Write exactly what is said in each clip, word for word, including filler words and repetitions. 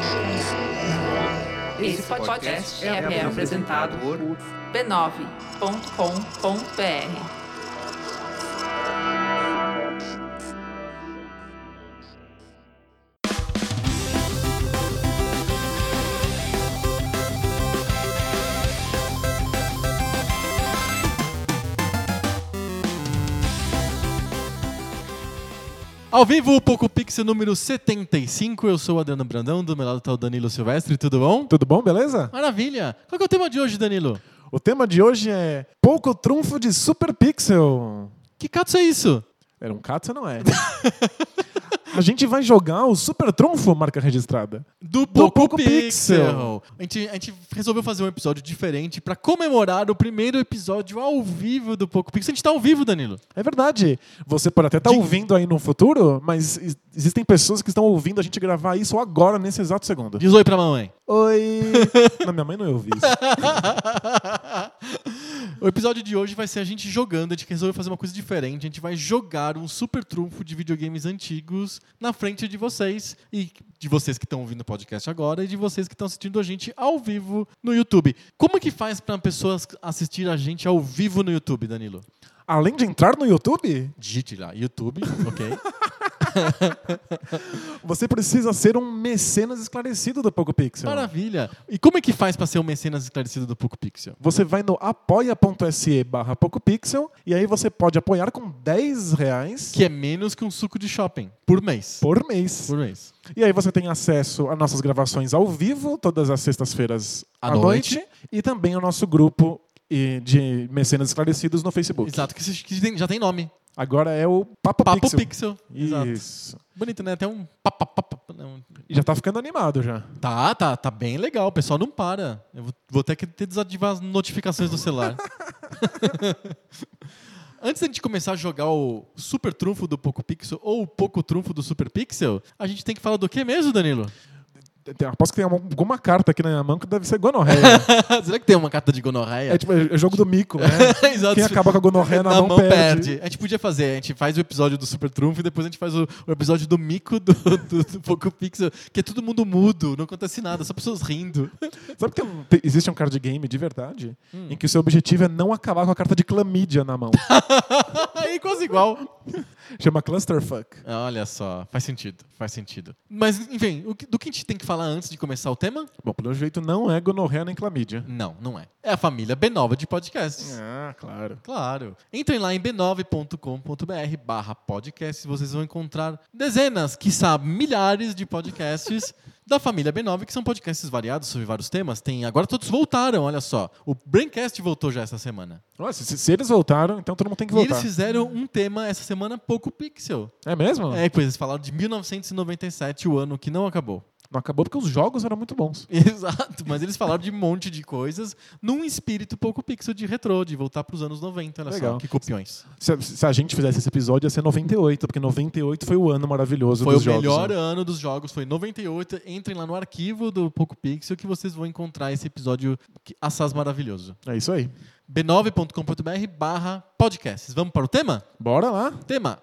Esse podcast é, é apresentado por b nove ponto com ponto b r. Ao vivo, o Poco Pixel número setenta e cinco, eu sou o Adriano Brandão, do meu lado está o Danilo Silvestre, tudo bom? Tudo bom, beleza? Maravilha! Qual que é o tema de hoje, Danilo? O tema de hoje é Poco Trunfo de Super Pixel. Que katsu é isso? Era um katsu, não é? A gente vai jogar o Super Trunfo, marca registrada. Do, Do Poco, Poco Pixel. Pixel. A gente, a gente resolveu fazer um episódio diferente para comemorar o primeiro episódio ao vivo do Poco Pixel. A gente tá ao vivo, Danilo. É verdade. Você pode até estar De... ouvindo aí no futuro, mas existem pessoas que estão ouvindo a gente gravar isso agora, nesse exato segundo. Diz oi pra mamãe. Oi! Não, minha mãe não ouviu isso. O episódio de hoje vai ser a gente jogando, a gente resolveu fazer uma coisa diferente, a gente vai jogar um super trunfo de videogames antigos na frente de vocês, e de vocês que estão ouvindo o podcast agora, e de vocês que estão assistindo a gente ao vivo no YouTube. Como que faz para pessoas assistir a gente ao vivo no YouTube, Danilo? Além de entrar no YouTube, digite lá, YouTube, ok? Você precisa ser um mecenas esclarecido do Poco Pixel. Maravilha! E como é que faz para ser um mecenas esclarecido do Poco Pixel? Você vai no apoia.se barra PocoPixel e aí você pode apoiar com dez reais. Que é menos que um suco de shopping, por mês. Por mês. Por mês. E aí você tem acesso a nossas gravações ao vivo, todas as sextas-feiras à, à noite. noite. E também ao nosso grupo de mecenas esclarecidos no Facebook. Exato, que já tem nome. Agora é o Papo, Papo Pixel. Pixel. Isso. Exato. Bonito, né? Até um papa, papa, não. E já tá ficando animado já. Tá, tá, tá bem legal. O pessoal não para. Eu vou, vou ter que ter desativar as notificações do celular. Antes da gente começar a jogar o Super Trunfo do Poco Pixel ou o Poco Trunfo do Super Pixel, a gente tem que falar do que mesmo, Danilo? Aposto que tem alguma carta aqui na minha mão que deve ser gonorreia. Será que tem uma carta de gonorreia? É tipo é o jogo do mico, né? Exato. Quem acaba com a gonorreia na, na mão, mão perde. perde. A gente podia fazer, a gente faz o episódio do Super Trunfo e depois a gente faz o, o episódio do mico do, do, do Poco Pixel, que é todo mundo mudo, não acontece nada, só pessoas rindo. Sabe que tem um, tem, existe um card game de verdade hum. em que o seu objetivo é não acabar com a carta de clamídia na mão. Aí quase igual. Chama Clusterfuck. Olha só, faz sentido, faz sentido. Mas, enfim, o que, do que a gente tem que falar antes de começar o tema? Bom, pelo jeito não é gonorreia nem clamídia. Não, não é. É a família B nove de podcasts. Ah, claro. Claro. Entrem lá em b nove ponto com ponto b r barra podcasts, vocês vão encontrar dezenas, quiçá milhares de podcasts da família B nove, que são podcasts variados sobre vários temas. Tem, agora todos voltaram, olha só. O Braincast voltou já essa semana. Nossa, se, se eles voltaram, então todo mundo tem que voltar. E eles fizeram um tema essa semana, Poco Pixel. É mesmo? É, pois eles falaram de mil novecentos e noventa e sete, o ano que não acabou. Não acabou porque os jogos eram muito bons. Exato, mas eles falaram de um monte de coisas num espírito Poco Pixel de retrô, de voltar para os anos noventa, olha Legal. Só, que copiões. Se, se a gente fizesse esse episódio, ia ser noventa e oito, porque noventa e oito foi o ano maravilhoso foi dos jogos. Foi o melhor né? ano dos jogos, foi noventa e oito. Entrem lá no arquivo do Poco Pixel que vocês vão encontrar esse episódio assaz maravilhoso. É isso aí. b nove ponto com ponto b r barra podcasts. Vamos para o tema? Bora lá. Tema.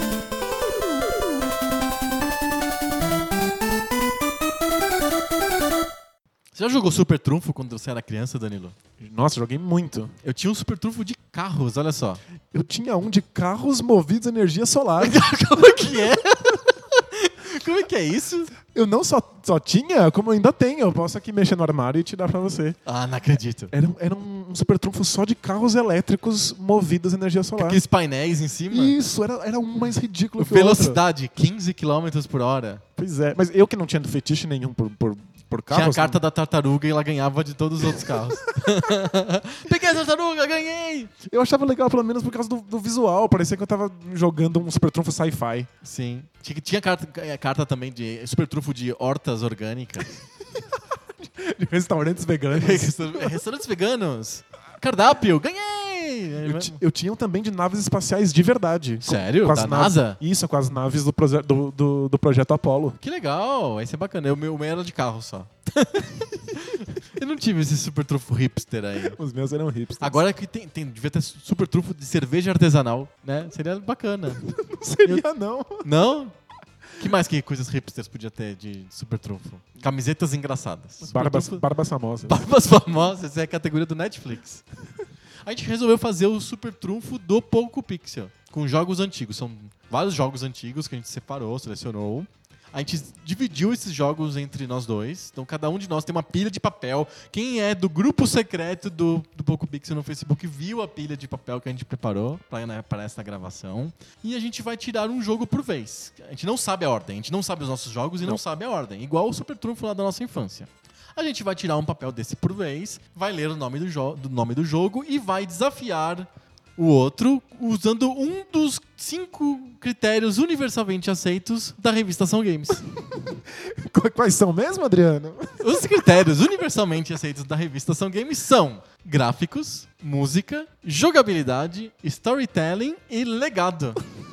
Você já jogou Super Trunfo quando você era criança, Danilo? Nossa, joguei muito. Eu tinha um Super Trunfo de carros, olha só. Eu tinha um de carros movidos a energia solar. Como é que é? Como é que é isso? Eu não só, só tinha, como eu ainda tenho. Eu posso aqui mexer no armário e te dar pra você. Ah, não acredito. Era, era um Super Trunfo só de carros elétricos movidos a energia solar. Com aqueles painéis em cima? Isso, era, era um mais ridículo que Velocidade, o outro. quinze quilômetros por hora. Pois é, mas eu que não tinha fetiche nenhum por, por, por carros... Tinha a carta não... da tartaruga e ela ganhava de todos os outros carros. Peguei a tartaruga, ganhei! Eu achava legal, pelo menos por causa do, do visual. Parecia que eu tava jogando um Super Trunfo sci-fi. Sim. Tinha, tinha carta, carta também de Super Trunfo de hortas orgânicas. De restaurantes veganos. Restaurantes veganos. Cardápio, ganhei! Eu, t- eu tinha um também de naves espaciais de verdade. Sério? Com as da naves, NASA? Isso, com as naves do, proje- do, do, do projeto Apollo. Que legal, esse é bacana. O meu, o meu era de carro só. Eu não tive esse super trunfo hipster aí. Os meus eram hipsters. Agora que tem, tem, devia ter super trunfo de cerveja artesanal, né? Seria bacana. Não seria, Eu... não. Não? Que mais que coisas hipsters podia ter de super trunfo? Camisetas engraçadas. Barbas, Super trunfo- barbas famosas. Barbas famosas, essa é a categoria do Netflix. A gente resolveu fazer o super trunfo do Poco Pixel, com jogos antigos. São vários jogos antigos que a gente separou, selecionou. A gente dividiu esses jogos entre nós dois. Então, cada um de nós tem uma pilha de papel. Quem é do grupo secreto do, do Poco Pixel no Facebook viu a pilha de papel que a gente preparou para né, para essa gravação. E a gente vai tirar um jogo por vez. A gente não sabe a ordem. A gente não sabe os nossos jogos e não, não sabe a ordem. Igual o super trunfo lá da nossa infância. A gente vai tirar um papel desse por vez, vai ler o nome do, jo- do nome do jogo e vai desafiar o outro usando um dos cinco critérios universalmente aceitos da revista Ação Games. Quais são mesmo, Adriano? Os critérios universalmente aceitos da revista Ação Games são gráficos, música, jogabilidade, storytelling e legado.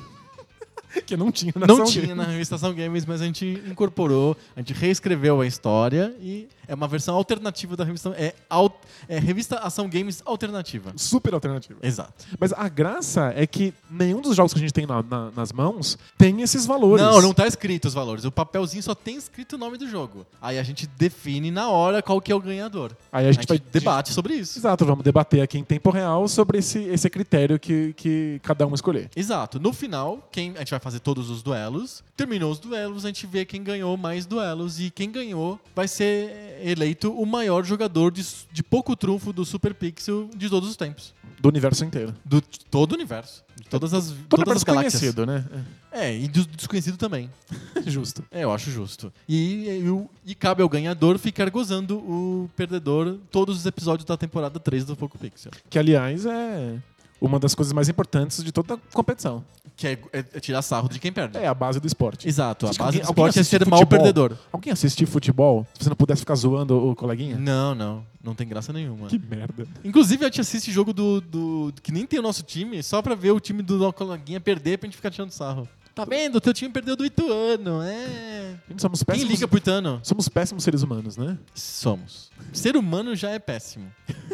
Que não tinha na Não Ação tinha Games. na revista Ação Games, mas a gente incorporou, a gente reescreveu a história e é uma versão alternativa da revista. É, al- é revista Ação Games alternativa. Super alternativa. Exato. Mas a graça é que nenhum dos jogos que a gente tem na- na- nas mãos tem esses valores. Não, não tá escrito os valores. O papelzinho só tem escrito o nome do jogo. Aí a gente define na hora qual que é o ganhador. Aí a gente, vai debate sobre isso. Exato, vamos debater aqui em tempo real sobre esse, esse critério que, que cada um escolher. Exato. No final, quem, a gente vai fazer todos os duelos. Terminou os duelos, a gente vê quem ganhou mais duelos. E quem ganhou vai ser eleito o maior jogador de, de pouco trunfo do Super Pixel de todos os tempos. Do universo inteiro. Do de todo o universo. De todas as, Todo todas as galáxias. conhecido, né? É, e do desconhecido também. É. Justo. É, eu acho justo. E, e, o- e cabe ao ganhador ficar gozando o perdedor todos os episódios da temporada três do Poco Pixel. Que, aliás, é uma das coisas mais importantes de toda a competição. Que é, é- é tirar sarro de quem perde. É a base do esporte. Exato. A Acho que base alguém- do alguém esporte é assiste ser mal futebol? perdedor. Alguém assistir futebol se você não pudesse ficar zoando o coleguinha? Não, não. Não tem graça nenhuma. Que merda. Inclusive, a gente assiste jogo do, do- que nem tem o nosso time, só pra ver o time do nosso coleguinha perder pra gente ficar tirando sarro. Tá vendo? O teu time perdeu do Ituano, é. Gente, somos Quem péssimos, liga pro Ituano? somos péssimos seres humanos, né? Somos. Ser humano já é péssimo.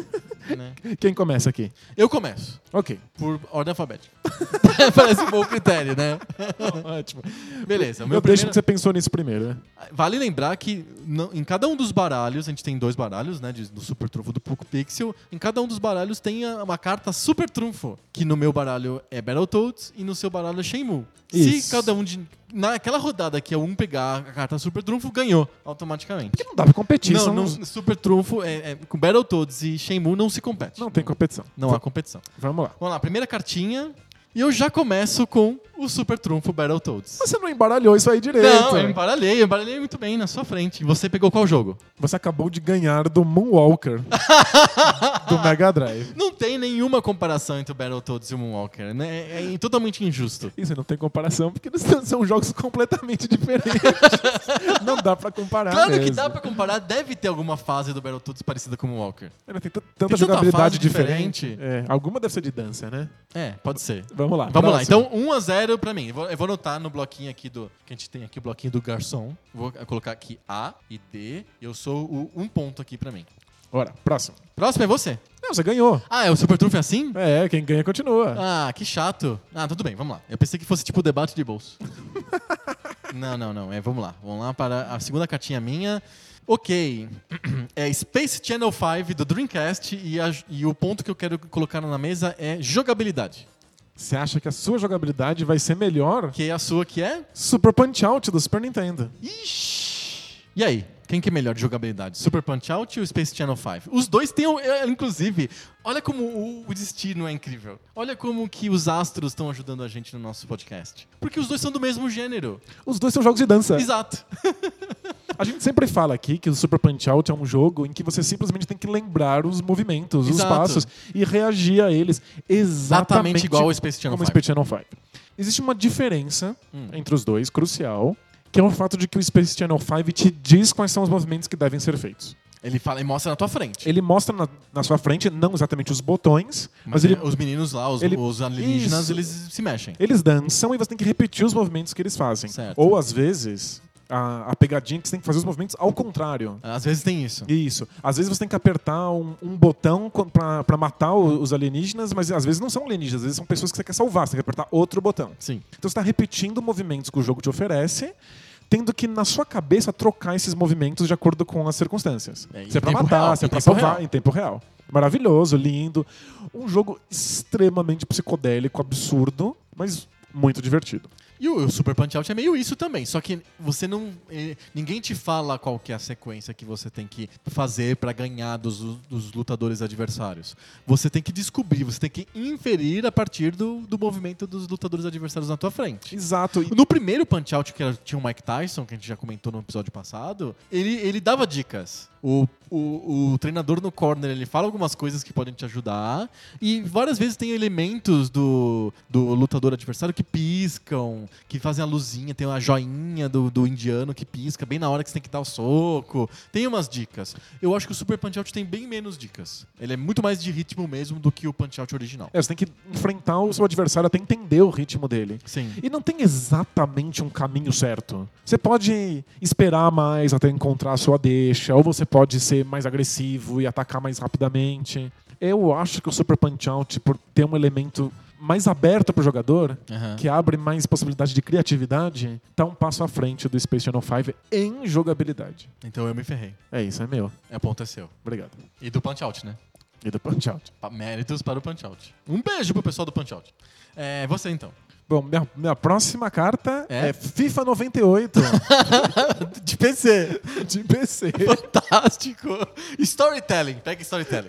Né? Quem começa aqui? Eu começo. Ok. Por ordem alfabética. Parece um bom critério, né? Ótimo. Beleza. O Eu meu deixo primeiro... que você pensou nisso primeiro, né? Vale lembrar que não- em cada um dos baralhos, a gente tem dois baralhos, né, de- do Super Trunfo do Poco Pixel. Em cada um dos baralhos tem a- uma carta Super Trunfo, que no meu baralho é Battletoads e no seu baralho é Shenmue. Isso. Se cada um de... Naquela rodada que é um pegar a carta Super Trunfo, ganhou automaticamente. Não dá pra competir. Não, são- não, Super Trunfo, é, é, com Battletoads e Shenmue não se compete. não tem competição. Não há competição. Vamos lá. Vamos lá, primeira cartinha. E eu já começo com o Super Trunfo Battletoads. Você não embaralhou isso aí direito. Não, eu embaralhei, eu embaralhei muito bem na sua frente. Você pegou qual jogo? Você acabou de ganhar do Moonwalker do Mega Drive. Não tem nenhuma comparação entre o Battletoads e o Moonwalker, né? É, é totalmente injusto. Isso não tem comparação, porque são jogos completamente diferentes. Não dá pra comparar Claro mesmo. que dá pra comparar, deve ter alguma fase do Battletoads parecida com o Moonwalker. Tem t- tanta tanta jogabilidade fase diferente. diferente. É, alguma deve ser de dança, né? É, pode ser. Vamos lá. Vamos lá, próximo. então um a zero pra mim. Eu vou, eu vou anotar no bloquinho aqui do... Que a gente tem aqui o bloquinho do garçom. Vou colocar aqui A e D. Eu sou o um ponto aqui pra mim. Bora, próximo. Próximo é você. Não, você ganhou. Ah, é o Super Trunfo é assim? É, quem ganha continua. Ah, que chato. Ah, tudo bem, vamos lá. Eu pensei que fosse tipo debate de bolso. Não, não, não. É, vamos lá. Vamos lá para a segunda cartinha minha. Ok. É Space Channel cinco do Dreamcast e, a- e o ponto que eu quero colocar na mesa é jogabilidade. Você acha que a sua jogabilidade vai ser melhor? Que é a sua que é? Super Punch-Out do Super Nintendo. Ixi. E aí? Quem que é melhor de jogabilidade? Super Punch-Out ou Space Channel cinco? Os dois têm, é, inclusive, olha como o, o destino é incrível. Olha como que os astros estão ajudando a gente no nosso podcast. Porque os dois são do mesmo gênero. Os dois são jogos de dança. Exato. A gente sempre fala aqui que o Super Punch-Out é um jogo em que você simplesmente tem que lembrar os movimentos, os Exato. passos e reagir a eles exatamente, Exatamente igual ao Space Channel como o cinco. Space Channel cinco. Existe uma diferença Hum. entre os dois, crucial, que é o fato de que o Space Channel cinco te diz quais são os movimentos que devem ser feitos. Ele fala e mostra na tua frente. Ele mostra na, na sua frente, não exatamente os botões, mas, Mas ele, é, os meninos lá, os, ele- os alienígenas, Isso. eles se mexem. eles dançam e você tem que repetir os movimentos que eles fazem. Certo. Ou, às vezes, a, a pegadinha que você tem que fazer os movimentos ao contrário. Às vezes tem isso. Isso. Às vezes você tem que apertar um, um botão pra, pra matar os alienígenas, mas às vezes não são alienígenas, às vezes são pessoas que você quer salvar, você tem que apertar outro botão. Sim. Então você está repetindo movimentos que o jogo te oferece, tendo que, na sua cabeça, trocar esses movimentos de acordo com as circunstâncias. É, se é pra tempo matar, real, se é em pra tempo salvar, real. em tempo real. Maravilhoso, lindo. Um jogo extremamente psicodélico, absurdo, mas muito divertido. E o Super Punch-Out é meio isso também, só que você não... eh, ninguém te fala qual que é a sequência que você tem que fazer pra ganhar dos, dos lutadores adversários. Você tem que descobrir, você tem que inferir a partir do, do movimento dos lutadores adversários na tua frente. Exato. E No primeiro Punch-Out, que era- tinha o Mike Tyson, que a gente já comentou no episódio passado, ele, ele dava dicas. O, o, o treinador no corner, ele fala algumas coisas que podem te ajudar, e várias vezes tem elementos do, do lutador adversário que piscam, que fazem a luzinha, tem uma joinha do, do indiano que pisca bem na hora que você tem que dar o soco. Tem umas dicas. Eu acho que o Super Punch-Out tem bem menos dicas. Ele é muito mais de ritmo mesmo do que o Punch-Out original. é, você tem que enfrentar o seu adversário até entender o ritmo dele. Sim. E não tem exatamente um caminho certo. Você pode esperar mais até encontrar a sua deixa, ou você pode ser mais agressivo e atacar mais rapidamente. Eu acho que o Super Punch-Out, por ter um elemento mais aberto para o jogador, Aham. que abre mais possibilidade de criatividade, tá um passo à frente do Space Channel cinco em jogabilidade. Então eu me ferrei. É isso, é meu. É, o ponto é seu. Obrigado. E do Punch-Out, né? E do Punch-Out. Pa- Méritos para o Punch-Out. Um beijo pro pessoal do Punch-Out. É, você então. Bom, minha, minha próxima carta É? é, FIFA noventa e oito De P C. de P C. Fantástico. Storytelling. Pega storytelling.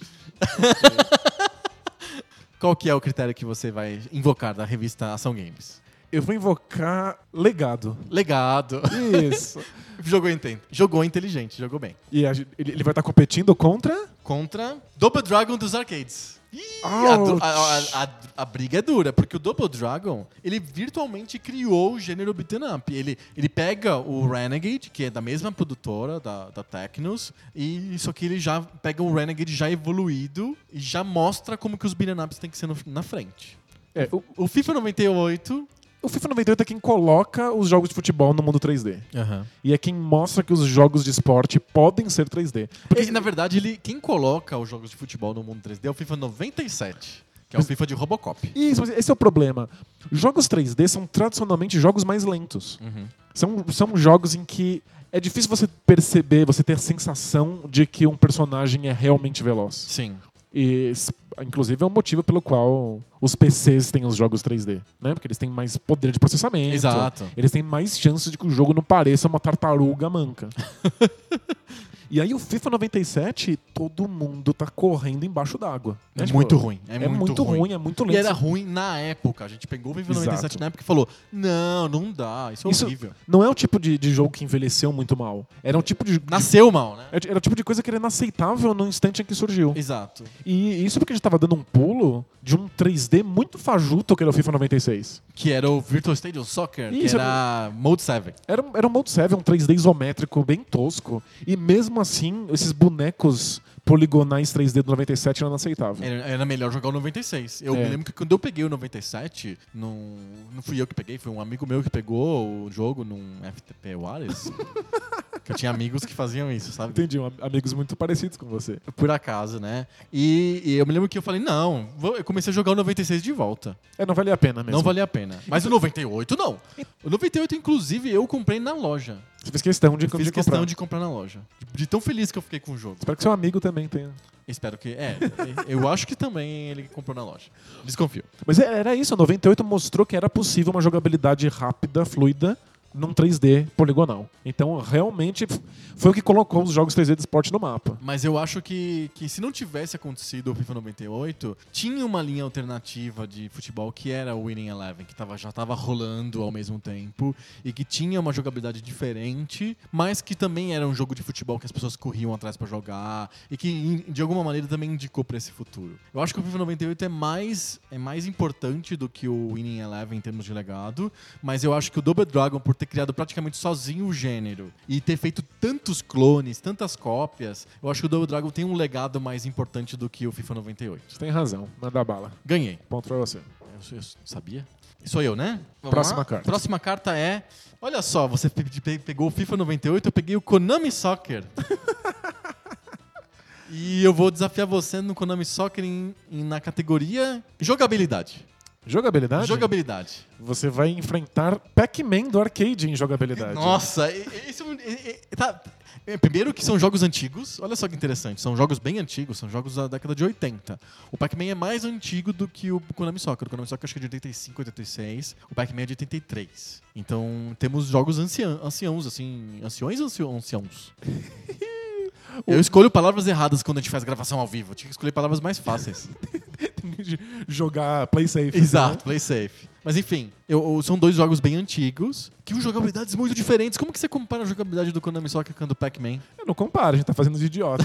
Qual que é o critério que você vai invocar da revista Ação Games? Eu vou invocar legado. Legado. Isso. Jogou, inte- jogou inteligente, jogou bem. E a gente- ele, ele vai estar competindo contra... Contra Double Dragon dos arcades. Ih, a, du- a, a, a, a briga é dura, porque o Double Dragon, ele virtualmente criou o gênero beat'em up. Ele, ele pega o Renegade, que é da mesma produtora, da, da Technos, e só que ele já pega o Renegade já evoluído e já mostra como que os beat'em ups tem que ser no- na frente. É, o, O FIFA noventa e oito... o FIFA noventa e oito é quem coloca os jogos de futebol no mundo três D. E é quem mostra que os jogos de esporte podem ser três D. Porque, na verdade, ele, quem coloca os jogos de futebol no mundo três D é o FIFA noventa e sete, que é o FIFA de Robocop. Isso, mas esse é o problema. Jogos três D são tradicionalmente jogos mais lentos. Uhum. São, são jogos em que é difícil você perceber, você ter a sensação de que um personagem é realmente veloz. Sim. E, s- inclusive, é um motivo pelo qual os P Cs têm os jogos três D, né? Porque eles têm mais poder de processamento. Exato. Eles têm mais chances de que o jogo não pareça uma tartaruga manca. E aí o FIFA noventa e sete, todo mundo tá correndo embaixo d'água. É Tipo, muito ruim. É, É, muito ruim. é muito lento. E era ruim na época. A gente pegou o FIFA noventa e sete Exato. na época e falou: não, não dá, isso é Isso horrível. não é o tipo de, de jogo que envelheceu muito mal. Era um tipo de. Nasceu mal, né? Era o tipo de coisa que era inaceitável no instante em que surgiu. Exato. E isso porque a gente tava dando um pulo de um três D muito fajuto que era o FIFA noventa e seis. Que era o Virtual Stadium Soccer, Isso, que era Mode sete. Era, um- era um Mode sete, um três D isométrico bem tosco. E mesmo assim, esses bonecos poligonais três D do noventa e sete eram inaceitáveis. Era, era melhor jogar o noventa e seis. Eu É. me lembro que quando eu peguei o noventa e sete, não, não fui eu que peguei, foi um amigo meu que pegou o jogo num F T P Wireless. Que eu tinha amigos que faziam isso, sabe? Entendi, um- amigos muito parecidos com você. Por acaso, né? E, e eu me lembro que eu falei, não, vou- eu comecei a jogar o noventa e seis de volta. É, não valia a pena mesmo. Não valia a pena. Mas o noventa e oito, não. O noventa e oito, inclusive, eu comprei na loja. Você fez questão de, Eu fiz de questão comprar. de comprar na loja. De, de tão feliz que eu fiquei com o jogo. Espero que seu amigo também tenha. Espero que... É, eu acho que também ele comprou na loja. Desconfio. Mas é- era isso, o noventa e oito mostrou que era possível uma jogabilidade rápida, fluida, num três D poligonal. Então, realmente, f- foi o que colocou os jogos três D de esporte no mapa. Mas eu acho que, que se não tivesse acontecido o FIFA noventa e oito, tinha uma linha alternativa de futebol que era o Winning Eleven, que tava, já estava rolando ao mesmo tempo e que tinha uma jogabilidade diferente, mas que também era um jogo de futebol que as pessoas corriam atrás pra jogar e que in- de alguma maneira também indicou pra esse futuro. Eu acho que o FIFA noventa e oito é mais, é mais importante do que o Winning Eleven em termos de legado, mas eu acho que o Double Dragon, por ter criado praticamente sozinho o gênero e ter feito tantos clones, tantas cópias, eu acho que o Double Dragon tem um legado mais importante do que o FIFA noventa e oito. Você tem razão, manda bala. Ganhei. Ponto pra você. Eu, eu sabia? Sou eu, né? Vamos Próxima lá? carta. Próxima carta é... Olha só, você pe- pe- pegou o FIFA noventa e oito, eu peguei o Konami Soccer. E eu vou desafiar você no Konami Soccer em, em- na categoria jogabilidade. Jogabilidade? Jogabilidade. Você vai enfrentar Pac-Man do arcade em jogabilidade. Nossa, e- e- isso é- é- tá. É, primeiro que são jogos antigos, olha só que interessante, são jogos bem antigos, são jogos da década de oitenta. O Pac-Man é mais antigo do que o Konami Soccer. O Konami Soccer acho que é de oitenta e cinco, oitenta e seis, o Pac-Man é de oitenta e três. Então temos jogos anciã, anciãos, assim, anciões ou ancião- anciãos? Eu escolho palavras erradas quando a gente faz gravação ao vivo, eu tinha que escolher palavras mais fáceis. Jogar play safe. Exato, Né? play safe. Mas enfim, eu, eu- são dois jogos bem antigos, que com jogabilidades muito diferentes. Como que você compara a jogabilidade do Konami Soccer com a do Pac-Man? Eu não comparo, a gente tá fazendo de idiota.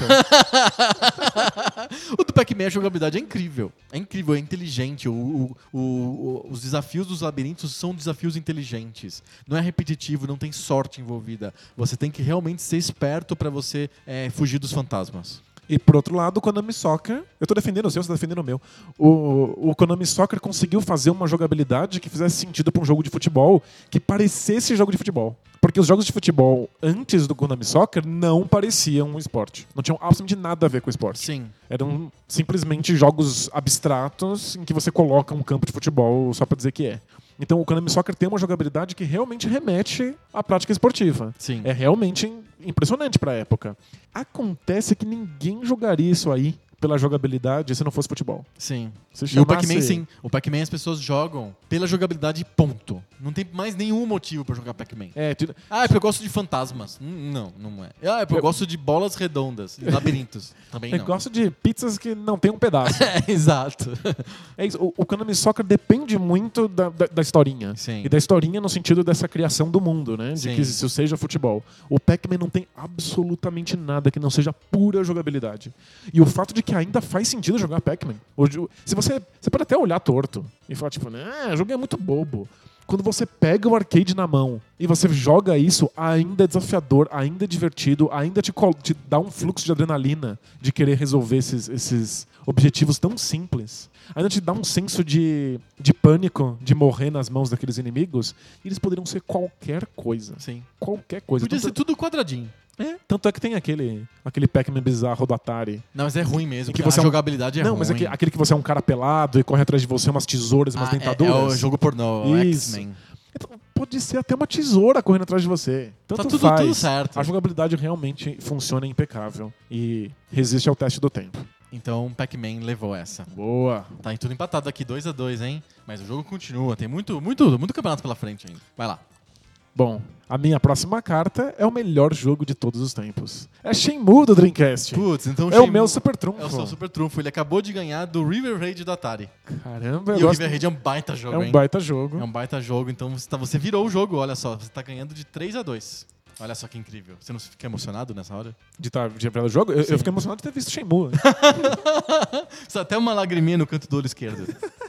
O do Pac-Man, a jogabilidade é incrível. É incrível, é inteligente. O, o- o- o- os desafios dos labirintos são desafios inteligentes. Não é repetitivo, não tem sorte envolvida. Você tem que realmente ser esperto pra você é, fugir dos fantasmas. E por outro lado, o Konami Soccer, eu tô defendendo o seu, você tá defendendo o meu. O, o Konami Soccer conseguiu fazer uma jogabilidade que fizesse sentido pra um jogo de futebol que parecesse jogo de futebol. Porque os jogos de futebol antes do Konami Soccer não pareciam um esporte. Não tinham absolutamente nada a ver com o esporte. Sim. Eram simplesmente jogos abstratos em que você coloca um campo de futebol só pra dizer que é. Então o Konami Soccer tem uma jogabilidade que realmente remete à prática esportiva. Sim. É realmente impressionante pra época. Acontece que ninguém jogaria isso aí pela jogabilidade se não fosse futebol. Sim. Se E o chamasse- Pac-Man, sim. O Pac-Man as pessoas jogam pela jogabilidade, ponto. Não tem mais nenhum motivo pra jogar Pac-Man. É, tu- Ah, é porque eu gosto de fantasmas. Hum, Não, não é. Ah, é porque eu gosto de bolas redondas e labirintos. Também eu não. gosto de pizzas que não tem um pedaço. É, exato. É isso. O, o Konami Soccer depende muito da, da, da historinha. Sim. E da historinha no sentido dessa criação do mundo, né? De Sim. que isso seja futebol. O Pac-Man não tem absolutamente nada que não seja pura jogabilidade. E o fato de que ainda faz sentido jogar Pac-Man. O- Se você, você pode até olhar torto e falar, tipo, ah, o jogo é muito bobo. Quando você pega o arcade na mão e você joga isso, ainda é desafiador, ainda é divertido, ainda te, col- te dá um fluxo de adrenalina de querer resolver esses, esses objetivos tão simples. Ainda te dá um senso de, de pânico de morrer nas mãos daqueles inimigos. E eles poderiam ser qualquer coisa. Sim. Qualquer coisa. Podia ser Tanto, tudo quadradinho. é, tanto é que tem aquele, aquele Pac-Man bizarro do Atari. Não, mas é ruim mesmo. Em que porque você a é um- jogabilidade é Não, ruim. mas é que- aquele que você é um cara pelado e corre atrás de você umas tesouras, umas Ah, é- dentaduras. É, o jogo pornô, o Isso. X-Men. Então, pode ser até uma tesoura correndo atrás de você. Tanto Tá tudo- faz. tudo certo. A jogabilidade realmente funciona impecável e resiste ao teste do tempo. Então, Pac-Man levou essa. Boa. Tá em tudo empatado aqui, dois a dois, hein? Mas o jogo continua, tem muito, muito, muito campeonato pela frente ainda. Vai lá. Bom, a minha próxima carta é o melhor jogo de todos os tempos. É Shenmue do Dreamcast. Putz, então é o meu super trunfo. É o seu super trunfo. Ele acabou de ganhar do River Raid do Atari. Caramba, eu E o gosto... River Raid é um baita jogo, é um hein? baita jogo. É um baita jogo, então você, tá- você virou o jogo, olha só. Você tá ganhando de três a dois. Olha só que incrível. Você não fica emocionado nessa hora? De estar de ver o jogo, eu, Sim. eu fiquei emocionado de ter visto Shenmue. Só até uma lagriminha no canto do olho esquerdo.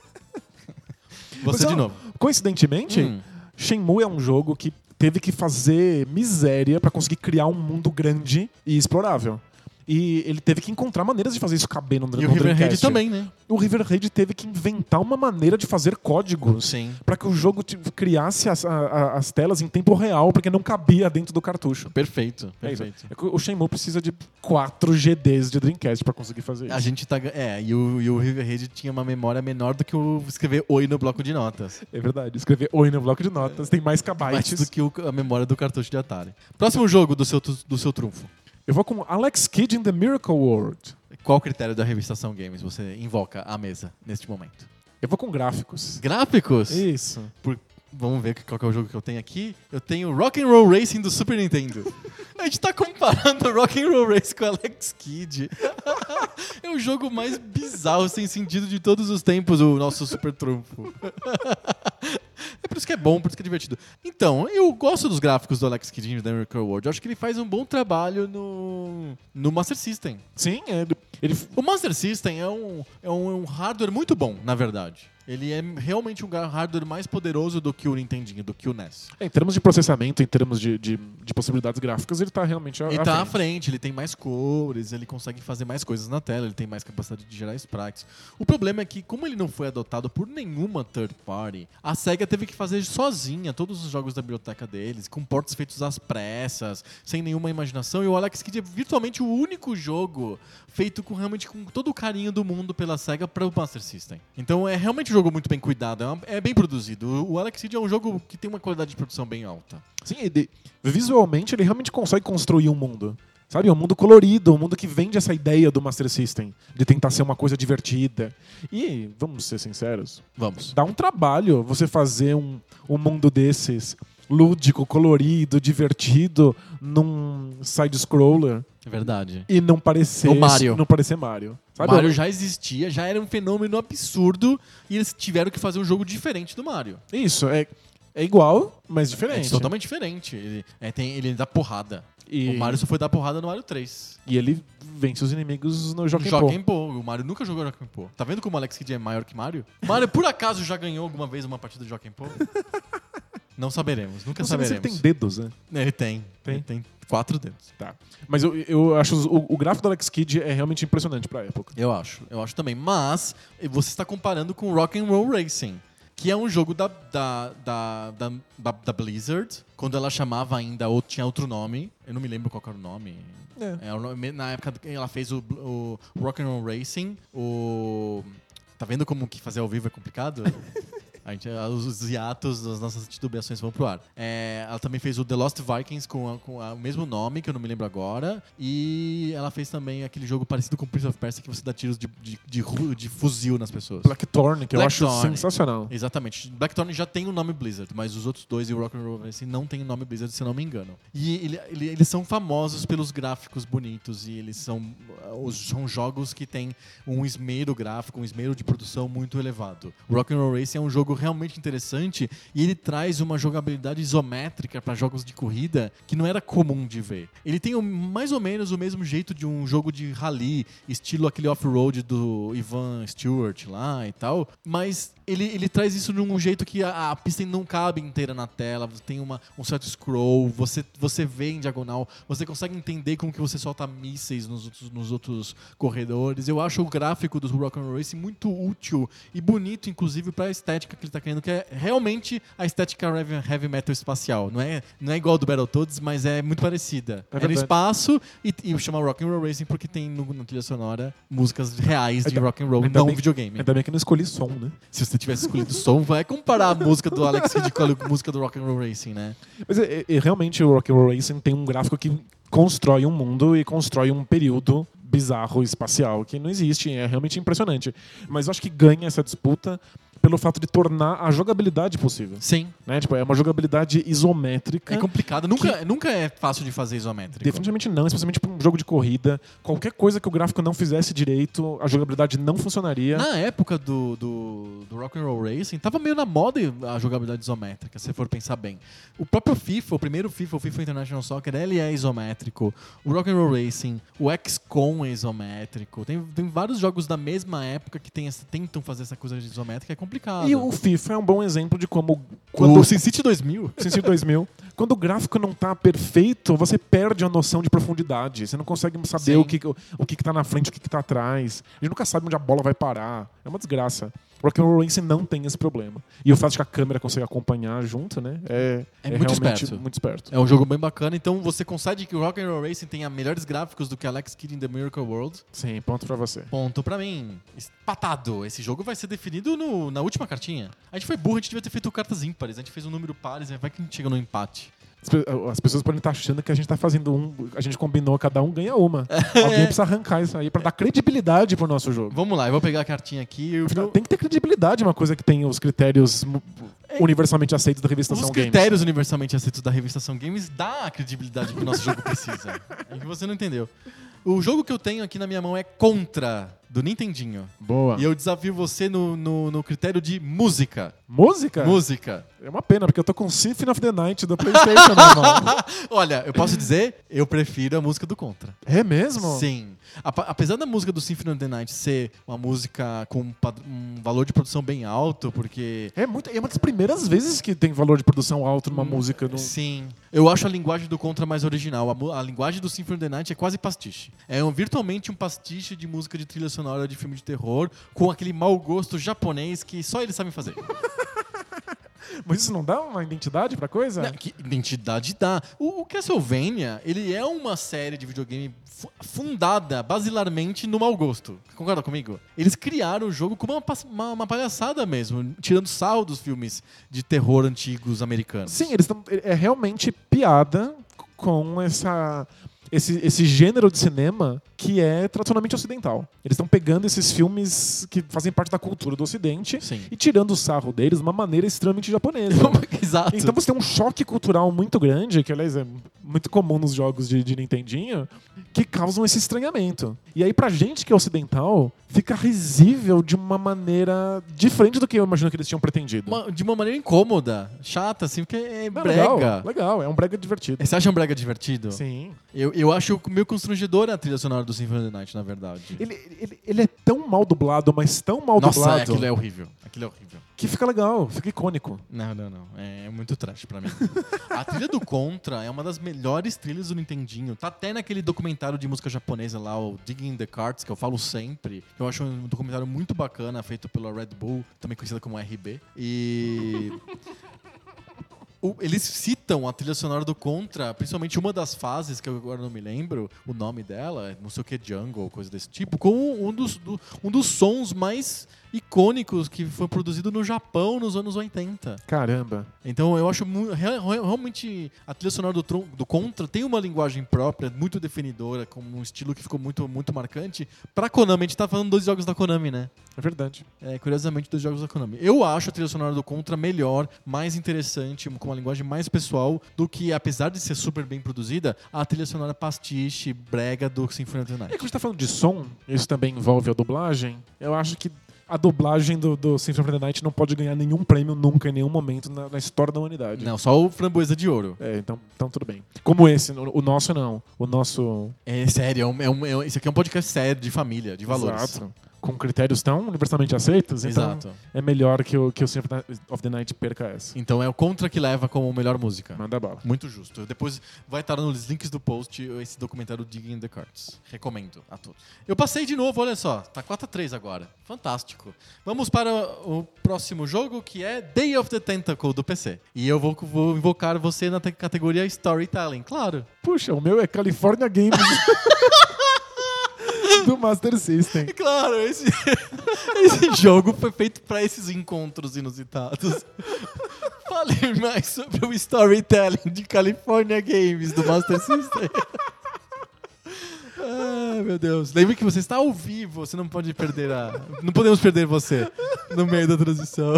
Você Mas, de ó, novo. Coincidentemente, Hum. Shenmue é um jogo que teve que fazer miséria pra conseguir criar um mundo grande e explorável. E ele teve que encontrar maneiras de fazer isso caber no, no E o River Raid Dreamcast. também, né? O River Raid teve que inventar uma maneira de fazer códigos Sim. para que o jogo tipo, criasse as, a- a- as telas em tempo real, porque não cabia dentro do cartucho. Perfeito, É isso. perfeito. É que o Shenmue precisa de quatro G Ds de Dreamcast para conseguir fazer isso. A gente tá. ga- É, e o, e o River Raid tinha uma memória menor do que o escrever oi no bloco de notas. É verdade. Escrever oi no bloco de notas tem mais Mais kbytes. do que o- a memória do cartucho de Atari. Próximo jogo do seu, tu- do seu trunfo. Eu vou com Alex Kidd in the Miracle World. Qual o critério da revistação Games você invoca à mesa neste momento? Eu vou com gráficos. Gráficos? Isso. Por- Vamos ver qual que é o jogo que eu tenho aqui. Eu tenho Rock and Roll Racing do Super Nintendo. A gente tá comparando Rock and Roll Racing com Alex Kidd. É o jogo mais bizarro, sem sentido de todos os tempos, o nosso super trunfo. É por isso que é bom, por isso que é divertido. Então, eu gosto dos gráficos do Alex Kidd em The Miracle World. Eu acho que ele faz um bom trabalho no, no Master System. Sim, é, ele... O Master System é um, é um, é um hardware muito bom, na verdade. Ele é realmente um hardware mais poderoso do que o Nintendinho, do que o N E S. Em termos de processamento, em termos de, de, de possibilidades gráficas, ele tá realmente à, Ele à tá frente. à frente, ele tem mais cores, ele consegue fazer mais coisas na tela, ele tem mais capacidade de gerar sprites. O problema é que, como ele não foi adotado por nenhuma third party, a SEGA teve que fazer sozinha todos os jogos da biblioteca deles, com portos feitos às pressas, sem nenhuma imaginação, e o Alex Kidd é virtualmente o único jogo feito com realmente com todo o carinho do mundo pela SEGA para o Master System. Então é realmente um jogo muito bem cuidado, é, uma, é bem produzido. O Alex Kidd é um jogo que tem uma qualidade de produção bem alta. Sim, ele, visualmente ele realmente consegue construir um mundo. Sabe, um mundo colorido, um mundo que vende essa ideia do Master System, de tentar ser uma coisa divertida. E, vamos ser sinceros, Vamos. dá um trabalho você fazer um, um mundo desses, lúdico, colorido, divertido, num side-scroller. É verdade. E não parecer O Mario. Não parecer Mario. Sabe? O Mario já existia, já era um fenômeno absurdo, e eles tiveram que fazer um jogo diferente do Mario. Isso, é, é igual, mas diferente. É totalmente diferente. Ele, é, tem, ele dá porrada. E, O Mario só foi dar porrada no Mario três. e ele vence os inimigos no Jockey Jockey Pô. Pô. O Mario nunca jogou Jockey Pô. Tá vendo como o Alex Kidd é maior que Mario? Mario, por acaso, já ganhou alguma vez uma partida de Jockey Pô? Não saberemos, nunca Não sei nem se saberemos. ele tem dedos, né? Ele tem. Tem? Ele tem quatro dedos. Tá. Mas eu, eu acho o, o gráfico do Alex Kidd é realmente impressionante pra época. Eu acho, eu acho também. Mas você está comparando com Rock'n'Roll Racing, que é um jogo da, da, da, da, da, da Blizzard, quando ela chamava ainda, ou tinha outro nome. Eu não me lembro qual era o nome. É. É, o nome- na época que ela fez o, o Rock'n'Roll Racing, o... Tá vendo como que fazer ao vivo é complicado? A gente, os hiatos das nossas titubeações vão pro ar. É, ela também fez o The Lost Vikings com, a- com a- o mesmo nome, que eu não me lembro agora. E ela fez também aquele jogo parecido com Prince of Persia, que você dá tiros de, de, de, ru- de fuzil nas pessoas. Blackthorn, que eu acho Blackthorn. sensacional. Exatamente. Blackthorn já tem o nome Blizzard, mas os outros dois e o Rock'n'Roll Racing não tem o nome Blizzard, se eu não me engano. E ele- ele- eles são famosos pelos gráficos bonitos, e eles são, os, são jogos que têm um esmero gráfico, um esmero de produção muito elevado. O Rock'n'Roll Racing é um jogo realmente interessante, e ele traz uma jogabilidade isométrica para jogos de corrida que não era comum de ver. Ele tem o- mais ou menos o mesmo jeito de um jogo de rally, estilo aquele off-road do Ivan Stewart lá e tal, mas ele, ele traz isso de um jeito que a, a pista não cabe inteira na tela, você tem uma, um certo scroll, você, você vê em diagonal, você consegue entender como que você solta mísseis nos outros, nos outros corredores. Eu acho o gráfico do Rock'n'Roll Racing muito útil e bonito, inclusive, para a estética que ele está querendo, que é realmente a estética heavy, heavy metal espacial. Não é, não é igual ao do Battletoads, mas é muito parecida. É É, no verdade. espaço e, e chama Rock'n'Roll Racing porque tem no, na trilha sonora músicas reais de Ainda- rock'n'roll, ainda não bem- videogame. Ainda bem que eu não escolhi som, né? Se você tivesse escolhido som, vai comparar a música do Alex Kidd com a música do Rock'n'Roll Racing, né? Mas é, é, realmente o Rock'n'Roll Racing tem um gráfico que constrói um mundo e constrói um período bizarro espacial que não existe, é realmente impressionante. Mas eu acho que ganha essa disputa pelo fato de tornar a jogabilidade possível. Sim. Né? Tipo, é uma jogabilidade isométrica. É complicado. Nunca, nunca é fácil de fazer isométrico. Definitivamente não, especialmente para um jogo de corrida. Qualquer coisa que o gráfico não fizesse direito, a jogabilidade não funcionaria. Na época do, do, do Rock'n'Roll Racing, tava meio na moda a jogabilidade isométrica, se for pensar bem. O próprio FIFA, o primeiro FIFA, o FIFA International Soccer, ele é isométrico. O Rock'n'Roll Racing, o X COM é isométrico. Tem, tem vários jogos da mesma época que tem essa, tentam fazer essa coisa de isométrica, é complicado. E o FIFA é um bom exemplo de como... Quando O SimCity dois mil. SimCity dois mil, quando o gráfico não tá perfeito, você perde a noção de profundidade. Você não consegue saber Sim. o que, o que que tá na frente, o que que tá atrás. A gente nunca sabe onde a bola vai parar. É uma desgraça. O Rock'n'Roll Racing não tem esse problema. E o fato de que a câmera consegue acompanhar junto, né? É, É muito realmente esperto. muito esperto. É um jogo bem bacana, então você concede que o Rock'n'Roll Racing tenha melhores gráficos do que Alex Kidd in the Miracle World. Sim, ponto pra você. Ponto pra mim. Empatado. Esse jogo vai ser definido no- na última cartinha. A gente foi burro, a gente devia ter feito cartas ímpares. A gente fez um número pares, vai que a gente chega no empate. As pe- As pessoas podem estar achando que a gente tá fazendo um. A gente combinou, cada um ganha uma. Alguém precisa arrancar isso aí pra dar credibilidade pro nosso jogo. Vamos lá, eu vou pegar a cartinha aqui. Eu Afinal, tem que ter credibilidade, uma coisa que tem os critérios mu- universalmente aceitos da revista Os Ação Games. critérios universalmente aceitos da revista Ação Games dá a credibilidade que o nosso jogo precisa. É que você não entendeu. O jogo que eu tenho aqui na minha mão é Contra, do Nintendinho. Boa. E eu desafio você no, no, no critério de música. Música? Música. É uma pena, porque eu tô com Symphony of the Night do PlayStation, meu irmão. Olha, eu posso dizer, eu prefiro a música do Contra. É mesmo? Sim. Apa- Apesar da música do Symphony of the Night ser uma música com um pad- um valor de produção bem alto, porque... É, muito, é uma das primeiras vezes que tem valor de produção alto numa música. No... Sim. Eu acho a linguagem do Contra mais original. A, mu- a linguagem do Symphony of the Night é quase pastiche. É um, virtualmente um pastiche de música de trilha sonora de filme de terror, com aquele mau gosto japonês que só eles sabem fazer. Mas isso não dá uma identidade pra coisa? Não, que identidade dá. O, o Castlevania, ele é uma série de videogame fu- fundada basilarmente no mau gosto. Concorda comigo? Eles criaram o jogo como uma, pas- uma, uma palhaçada mesmo, tirando sarro dos filmes de terror antigos americanos. Sim, eles estão. É realmente piada com essa. Esse, esse gênero de cinema que é tradicionalmente ocidental. Eles estão pegando esses filmes que fazem parte da cultura do Ocidente Sim. e tirando o sarro deles de uma maneira extremamente japonesa. Exato. Então você tem um choque cultural muito grande, que aliás é muito comum nos jogos de, de Nintendinho, que causam esse estranhamento. E aí pra gente que é ocidental, fica risível de uma maneira diferente do que eu imagino que eles tinham pretendido. Uma- de uma maneira incômoda, chata, assim, porque é Não, brega. Legal, legal, é um brega divertido. Você acha um brega divertido? Sim. Eu, eu acho meio constrangedor a trilha sonora do Symphony of the Night, na verdade. Ele, ele, ele é tão mal dublado, mas tão mal Nossa, dublado, aquilo é horrível. Aquilo é horrível. que fica legal, fica icônico. Não, não, não. É muito trash pra mim. A trilha do Contra é uma das melhores trilhas do Nintendinho. Tá até naquele documentário de música japonesa lá, o Digging in the Carts, que eu falo sempre. Eu acho um documentário muito bacana, feito pela Red Bull, também conhecida como R B. E... O- eles citam a trilha sonora do Contra, principalmente uma das fases, que eu agora não me lembro o nome dela, não sei o que, Jungle, coisa desse tipo, como um dos, do- um dos sons mais icônicos que foi produzido no Japão nos anos oitenta. Caramba. Então eu acho mu- real- real- realmente a trilha sonora do, Tron- do Contra tem uma linguagem própria, muito definidora, com um estilo que ficou muito, muito marcante. Pra Konami, a gente tá falando dois jogos da Konami, né? É verdade. É, curiosamente, dois jogos da Konami. Eu acho a trilha sonora do Contra melhor, mais interessante, com uma linguagem mais pessoal do que, apesar de ser super bem produzida, a trilha sonora pastiche, brega do Symphony of the É Night. que a gente tá falando de som, isso também envolve a dublagem. Eu acho que a dublagem do, do Symphony of the Night não pode ganhar nenhum prêmio nunca, em nenhum momento na, na história da humanidade. Não, só o Framboesa de Ouro. É, então, então tudo bem. Como esse, o, o nosso não. O nosso... É sério, é um, é um, é um- isso aqui é um podcast sério, de família, de valores. Exato. Com critérios tão universalmente aceitos, então Exato. é melhor que o, que o Symphony of the Night perca essa. Então é o Contra que leva como melhor música. Manda bala. Muito justo. Depois vai estar nos links do post esse documentário Digging in the Carts. Recomendo a todos. Eu passei de novo, olha só. Tá quatro a três agora. Fantástico. Vamos para o próximo jogo, que é Day of the Tentacle do P C. E eu vou, vou invocar você na te- categoria Storytelling, claro. Puxa, o meu é California Games do Master System. E claro, esse, esse jogo foi feito para esses encontros inusitados. Fale mais sobre o Storytelling de California Games do Master System. Ah, meu Deus. Lembre que você está ao vivo, você não pode perder a... Não podemos perder você no meio da transição.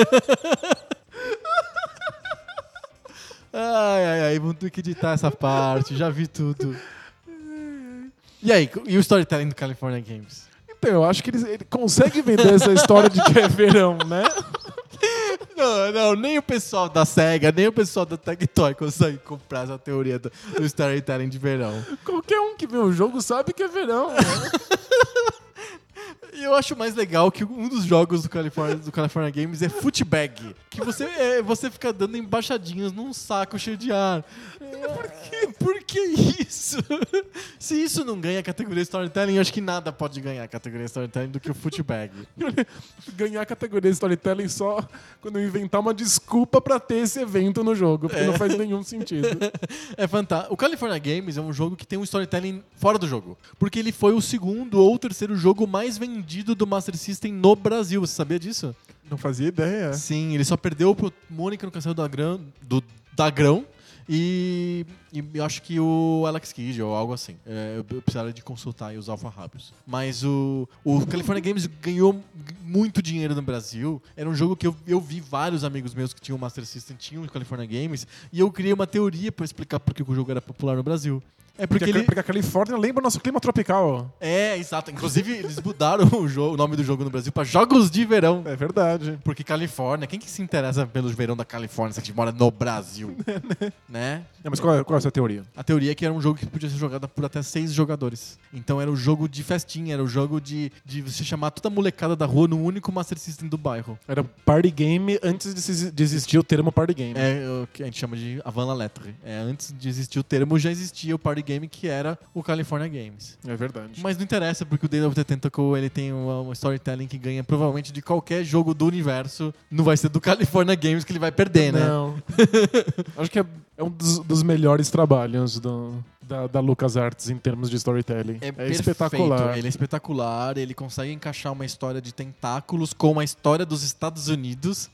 Ai, ai, ai, vamos ter que editar essa parte, já vi tudo. E aí, e o Storytelling do California Games? Então, eu acho que ele, ele consegue vender essa história de que é verão, né? Não, não, nem o pessoal da SEGA, nem o pessoal da Tectoy consegue comprar essa teoria do, do Storytelling de verão. Qualquer um que vê o jogo sabe que é verão. Né? E eu acho mais legal que um dos jogos do California, do California Games é Footbag, que você, é, você fica dando embaixadinhas num saco cheio de ar. Por que, por que isso? Se isso não ganha a categoria Storytelling, eu acho que nada pode ganhar a categoria Storytelling do que o Footbag. Ganhar a categoria Storytelling só quando eu inventar uma desculpa pra ter esse evento no jogo, porque É. não faz nenhum sentido. É fantástico. O California Games é um jogo que tem um storytelling fora do jogo. Porque ele foi o segundo ou terceiro jogo mais vendido do Master System no Brasil. Você sabia disso? Não fazia ideia. Sim, ele só perdeu pro Mônica no Castelo do Agrão, do Dagrão e, e eu acho que o Alex Kidd ou algo assim. É, eu, eu precisaria de consultar aí os alfarrábios. Mas o, o California Games ganhou muito dinheiro no Brasil. Era um jogo que eu, eu vi vários amigos meus que tinham o Master System, tinham o California Games, e eu criei uma teoria para explicar por que o jogo era popular no Brasil. É porque, Porque, a- ele... porque a Califórnia lembra o nosso clima tropical. É, exato. Inclusive, eles mudaram o, jogo, o nome do jogo no Brasil pra Jogos de Verão. É verdade. Porque Califórnia, quem que se interessa pelo verão da Califórnia se a gente mora no Brasil? Né? Não, mas qual é, qual é a sua teoria? A teoria é que era um jogo que podia ser jogado por até seis jogadores. Então era o jogo de festinha, era o jogo de, de você chamar toda a molecada da rua no único Master System do bairro. Era party game antes de, se- de existir o termo party game. É o que a gente chama de avant la lettre. É, antes de existir o termo, já existia o party game que era o California Games. É verdade. Mas não interessa, porque o Day of the Tentacle ele tem uma, uma storytelling que ganha provavelmente de qualquer jogo do universo. Não vai ser do California Games que ele vai perder, né? Não. Acho que é, é um dos, dos melhores trabalhos do, da, da LucasArts em termos de storytelling. É, É, perfeito. espetacular. Ele é espetacular, ele consegue encaixar uma história de tentáculos com a história dos Estados Unidos.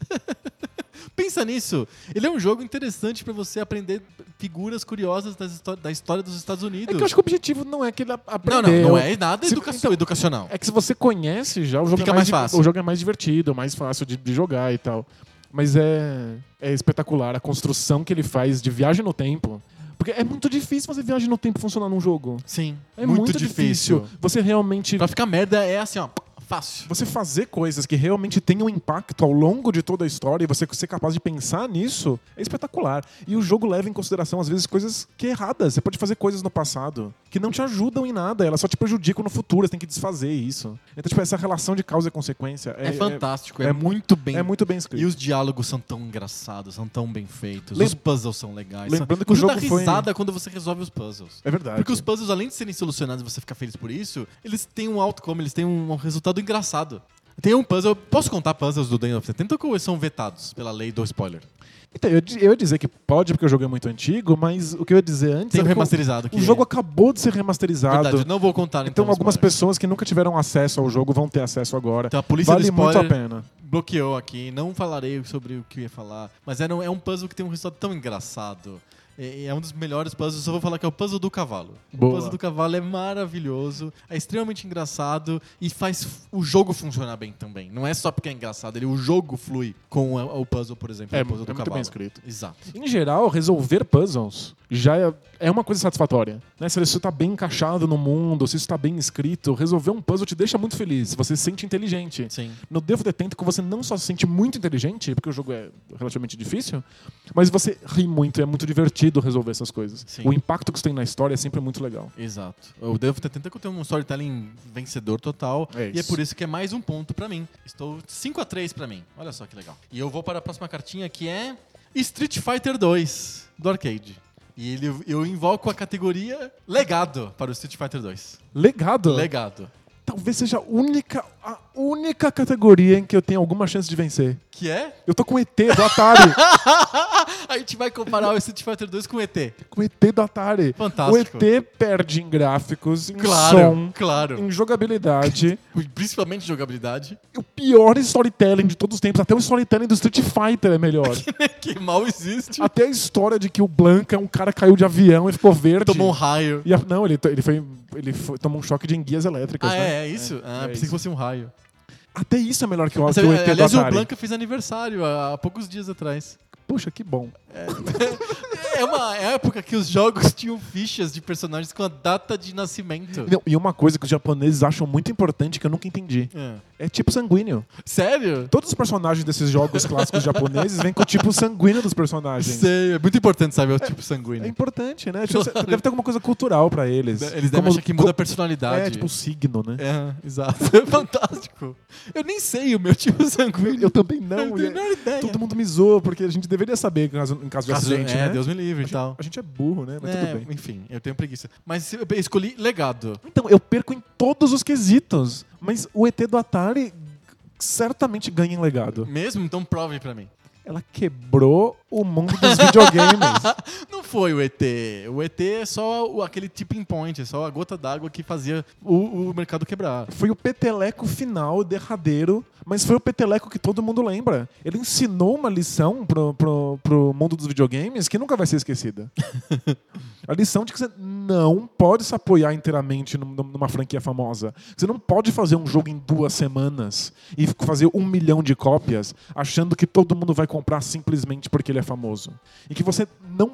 Pensa nisso. Ele é um jogo interessante pra você aprender figuras curiosas das histó- da história dos Estados Unidos. É que eu acho que o objetivo não é que ele a- Não, aprendeu. não, não é nada Se- educação, então, educacional. É que se você conhece já, o jogo, Fica é mais mais, di- fácil. o jogo é mais divertido, mais fácil de, de jogar e tal. Mas é, é espetacular a construção que ele faz de viagem no tempo. Porque é muito difícil fazer viagem no tempo funcionar num jogo. Sim, É muito, muito, difícil. difícil. Você realmente... Pra ficar merda é assim, ó, fácil. Você fazer coisas que realmente tenham impacto ao longo de toda a história e você ser capaz de pensar nisso é espetacular. E o jogo leva em consideração, às vezes, coisas que é erradas. Você pode fazer coisas no passado que não te ajudam em nada, elas só te prejudicam no futuro, você tem que desfazer isso. Então, tipo, essa relação de causa e consequência É, é, fantástico, é, é- muito bem. é muito bem escrito. E os diálogos são tão engraçados, são tão bem feitos. Lem- Os puzzles são legais. Lembrando que o Você dá jogo foi- risada quando você resolve os puzzles. É verdade. Porque os puzzles, além de serem solucionados e você ficar feliz por isso, eles têm um outcome, eles têm um resultado engraçado. Tem um puzzle... Posso contar puzzles do Day of the Tentacle ou eles são vetados pela lei do spoiler? Então, eu, di- eu ia dizer que pode porque o jogo é muito antigo, mas o que eu ia dizer antes Tem é um que o- remasterizado. o jogo acabou de ser remasterizado. Verdade, não vou contar então. Então, algumas spoilers. pessoas que nunca tiveram acesso ao jogo vão ter acesso agora. Então a polícia Vale do spoiler muito a pena. bloqueou aqui. Não falarei sobre o que eu ia falar. Mas era um- é um puzzle que tem um resultado tão engraçado. É, é um dos melhores puzzles. Só vou falar que é o puzzle do cavalo. Boa. O puzzle do cavalo é maravilhoso. É extremamente engraçado. E faz f- o jogo funcionar bem também. Não é só porque é engraçado. Ele, o jogo flui com a- o puzzle, por exemplo. É, o puzzle é do muito cavalo. bem escrito. Exato. Em geral, resolver puzzles já é, é uma coisa satisfatória. Né? Se isso está bem encaixado no mundo, se isso está bem escrito, resolver um puzzle te deixa muito feliz. Você se sente inteligente. Sim. No Day of the Tentacle você não só se sente muito inteligente, porque o jogo é relativamente difícil, mas você ri muito, é muito divertido resolver essas coisas. Sim. O impacto que isso tem na história é sempre muito legal. Exato. O Day of the Tentacle tem um storytelling vencedor total. É e é isso. por isso que é mais um ponto pra mim. Estou cinco a três pra mim. Olha só que legal. E eu vou para a próxima cartinha que é Street Fighter dois do arcade. E ele, eu invoco a categoria legado para o Street Fighter dois. Legado? Legado. Talvez seja a única, a única categoria em que eu tenho alguma chance de vencer. Que é? Eu tô com o E T do Atari. A gente vai comparar o Street Fighter dois com o E T. com o E T do Atari. Fantástico. O E T perde em gráficos, em Claro, som, claro. em jogabilidade. Principalmente jogabilidade. O pior storytelling de todos os tempos. Até o storytelling do Street Fighter é melhor. Que mal existe. Até a história de que o Blanca, um cara caiu de avião e ficou verde. Tomou um raio. E a- não, ele, to- ele, foi, ele foi- tomou um choque de enguias elétricas. Ah, né? é, é isso? ah, é pensei isso. que fosse um raio. Até isso é melhor que o, Mas, que o E T aliás, do o Atari. Blanca fez aniversário há, há poucos dias atrás. Puxa, que bom. É uma época que os jogos tinham fichas de personagens com a data de nascimento. Não, e uma coisa que os japoneses acham muito importante que eu nunca entendi. É. É tipo sanguíneo. Sério? Todos os personagens desses jogos clássicos japoneses vêm com o tipo sanguíneo dos personagens. Sei, é muito importante saber o tipo É sanguíneo. importante, né? Tipo, Deve ter alguma coisa cultural pra eles. Eles devem Como- achar que muda a co- personalidade. É, tipo signo, né? É, exato. É fantástico. Eu nem sei o meu tipo sanguíneo. Eu também Eu não. não e tenho é- a menor ideia. Todo mundo me zoa, porque a gente deveria saber em caso, em caso de Caso- acidente, é, né? Deus me livre a e gente, tal. a gente é burro, né? Mas É, tudo bem. enfim, eu tenho preguiça. Mas eu escolhi legado. Então, eu perco em todos os quesitos. Mas o E T do Atari certamente ganha em legado. Mesmo? Então prove pra mim. Ela quebrou o mundo dos videogames. Não foi o E T. O E T é só o- aquele tipping point, é só a gota d'água que fazia o, o mercado quebrar. Foi o peteleco final, derradeiro, mas foi o peteleco que todo mundo lembra. Ele ensinou uma lição pro, pro, pro mundo dos videogames que nunca vai ser esquecida. A lição de que você não pode se apoiar inteiramente num- numa franquia famosa. Você não pode fazer um jogo em duas semanas e fazer um milhão de cópias achando que todo mundo vai comprar simplesmente porque ele é famoso. E que você não pode fazer um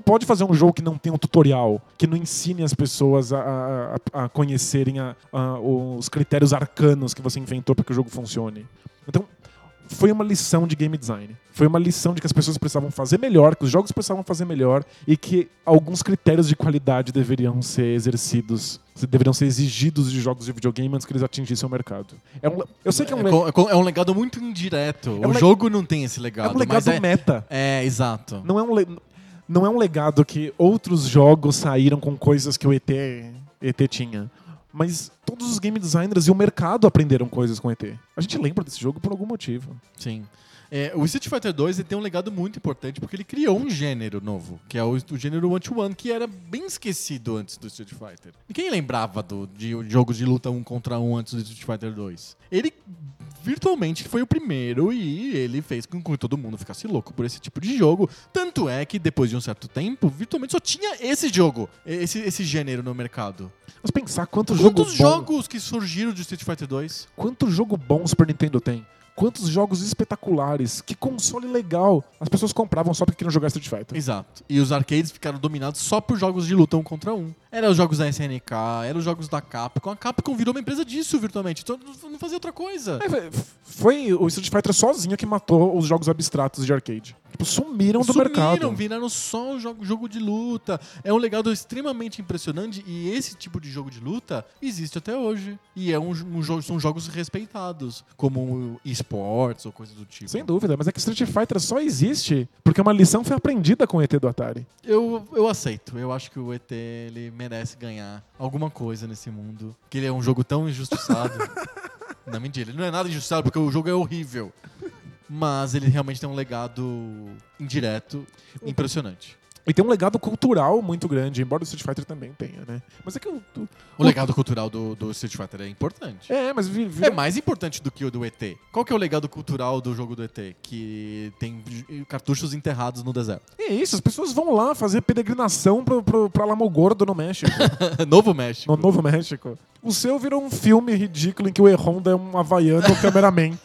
um jogo que não tem um tutorial, que não ensine as pessoas a, a, a conhecerem a, a, os critérios arcanos que você inventou para que o jogo funcione. Então, foi uma lição de game design. Foi uma lição de que as pessoas precisavam fazer melhor, que os jogos precisavam fazer melhor e que alguns critérios de qualidade deveriam ser exercidos, deveriam ser exigidos de jogos de videogame antes que eles atingissem o mercado. É um, eu sei que é um, é, é um legado muito indireto. É um o le... jogo não tem esse legado. É um legado mas é... meta. É, exato. Não é um, le... não é um legado que outros jogos saíram com coisas que o E T, E T tinha. Mas todos os game designers e o mercado aprenderam coisas com E T. A gente lembra desse jogo por algum motivo. Sim. É, o Street Fighter dois ele tem um legado muito importante porque ele criou um gênero novo, que é o, o gênero one-to-one, que era bem esquecido antes do Street Fighter. Ninguém lembrava do, de jogos de luta um contra um antes do Street Fighter dois. Ele virtualmente foi o primeiro e ele fez com que todo mundo ficasse louco por esse tipo de jogo. Tanto é que depois de um certo tempo, virtualmente só tinha esse jogo, esse, esse gênero no mercado. Mas pensar quantos, quantos jogo jogos bom... que surgiram de Street Fighter dois? Quanto jogo bom o Super Nintendo tem? Quantos jogos espetaculares, que console legal. As pessoas compravam só porque queriam jogar Street Fighter. Exato. E os arcades ficaram dominados só por jogos de luta um contra um. Eram os jogos da S N K, eram os jogos da Capcom. A Capcom virou uma empresa disso virtualmente. Então não fazia outra coisa. É, foi o Street Fighter sozinho que matou os jogos abstratos de arcade. Tipo, sumiram do sumiram, mercado. Sumiram, viraram só um jogo, jogo de luta. É um legado extremamente impressionante e esse tipo de jogo de luta existe até hoje. E é um, um jogo, são jogos respeitados, como esportes ou coisa do tipo. Sem dúvida, mas é que Street Fighter só existe porque uma lição foi aprendida com o E T do Atari. Eu, eu aceito. Eu acho que o E T ele merece ganhar alguma coisa nesse mundo. Que ele é um jogo tão injustiçado. Não, mentira. Ele não é nada injustiçado porque o jogo é horrível. Mas ele realmente tem um legado indireto impressionante. E tem um legado cultural muito grande, embora o Street Fighter também tenha, né? Mas é que o, o, o legado cultural do, do Street Fighter é importante. É, mas vi, vi... é mais importante do que o do E T. Qual que é o legado cultural do jogo do E T? Que tem cartuchos enterrados no deserto. É isso, as pessoas vão lá fazer peregrinação pro, pro, pro Alamogordo no México. Novo México. No Novo México. O seu virou um filme ridículo em que o E-Honda é um havaiano cameraman.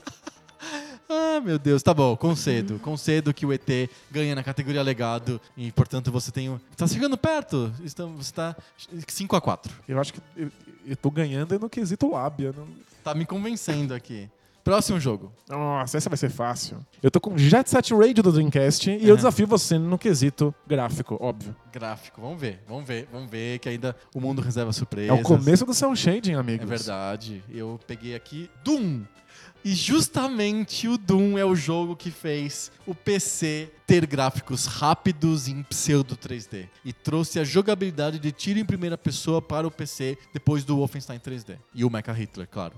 Ah, meu Deus, tá bom, concedo. Concedo que o E T ganha na categoria legado e, portanto, você tem um... Tá chegando perto, você tá cinco a quatro. Eu acho que eu, eu tô ganhando no quesito lábia. Não... Tá me convencendo aqui. Próximo jogo. Nossa, essa vai ser fácil. Eu tô com Jet Set Radio do Dreamcast e uhum. eu desafio você no quesito gráfico, óbvio. Gráfico, vamos ver, vamos ver, vamos ver que ainda o mundo reserva surpresas. É o começo do cel shading, amigos. É verdade. Eu peguei aqui Doom. E justamente o Doom é o jogo que fez o P C ter gráficos rápidos em pseudo três D. E trouxe a jogabilidade de tiro em primeira pessoa para o P C depois do Wolfenstein três D. E o Mecha Hitler, claro.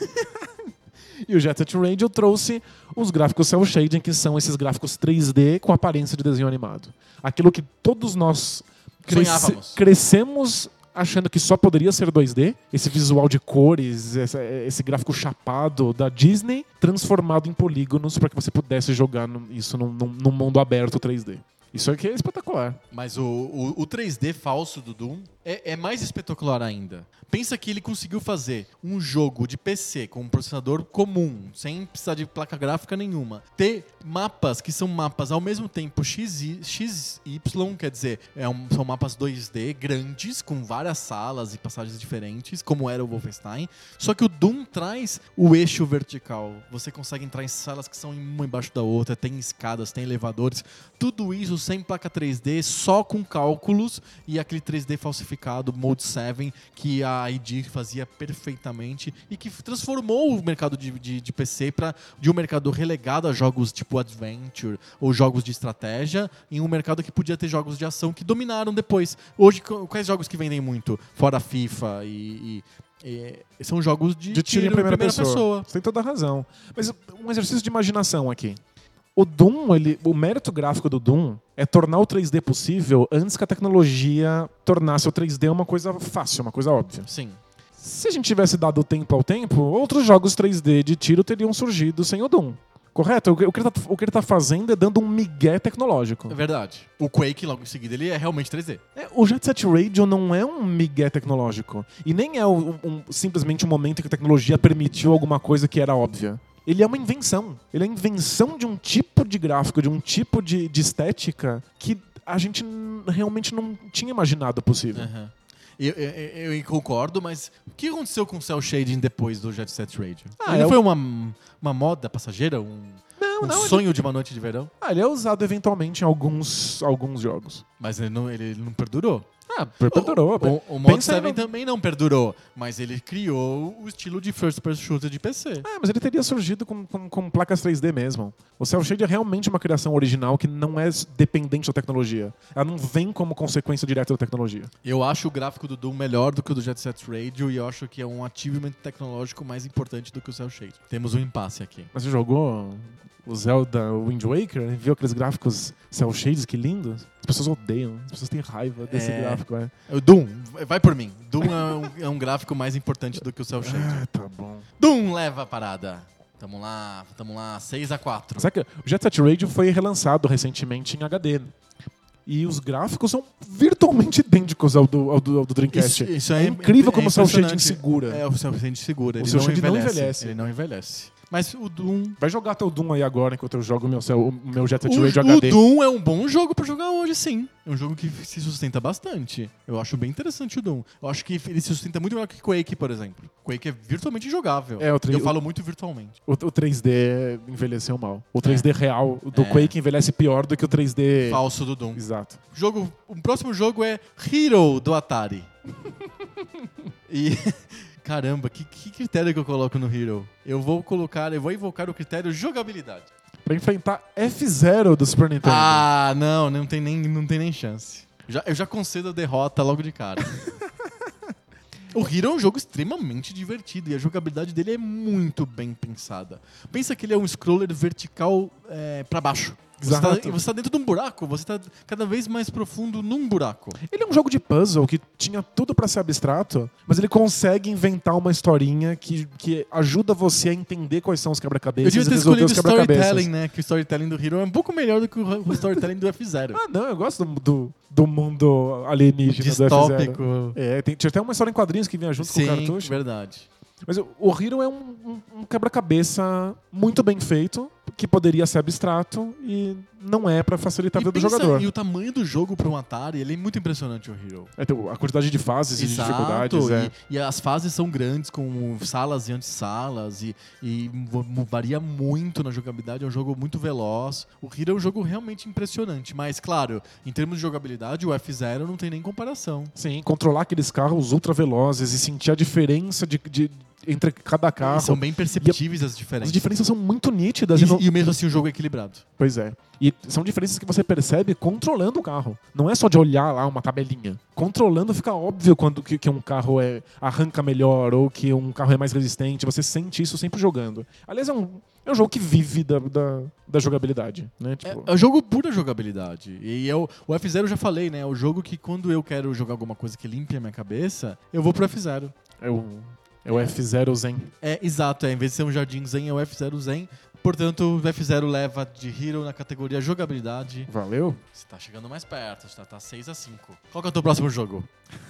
E o Jet Set Radio trouxe os gráficos cel shading, que são esses gráficos três D com aparência de desenho animado. Aquilo que todos nós cresce- crescemos achando que só poderia ser dois D, esse visual de cores, esse, esse gráfico chapado da Disney, transformado em polígonos para que você pudesse jogar no, isso num, num, num mundo aberto três D. Isso aqui é espetacular. Mas o, o, o três D falso do Doom é, é mais espetacular ainda. Pensa que ele conseguiu fazer um jogo de P C com um processador comum, sem precisar de placa gráfica nenhuma. Ter mapas que são mapas ao mesmo tempo X Y, quer dizer, é um, são mapas dois D grandes, com várias salas e passagens diferentes, como era o Wolfenstein. Só que o Doom traz o eixo vertical. Você consegue entrar em salas que são uma embaixo da outra, tem escadas, tem elevadores. Tudo isso sem placa três D, só com cálculos e aquele três D falsificado, Mode sete, que a I D fazia perfeitamente e que transformou o mercado de, de, de P C pra, de um mercado relegado a jogos tipo Adventure ou jogos de estratégia em um mercado que podia ter jogos de ação que dominaram depois. Hoje, quais jogos que vendem muito? Fora FIFA e... e E são jogos de, de tiro, tiro em primeira, primeira pessoa. pessoa. Você tem toda a razão. Mas um exercício de imaginação aqui. O Doom, ele, o mérito gráfico do Doom é tornar o três D possível antes que a tecnologia tornasse o três D uma coisa fácil, uma coisa óbvia. Sim. Se a gente tivesse dado tempo ao tempo, outros jogos três D de tiro teriam surgido sem o Doom. Correto? O que ele tá, o que ele tá fazendo é dando um migué tecnológico. É verdade. O Quake, logo em seguida, ele é realmente três D. É, o Jet Set Radio não é um migué tecnológico. E nem é um, um, simplesmente um momento em que a tecnologia permitiu alguma coisa que era óbvia. Ele é uma invenção. Ele é a invenção de um tipo de gráfico, de um tipo de, de estética que a gente n- realmente não tinha imaginado possível. Uhum. Eu, eu, eu concordo, mas o que aconteceu com o Cell Shading depois do Jet Set Radio? Ah, ele é foi o- uma, uma moda passageira? Um, Não, um não, sonho ele... de uma noite de verão? Ah, ele é usado eventualmente em alguns, alguns jogos. Mas ele não, ele, ele não perdurou. Ah, perdurou. O, o, o Mod Pensa sete no- também não perdurou, mas ele criou o estilo de first person shooter de P C. Ah, mas ele teria surgido com, com, com placas três D mesmo. O Cell Shade é realmente uma criação original que não é dependente da tecnologia. Ela não vem como consequência direta da tecnologia. Eu acho o gráfico do Doom melhor do que o do Jet Set Radio e eu acho que é um achievement tecnológico mais importante do que o Cell Shade. Temos um impasse aqui. Mas você jogou o Zelda Wind Waker? Viu aqueles gráficos Cell Shades, que lindos? As pessoas odeiam, as pessoas têm raiva desse É. gráfico. É. O Doom, vai por mim. Doom é um, é um gráfico mais importante do que o Cell Shade. Ah, tá bom. Doom leva a parada. Tamo lá, tamo lá, seis a quatro. Sabe que o Jet Set Radio foi relançado recentemente em H D. E os gráficos são virtualmente idênticos ao do, ao do, ao do Dreamcast. Isso, isso é, é, incrível como o Cell Shading impressionante. segura. É, o Cell Shading segura. O Ele Cell não Shading não envelhece. envelhece. Ele não envelhece. Mas o Doom... Vai jogar teu Doom aí agora, enquanto eu jogo o meu, Cell- o meu Jet Set O, Radio o H D. Doom é um bom jogo pra jogar hoje, sim. É um jogo que se sustenta bastante. Eu acho bem interessante o Doom. Eu acho que ele se sustenta muito melhor que Quake, por exemplo. Quake é virtualmente jogável. É, o tri- Eu falo muito virtualmente. O, o três D envelheceu mal. O três D real do É. Quake envelhece pior do que o três D... Falso do Doom. Exato. Jogo, o próximo jogo é Hero do Atari. E... Caramba, que, que critério que eu coloco no Hero? Eu vou colocar, eu vou invocar o critério jogabilidade. Pra enfrentar F-Zero do Super Nintendo. Ah, não, não tem nem, não tem nem chance. Já, eu já concedo a derrota logo de cara. O Hero é um jogo extremamente divertido e a jogabilidade dele é muito bem pensada. Pensa que ele é um scroller vertical é, para baixo. Você tá, Exato. você tá dentro de um buraco, você tá cada vez mais profundo num buraco. Ele é um jogo de puzzle que tinha tudo pra ser abstrato, mas ele consegue inventar uma historinha que, que ajuda você a entender quais são os Eu quebra-cabeças devia e ter resolver escolhido os o quebra-cabeças. storytelling, né? Que o storytelling do Hero é um pouco melhor do que o o storytelling do F-Zero. Ah, não, eu gosto do, do, do mundo alienígena do F-Zero. Distópico. É, tem, tinha até uma história em quadrinhos que vinha junto Sim, com o cartucho. verdade. Mas o o Hero é um, um- um quebra-cabeça muito bem feito, que poderia ser abstrato e não é pra facilitar a E, vida do pensa, jogador. e o tamanho do jogo para um Atari, ele é muito impressionante, o Hero. É, tem a quantidade de fases e de Exato, dificuldades. e, É. e as fases são grandes, com salas e antissalas, e, e v- varia muito na jogabilidade, é um jogo muito veloz. O Hero é um jogo realmente impressionante, mas claro, em termos de jogabilidade, o F-Zero não tem nem comparação. Sim, controlar aqueles carros ultra velozes e sentir a diferença de, de- entre cada carro. E são bem perceptíveis as diferenças. As diferenças são muito nítidas. E, não- E, e mesmo assim o jogo é equilibrado. Pois é. E são diferenças que você percebe controlando o carro. Não é só de olhar lá uma tabelinha. Controlando fica óbvio quando que, que um carro é, arranca melhor ou que um carro é mais resistente. Você sente isso sempre jogando. Aliás, é um, é um jogo que vive da, da, da jogabilidade. Né? Tipo, É, é um jogo pura jogabilidade. E é o, o F-Zero eu já falei, né? É o jogo que quando eu quero jogar alguma coisa que limpe a minha cabeça, eu vou pro F-Zero. é o, é o F-Zero Zen. É, exato, é, em vez de ser um Jardim Zen, é o F-Zero Zen. Portanto, o F-Zero leva de Hero na categoria jogabilidade. Valeu. Você tá chegando mais perto, você tá, tá seis a cinco. Qual que é o teu próximo jogo?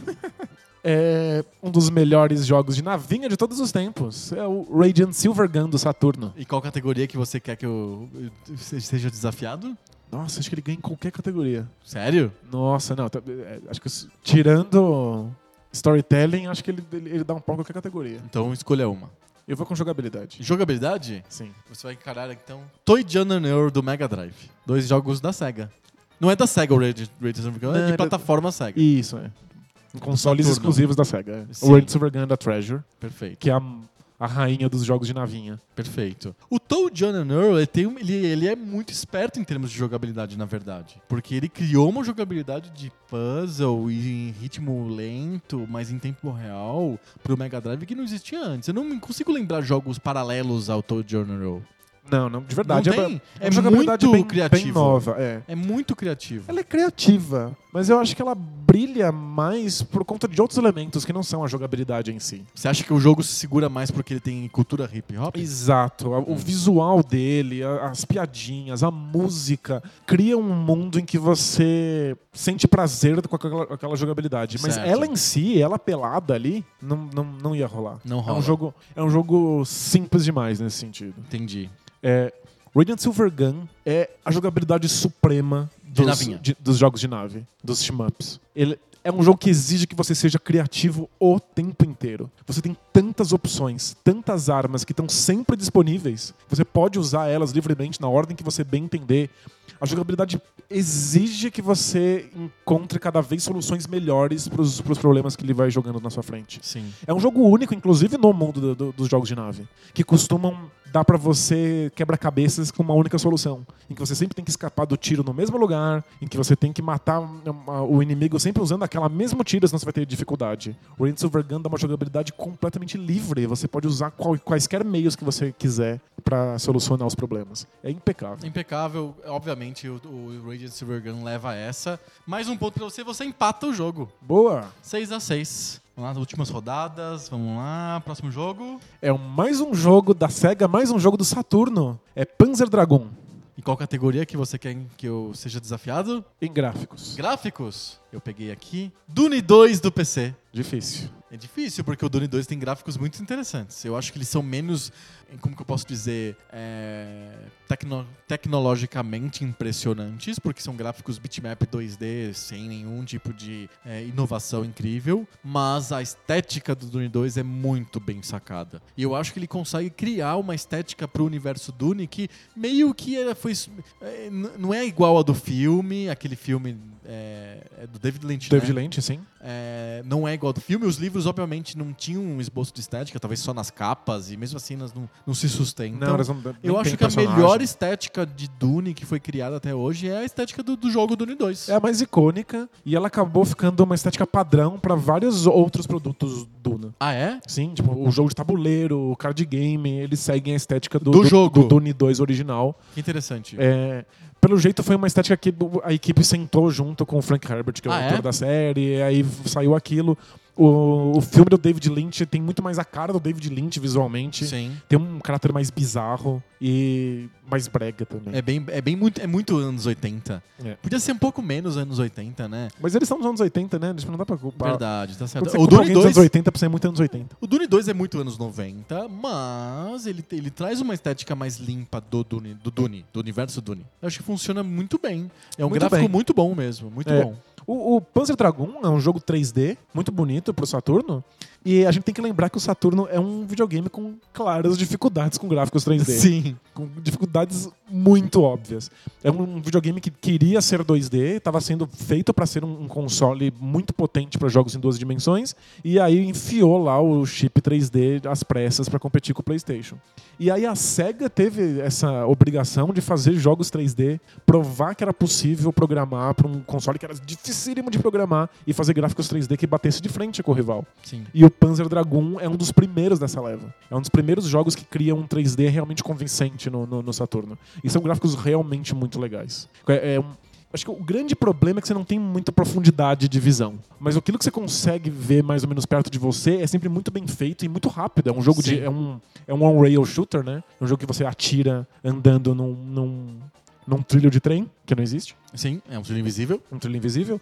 É um dos melhores jogos de navinha de todos os tempos. É o Radiant Silvergun do Saturno. E qual categoria que você quer que eu, eu seja desafiado? Nossa, acho que ele ganha em qualquer categoria. Sério? Nossa, não. tá- é, acho que s- tirando storytelling, acho que ele, ele, ele dá um pau em qualquer categoria. Então escolha uma. Eu vou com jogabilidade. Jogabilidade? Sim. Você vai encarar então Toy Jam and Earl do Mega Drive. Dois jogos da SEGA. Não é da SEGA o Radiant Silvergun, Não, é de é- plataforma SEGA. Isso, é. Em consoles Saturno. exclusivos da SEGA. Sim. O Radiant Silvergun da Treasure, Perfeito. que é a, a rainha dos jogos de navinha. Perfeito. O Toad John and Earl, ele, tem um- ele, ele é muito esperto em termos de jogabilidade, na verdade. Porque ele criou uma jogabilidade de puzzle e em ritmo lento, mas em tempo real, pro Mega Drive que não existia antes. Eu não consigo lembrar jogos paralelos ao Toad John and Earl. Não, não, de verdade. Não é, tem? uma- É uma jogabilidade muito bem, criativo. bem nova. É. É muito criativo. Ela é criativa, mas eu acho que ela brilha mais por conta de outros elementos que não são a jogabilidade em si. Você acha que o jogo se segura mais porque ele tem cultura hip hop? Exato. A- O visual dele, a- as piadinhas, a música, cria um mundo em que você sente prazer com aquela, aquela jogabilidade. Mas Certo. ela em si, ela pelada ali, não, não, não ia rolar. Não É rola. um jogo, é um jogo simples demais nesse sentido. Entendi. É, Radiant Silvergun é a jogabilidade suprema De dos, navinha. de- dos jogos de nave, dos shmups. Ele é um jogo que exige que você seja criativo o tempo inteiro. Você tem tantas opções, tantas armas que estão sempre disponíveis. Você pode usar elas livremente na ordem que você bem entender. A jogabilidade exige que você encontre cada vez soluções melhores para os problemas que ele vai jogando na sua frente. Sim. É um jogo único, inclusive no mundo do- do- dos jogos de nave, que costumam dar pra você quebra-cabeças com uma única solução, em que você sempre tem que escapar do tiro no mesmo lugar, em que você tem que matar uma- o inimigo sempre usando aquela mesma tira, senão você vai ter dificuldade. O Radiant Silvergun dá uma jogabilidade completamente livre, você pode usar qual- quaisquer meios que você quiser pra solucionar os problemas. É impecável. Impecável. Obviamente, o, o Radiant Silvergun leva essa. Mais um ponto pra você, você empata o jogo. Boa! seis a seis. Vamos lá, últimas rodadas. Vamos lá, próximo jogo. É um- mais um jogo da SEGA, mais um jogo do Saturno. É Panzer Dragoon, E qual categoria que você quer que eu seja desafiado? em gráficos. Gráficos. Eu peguei aqui. Dune dois do P C. Difícil. É difícil, porque o Dune dois tem gráficos muito interessantes. Eu acho que eles são menos, como que eu posso dizer, é, tecno- tecnologicamente impressionantes, porque são gráficos bitmap dois D, sem nenhum tipo de é, inovação incrível, mas a estética do Dune dois é muito bem sacada. E eu acho que ele consegue criar uma estética pro universo Dune que meio que era, foi, é, n- não é igual a do filme, aquele filme é, é do David Lynch, David né? Lynch, sim. É, não é igual ao do filme. Os livros, obviamente, não tinham um esboço de estética, talvez só nas capas, e mesmo assim elas não, não se sustentam. Não, elas não- nem Eu tem acho que a personagem. melhor estética de Dune que foi criada até hoje é a estética do, do jogo Dune dois. É a mais icônica e ela acabou ficando uma estética padrão pra vários outros produtos Duna. Ah, é? Sim, tipo, o jogo de tabuleiro, o card game, eles seguem a estética do, Do jogo. do Dune dois original. Que interessante. É, pelo jeito foi uma estética que a equipe sentou junto com o Frank Herbert, que é o Ah, autor é? da série, e aí saiu aquilo. O, o filme do David Lynch tem muito mais a cara do David Lynch visualmente. Sim. Tem um caráter mais bizarro e mais brega também. É bem, é bem muito, é muito anos oitenta. É. Podia ser um pouco menos anos oitenta, né? Mas eles são dos anos oitenta, né? Não dá pra culpar. Verdade, tá Quando certo. você O culpa Dune alguém dos anos dois, oitenta pra ser muito anos oitenta. o Dune dois é muito anos noventa, mas ele, ele traz uma estética mais limpa do Dune, do Dune, do universo Dune. Eu acho que funciona muito bem. É um Muito gráfico bem. muito bom mesmo, muito É. bom. O, o Panzer Dragoon é um jogo três D, muito bonito pro Saturno. E a gente tem que lembrar que o Saturno é um videogame com claras dificuldades com gráficos três D. Sim. Com dificuldades muito óbvias. É um videogame que queria ser dois D, estava sendo feito para ser um, um console muito potente para jogos em duas dimensões, e aí enfiou lá o chip três D às pressas para competir com o PlayStation. E aí a SEGA teve essa obrigação de fazer jogos três D, provar que era possível programar para um console que era dificílimo de programar e fazer gráficos três D que batesse de frente com o rival. Sim. E o Panzer Dragoon é um dos primeiros dessa leva. É um dos primeiros jogos que criam um três D realmente convincente no, no, no Saturno. E são gráficos realmente muito legais. É, é um, acho que o grande problema é que você não tem muita profundidade de visão. Mas aquilo que você consegue ver mais ou menos perto de você é sempre muito bem feito e muito rápido. É um jogo Sim. de. É um, é um on-rail shooter, né? É um jogo que você atira andando num, num, num trilho de trem, que não existe. Sim, é um trilho invisível. Um trilho invisível.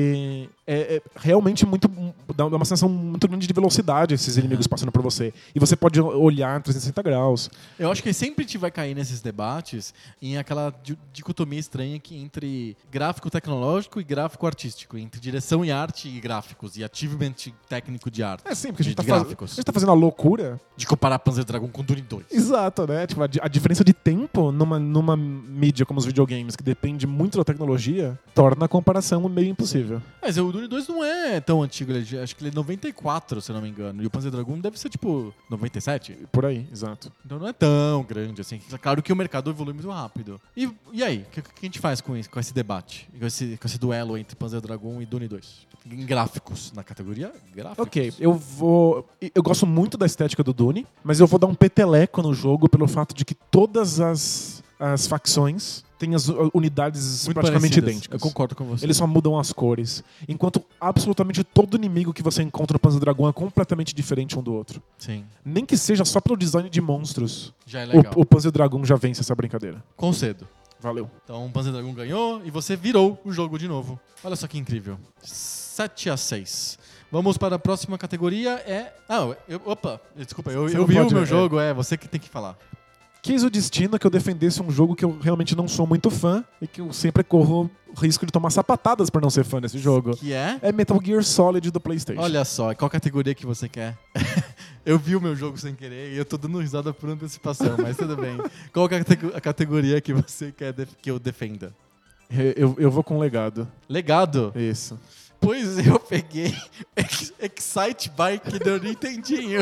E é, é realmente muito. Dá uma sensação muito grande de velocidade esses inimigos passando por você. E você pode olhar em trezentos e sessenta graus. Eu acho que sempre a gente vai cair nesses debates em aquela di- dicotomia estranha que entre gráfico tecnológico e gráfico artístico, entre direção e arte e gráficos, e achievement técnico de arte. É sim, porque a gente, de, tá de faz... gráficos. a gente tá fazendo a loucura. De comparar Panzer Dragoon com Dune dois. Exato, né? Tipo, a, di- a diferença de tempo numa, numa mídia como os videogames, que depende muito da tecnologia, torna a comparação meio impossível. Mas o Dune dois não é tão antigo, ele é- acho que ele é noventa e quatro, se eu não me engano. E o Panzer Dragoon deve ser tipo noventa e sete. Por aí, exato. Então não é tão grande assim. É claro que o mercado evolui muito rápido. E, e aí? O que, que a gente faz com, isso, com esse debate? Com esse, com esse duelo entre Panzer Dragoon e Dune dois? Em gráficos, na categoria gráficos. Ok, eu vou. Eu gosto muito da estética do Dune, mas eu vou dar um peteleco no jogo pelo fato de que todas as, as facções têm as uh, unidades Muito praticamente parecidas. idênticas. Eu concordo com você. Eles só mudam as cores. Enquanto absolutamente todo inimigo que você encontra no Panzer Dragoon é completamente diferente um do outro. Sim, Nem que seja só pelo design de monstros, já é legal. o, o Panzer Dragoon já vence essa brincadeira. Concedo. Valeu. Então o Panzer Dragoon ganhou e você virou o jogo de novo. Olha só que incrível. sete a seis. Vamos para a próxima categoria. É. Ah, eu, opa, desculpa, eu, Você eu não vi pode, o meu é. jogo, é você que tem que falar. quis o destino que eu defendesse um jogo que eu realmente não sou muito fã e que eu sempre corro o risco de tomar sapatadas por não ser fã desse jogo. Que é? É Metal Gear Solid do PlayStation. Olha só, qual categoria que você quer? Eu vi o meu jogo sem querer e eu tô dando risada por antecipação, mas tudo bem. Qual a categoria que você quer que eu defenda? Eu, eu vou com legado. Legado? Isso. Pois eu peguei Excite Bike do Nintendinho.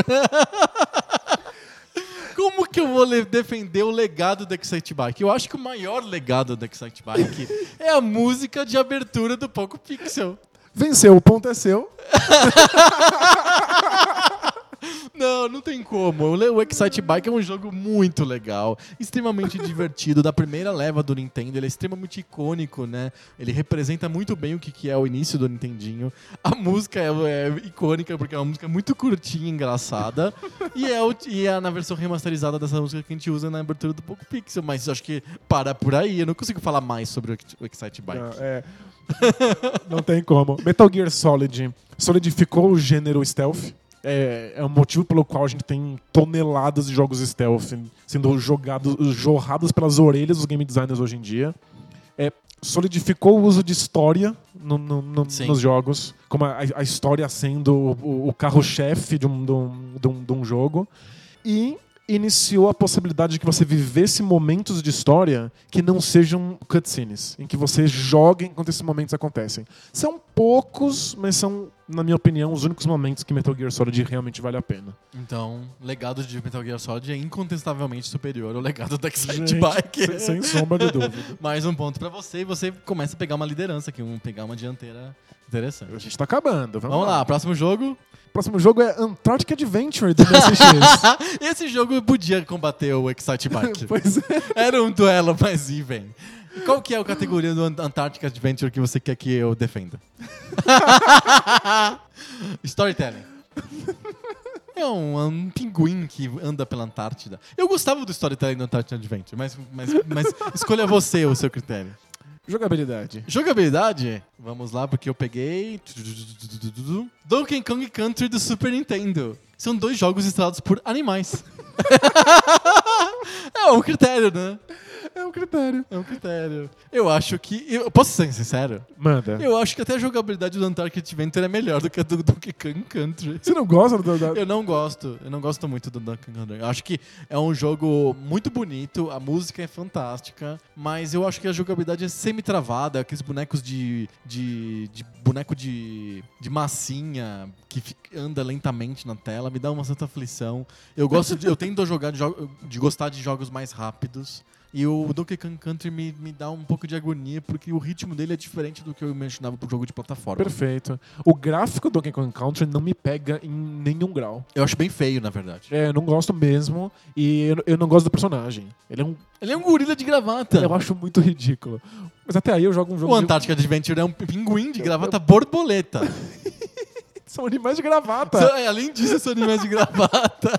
Como que eu vou defender o legado do Excite Bike? Eu acho que o maior legado do Excite Bike é a música de abertura do Poco Pixel. Venceu, o ponto é seu. Não, não tem como. O Excite Bike é um jogo muito legal, extremamente divertido. Da primeira leva do Nintendo, ele é extremamente icônico, né? Ele representa muito bem o que é o início do Nintendinho. A música é, é icônica porque é uma música muito curtinha e engraçada. E é, o, e é na versão remasterizada dessa música que a gente usa na abertura do Poco Pixel. Mas acho que para por aí. Eu não consigo falar mais sobre o Excite Bike. Não, é... não tem como. Metal Gear Solid solidificou o gênero stealth. É, é o motivo pelo qual a gente tem toneladas de jogos stealth sendo jogados, jorrados pelas orelhas dos game designers hoje em dia. É, solidificou o uso de história no, no, no, nos jogos, como a, a história sendo o, o carro-chefe de um, de, um, de, um, de um jogo. E iniciou a possibilidade de que você vivesse momentos de história que não sejam cutscenes, em que você joga enquanto esses momentos acontecem. São poucos, mas são, na minha opinião, os únicos momentos que Metal Gear Solid realmente vale a pena. Então, o legado de Metal Gear Solid é incontestavelmente superior ao legado do Excite Gente, Bike. Sem, sem sombra de dúvida. Mais um ponto pra você e você começa a pegar uma liderança aqui, um, pegar uma dianteira interessante. A gente tá acabando. Vamos, Vamos lá. lá, próximo jogo. O próximo jogo é Antarctic Adventure do M S X. Esse jogo podia combater o Excite Bike. Pois é. Era um duelo mais even. Qual que é a categoria do Antarctic Adventure que você quer que eu defenda? Storytelling. É um, um pinguim que anda pela Antártida. Eu gostava do storytelling do Antarctic Adventure, mas, mas, mas escolha você o seu critério. Jogabilidade. Jogabilidade? Vamos lá, porque eu peguei... Donkey Kong Country do Super Nintendo. São dois jogos estrelados por animais. É um critério, né? É um critério. É um critério. Eu acho que... Eu, posso ser sincero? Manda. Eu acho que até a jogabilidade do Antarctic Adventure é melhor do que a do Donkey Kong Country. Você não gosta do... do... Eu não gosto. Eu não gosto muito do Donkey Kong Country. Eu acho que é um jogo muito bonito, a música é fantástica, mas eu acho que a jogabilidade é semi-travada, aqueles bonecos de... de, de boneco de, de massinha que fica, anda lentamente na tela, me dá uma certa aflição. Eu gosto de, eu tendo a jogar de, de gostar de jogos mais rápidos. E o Donkey Kong Country me, me dá um pouco de agonia, porque o ritmo dele é diferente do que eu imaginava pro jogo de plataforma. Perfeito. O gráfico do Donkey Kong Country não me pega em nenhum grau. Eu acho bem feio, na verdade. É, eu não gosto mesmo. E eu, eu não gosto do personagem. Ele é um... Ele é um gorila de gravata. Eu acho muito ridículo. Mas até aí eu jogo um jogo... O Antarctic de... Adventure é um pinguim de gravata borboleta. São animais de gravata. São, além disso, são animais de gravata.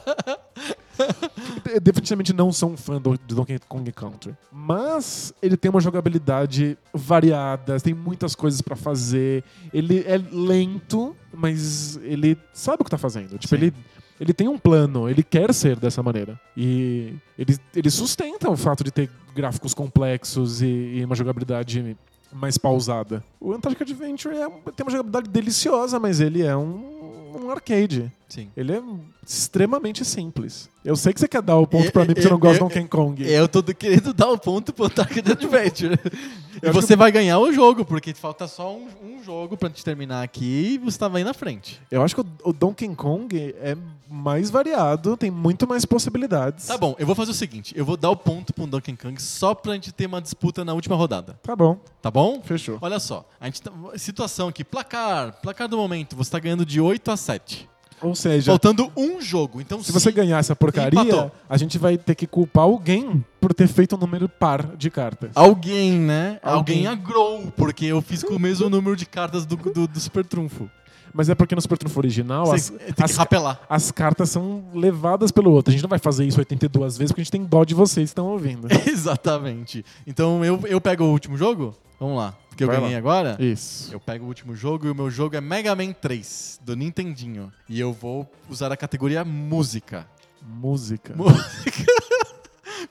Eu definitivamente não sou um fã do, do Donkey Kong Country. Mas ele tem uma jogabilidade variada, tem muitas coisas pra fazer. Ele é lento, mas ele sabe o que tá fazendo. Tipo, ele, ele tem um plano, ele quer ser dessa maneira. E ele, ele sustenta o fato de ter gráficos complexos e, e uma jogabilidade mais pausada. O Antarctic Adventure é, tem uma jogabilidade deliciosa, mas ele é um, um arcade. Sim. Ele é extremamente simples. Eu sei que você quer dar o ponto pra mim porque você não gosta de Donkey Kong. Eu tô querendo dar o ponto pro Antarctic Adventure. E você vai ganhar o jogo, porque falta só um, um jogo pra te terminar aqui e você tava aí na frente. Eu acho que o, o Donkey Kong é mais variado, tem muito mais possibilidades. Tá bom, eu vou fazer o seguinte, eu vou dar o ponto pro Donkey Kong só pra gente ter uma disputa na última rodada. Tá bom. Tá bom? Fechou. Olha só, a gente tá, situação aqui, placar, placar do momento, você tá ganhando de oito a sete. Ou seja, faltando um jogo. Então, se, se você ganhar essa porcaria, empatou. A gente vai ter que culpar alguém por ter feito um número par de cartas. Alguém, né? Alguém, alguém agrou, porque eu fiz com o mesmo número de cartas do, do, do Super Trunfo. Mas é porque no Super Trunfo original Cê, as, as, as cartas são levadas pelo outro. A gente não vai fazer isso oitenta e duas vezes porque a gente tem dó de vocês que estão ouvindo. Exatamente. Então eu, eu pego o último jogo? Vamos lá. Porque eu vai ganhei lá. Agora? Isso. Eu pego o último jogo e o meu jogo é Mega Man três, do Nintendinho. E eu vou usar a categoria música. Música. Música.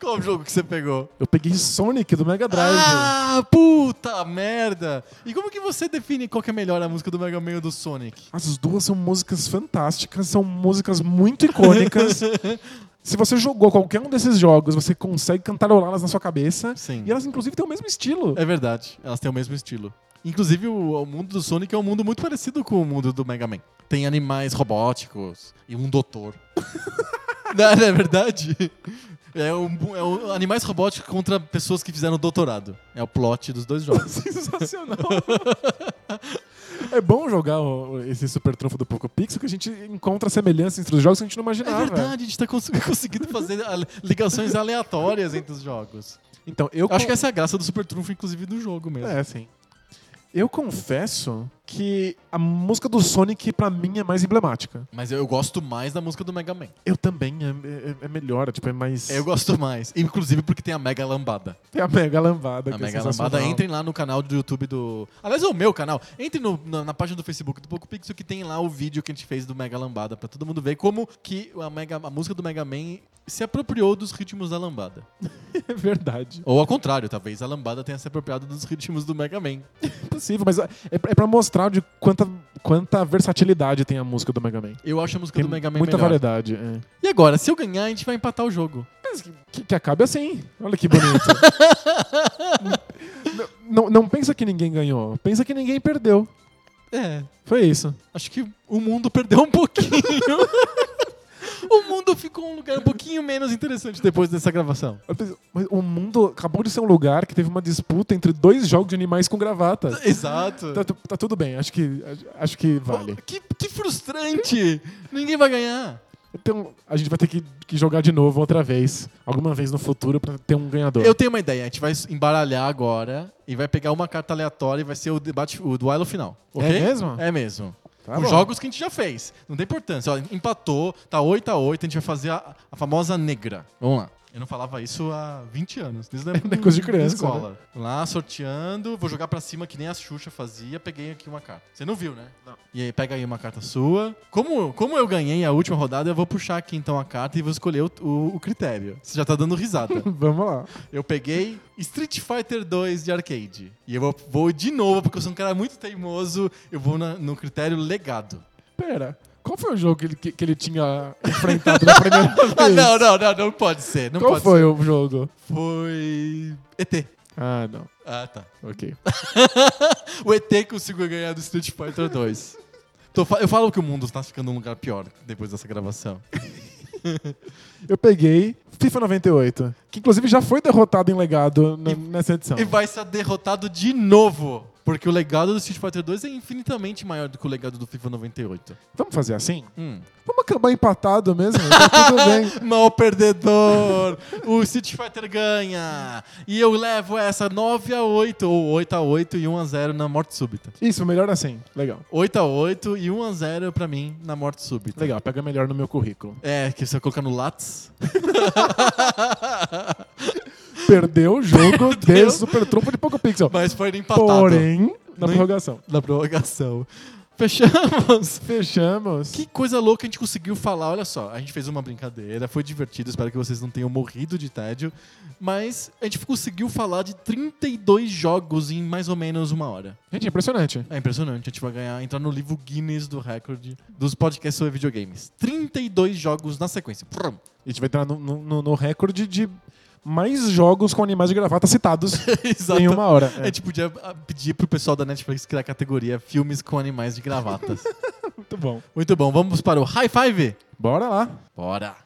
Qual jogo que você pegou? Eu peguei Sonic do Mega Drive. Ah, puta merda! E como que você define qual que é melhor, a música do Mega Man ou do Sonic? As duas são músicas fantásticas, são músicas muito icônicas. Se você jogou qualquer um desses jogos, você consegue cantarolá-las na sua cabeça. Sim. E elas, inclusive, têm o mesmo estilo. É verdade, elas têm o mesmo estilo. Inclusive, o, o mundo do Sonic é um mundo muito parecido com o mundo do Mega Man. Tem animais robóticos e um doutor. Não, não é verdade? É, um, é um, animais robóticos contra pessoas que fizeram doutorado. É o plot dos dois jogos. Sensacional. É bom jogar o, esse super trunfo do Poco Pixel, que a gente encontra semelhanças entre os jogos que a gente não imaginava. É verdade, a gente tá cons- conseguindo fazer ligações aleatórias entre os jogos. Então, eu Acho con- que essa é a graça do super trunfo, inclusive, do jogo mesmo. É, sim. Eu confesso que a música do Sonic, pra mim, é mais emblemática. Mas eu, eu gosto mais da música do Mega Man. Eu também, é, é, é melhor, tipo, é mais... Eu gosto mais. Inclusive porque tem a Mega Lambada. Tem a Mega Lambada, A que Mega é Lambada, sensacional. entrem lá no canal do YouTube do... Aliás, é o meu canal. Entrem no- na, na página do Facebook do Poco Pixel, que tem lá o vídeo que a gente fez do Mega Lambada, pra todo mundo ver como que a, Mega, a música do Mega Man se apropriou dos ritmos da Lambada. É verdade. Ou ao contrário, talvez a Lambada tenha se apropriado dos ritmos do Mega Man. É possível, mas é, é pra mostrar de quanta, quanta versatilidade tem a música do Mega Man. Eu acho a música Tem do Mega Man muita melhor. variedade. É. E agora, se eu ganhar, a gente vai empatar o jogo. Mas que, que, que acabe assim. Olha que bonito. não, não, não pensa que ninguém ganhou. Pensa que ninguém perdeu. É, Foi isso. acho que o mundo perdeu um pouquinho. O mundo ficou um lugar um pouquinho menos interessante depois dessa gravação. Eu pensei, mas o mundo acabou de ser um lugar que teve uma disputa entre dois jogos de animais com gravatas. Exato. Tá, tu- tá tudo bem, acho que, acho que vale. Oh, que, que frustrante! Ninguém vai ganhar. Então, a gente vai ter que, que jogar de novo outra vez, alguma vez no futuro, pra ter um ganhador. Eu tenho uma ideia. A gente vai embaralhar agora e vai pegar uma carta aleatória e vai ser o debate, o duelo final. Ok? É mesmo? É mesmo. Tá Os bom. jogos que a gente já fez. Não tem importância. Ó, empatou, tá oito a oito, a gente vai fazer a, a famosa negra. Vamos lá. Eu não falava isso há vinte anos. Desde a É coisa de criança, escola. Lá, sorteando, vou jogar pra cima que nem a Xuxa fazia. Peguei aqui uma carta. Você não viu, né? Não. E aí, pega aí uma carta sua. Como, como eu ganhei a última rodada, eu vou puxar aqui então a carta e vou escolher o, o, o critério. Você já tá dando risada. Vamos lá. Eu peguei Street Fighter dois de arcade. E eu vou, vou de novo, porque eu sou um cara muito teimoso. Eu vou na- no critério legado. Pera, qual foi o jogo que ele, que, que ele tinha enfrentado na primeira vez? Ah, não, não, não, não pode ser. Não Qual pode foi ser. o jogo? Foi. E T. Ah, não. Ah, tá. Ok. O E T conseguiu ganhar do Street Fighter dois. Tô fa- eu falo que o mundo tá ficando um lugar pior depois dessa gravação. Eu peguei FIFA noventa e oito, que inclusive já foi derrotado em legado n- nessa edição. E vai ser derrotado de novo. Porque o legado do Street Fighter dois é infinitamente maior do que o legado do FIFA noventa e oito. Vamos fazer assim? Hum. Vamos acabar empatado mesmo? Tá tudo bem. Mal perdedor! O Street Fighter ganha! E eu levo essa nove a oito, ou oito a oito e um a zero na morte súbita. Isso, melhor assim. Legal. oito a oito e um a zero pra mim na morte súbita. Legal, pega melhor no meu currículo. É, que você vai colocar no Lattes. Perdeu o jogo de Super Trunfo de Poco Pixel. Mas foi empatado. Porém, na No- prorrogação. Na prorrogação. Fechamos! Fechamos. Que coisa louca a gente conseguiu falar. Olha só, a gente fez uma brincadeira, foi divertido, espero que vocês não tenham morrido de tédio. Mas a gente conseguiu falar de trinta e dois jogos em mais ou menos uma hora. Gente, é impressionante. É impressionante, a gente vai ganhar, entrar no livro Guinness do recorde dos podcasts sobre videogames. trinta e dois jogos na sequência. Prum. A gente vai entrar no, no- no recorde de mais jogos com animais de gravata citados Exato. em uma hora. A É. gente podia ah, pedir pro pessoal da Netflix criar a categoria filmes com animais de gravatas. Muito bom. Muito bom, vamos para o High Five? Bora lá. Bora!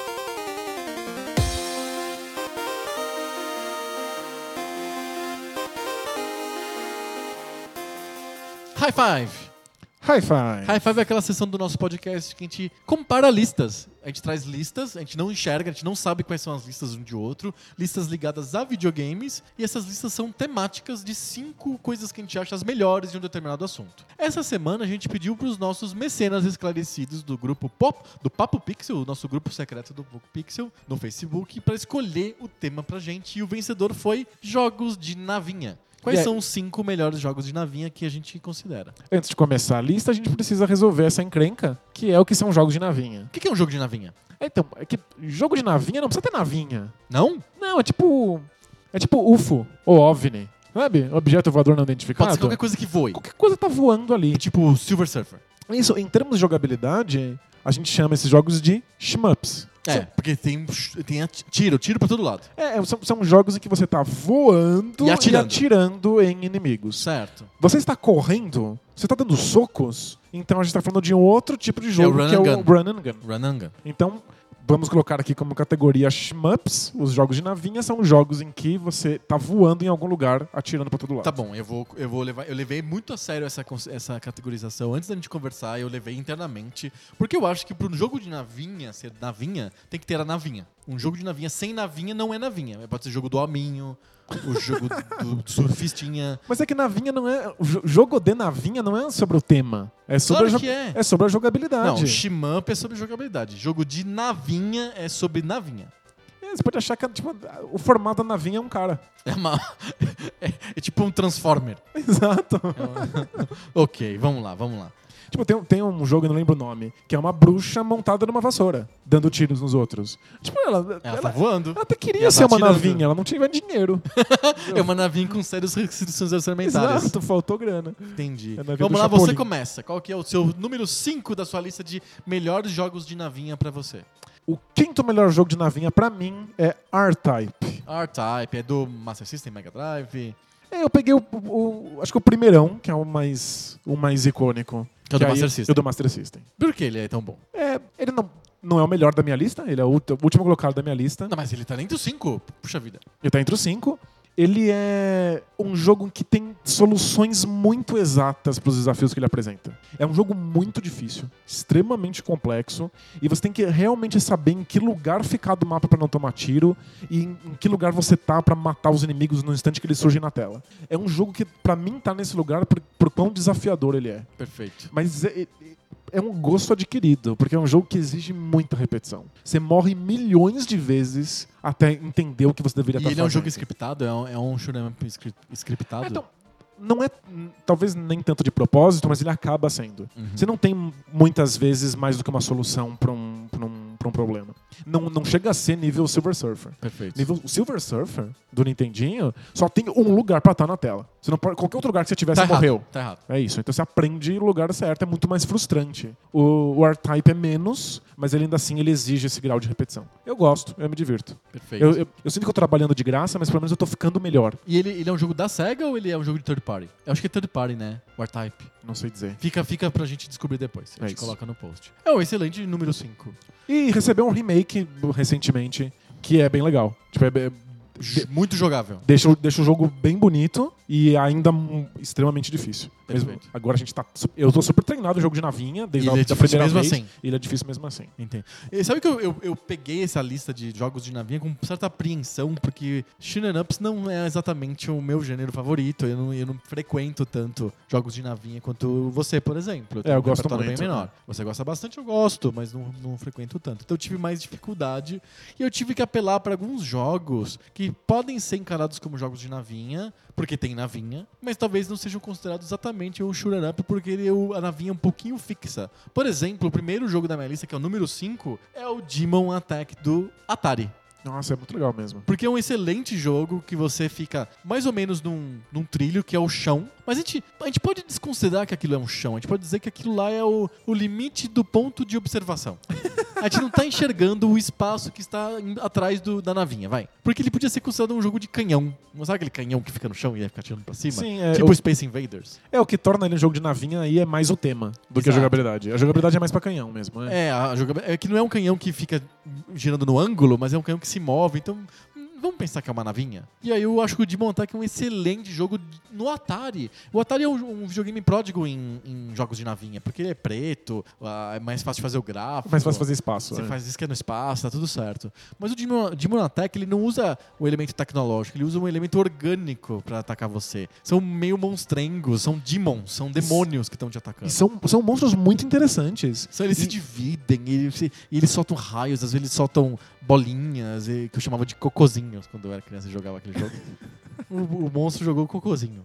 High Five! High five. High Five é aquela sessão do nosso podcast que a gente compara listas. A gente traz listas, a gente não enxerga, a gente não sabe quais são as listas um de outro. Listas ligadas a videogames. E essas listas são temáticas de cinco coisas que a gente acha as melhores de um determinado assunto. Essa semana a gente pediu para os nossos mecenas esclarecidos do grupo Pop, do Papo Pixel, o nosso grupo secreto do Poco Pixel, no Facebook, para escolher o tema pra gente. E o vencedor foi Jogos de Navinha. Quais E é- são os cinco melhores jogos de navinha que a gente considera? Antes de começar a lista, a gente precisa resolver essa encrenca, que é o que são jogos de navinha. O que que é um jogo de navinha? Então, é que jogo de navinha não precisa ter navinha. Não? Não, é tipo. É tipo U F O ou OVNI. Sabe? Objeto voador não identificado. Pode ser qualquer coisa que voe. Qualquer coisa tá voando ali. Tipo Silver Surfer. Isso, em termos de jogabilidade, a gente chama esses jogos de shmups. É, São- porque tem, tem ati- tiro, tiro pra todo lado. É, são, são jogos em que você tá voando E atirando. atirando em inimigos. Certo. Você está correndo, você tá dando socos, então a gente tá falando de um outro tipo de jogo, run que é and o gun. Run and Gun. Run and gun. Então, vamos colocar aqui como categoria shmups. Os jogos de navinha são jogos em que você tá voando em algum lugar, atirando pra todo lado. Tá bom, eu vou, eu vou levar. Eu levei muito a sério essa, cons- essa categorização. Antes da gente conversar, eu levei internamente. Porque eu acho que pro jogo de navinha ser navinha, tem que ter a navinha. Um jogo de navinha sem navinha não é navinha. Pode ser jogo do hominho, o jogo do surfistinha. Mas é que navinha não é. O jo- jogo de navinha não é sobre o tema. É sobre, Claro a, jo- que é. é sobre a jogabilidade. Não, shmup é sobre jogabilidade. Jogo de navinha é sobre navinha. É, você pode achar que tipo, o formato da navinha é um cara. É uma. É, é tipo um Transformer. Exato. Ok, vamos lá, vamos lá. Tipo, tem, tem um jogo, eu não lembro o nome, que é uma bruxa montada numa vassoura, dando tiros nos outros. Tipo, ela. Ela, ela, tá voando. ela até E queria ela ser tá uma atirando. navinha, ela não tinha dinheiro. É uma navinha com sérias restrições orçamentárias. Exato, faltou grana. Entendi. É a navinha Vamos do lá, Chapolin. você começa. Qual que é o seu número cinco da sua lista de melhores jogos de navinha pra você? O quinto melhor jogo de navinha pra mim é R-Type. R-Type, é do Master System, Mega Drive. É, eu peguei o, o- acho que o primeirão, que é o mais, o mais icônico. Que é o do aí- Master System. é o do Master System. Por que ele é tão bom? É, ele não, não é o melhor da minha lista, ele é o ulti- o último colocado da minha lista. Não, mas ele tá entre os cinco. Puxa vida. Ele tá entre os cinco. Ele é um jogo que tem soluções muito exatas para os desafios que ele apresenta. É um jogo muito difícil, extremamente complexo, e você tem que realmente saber em que lugar ficar do mapa para não tomar tiro e em, em que lugar você tá para matar os inimigos no instante que eles surgem na tela. É um jogo que, para mim, tá nesse lugar por, por quão desafiador ele é. Perfeito. Mas é, é- é um gosto adquirido, porque é um jogo que exige muita repetição. Você morre milhões de vezes até entender o que você deveria E estar ele fazendo. é um jogo scriptado? É um, é um shoot'em up scri- scriptado? Então, não é, hum, talvez nem tanto de propósito, mas ele acaba sendo. Uhum. Você não tem muitas vezes mais do que uma solução para um, pra um, pra um problema. Não, não chega a ser nível Silver Surfer. Perfeito. Nível o Silver Surfer do Nintendinho só tem um lugar para estar na tela. Você não pode, qualquer outro lugar que você tiver, Tá você errado. morreu. Tá errado. É isso. Então você aprende o lugar certo, é muito mais frustrante. O, o R-Type é menos, mas ele ainda assim ele exige esse grau de repetição. Eu gosto, eu me divirto. Perfeito. Eu, eu, eu sinto que eu tô trabalhando de graça, mas pelo menos eu tô ficando melhor. E ele, ele é um jogo da SEGA ou ele é um jogo de third party? Eu acho que é third party, né? O R-Type. Não sei dizer. Fica, fica pra gente descobrir depois. A É gente isso. coloca no post. É um excelente número cinco. E recebeu um remake recentemente, que é bem legal. Tipo, é, é- de- Muito jogável. deixa, o- deixa o jogo bem bonito e ainda hum, extremamente difícil. Mesmo, Perfeito. agora a gente tá. su- Eu tô super treinado em jogo de navinha, desde E a ele é da difícil primeira mesmo vez. assim. E ele é difícil mesmo assim. Entendo. E sabe que eu, eu, eu peguei essa lista de jogos de navinha com certa apreensão, porque Shoot'em Ups não é exatamente o meu gênero favorito. Eu não, eu não frequento tanto jogos de navinha quanto você, por exemplo. É, eu tenho um gosto repertório muito, bem né? menor. Você gosta bastante, eu gosto, mas não, não frequento tanto. Então eu tive mais dificuldade e eu tive que apelar para alguns jogos que podem ser encarados como jogos de navinha, porque tem navinha, mas talvez não sejam considerados exatamente um shoot'em up, porque ele, o- a navinha é um pouquinho fixa. Por exemplo, o primeiro jogo da minha lista, que é o número cinco, é o Demon Attack do Atari. Nossa, é muito legal mesmo. Porque é um excelente jogo que você fica mais ou menos num, num trilho que é o chão. Mas a gente, a gente pode desconsiderar que aquilo é um chão. A gente pode dizer que aquilo lá é o, o limite do ponto de observação. A gente não tá enxergando o espaço que está em- atrás do- da navinha, vai. Porque ele podia ser considerado um jogo de canhão. Não sabe aquele canhão que fica no chão e vai ficar atirando pra cima? Sim, é, tipo o- Space Invaders. É, o que torna ele um jogo de navinha aí é mais o tema do que a Exato. jogabilidade. A jogabilidade é mais pra canhão mesmo, né? É, a jogabil- é que não é um canhão que fica girando no ângulo, mas é um canhão que se move. Então, hum, vamos pensar que é uma navinha. E aí eu acho que o Demon Attack é um excelente jogo no Atari. O Atari é um, um videogame pródigo em, em jogos de navinha, porque ele é preto, ah, é mais fácil de fazer o gráfico. Mais fácil fazer espaço. Você né? faz isso que é no espaço, tá tudo certo. Mas o Demon, Demon Attack, ele não usa o elemento tecnológico, ele usa um elemento orgânico pra atacar você. São meio monstrengos, são demons, são demônios que estão te atacando. E são, são monstros muito interessantes. São, eles E- se dividem, e eles, e eles soltam raios, às vezes eles soltam bolinhas, e- que eu chamava de cocozinhos quando eu era criança e jogava aquele jogo. o, o monstro jogou o cocôzinho.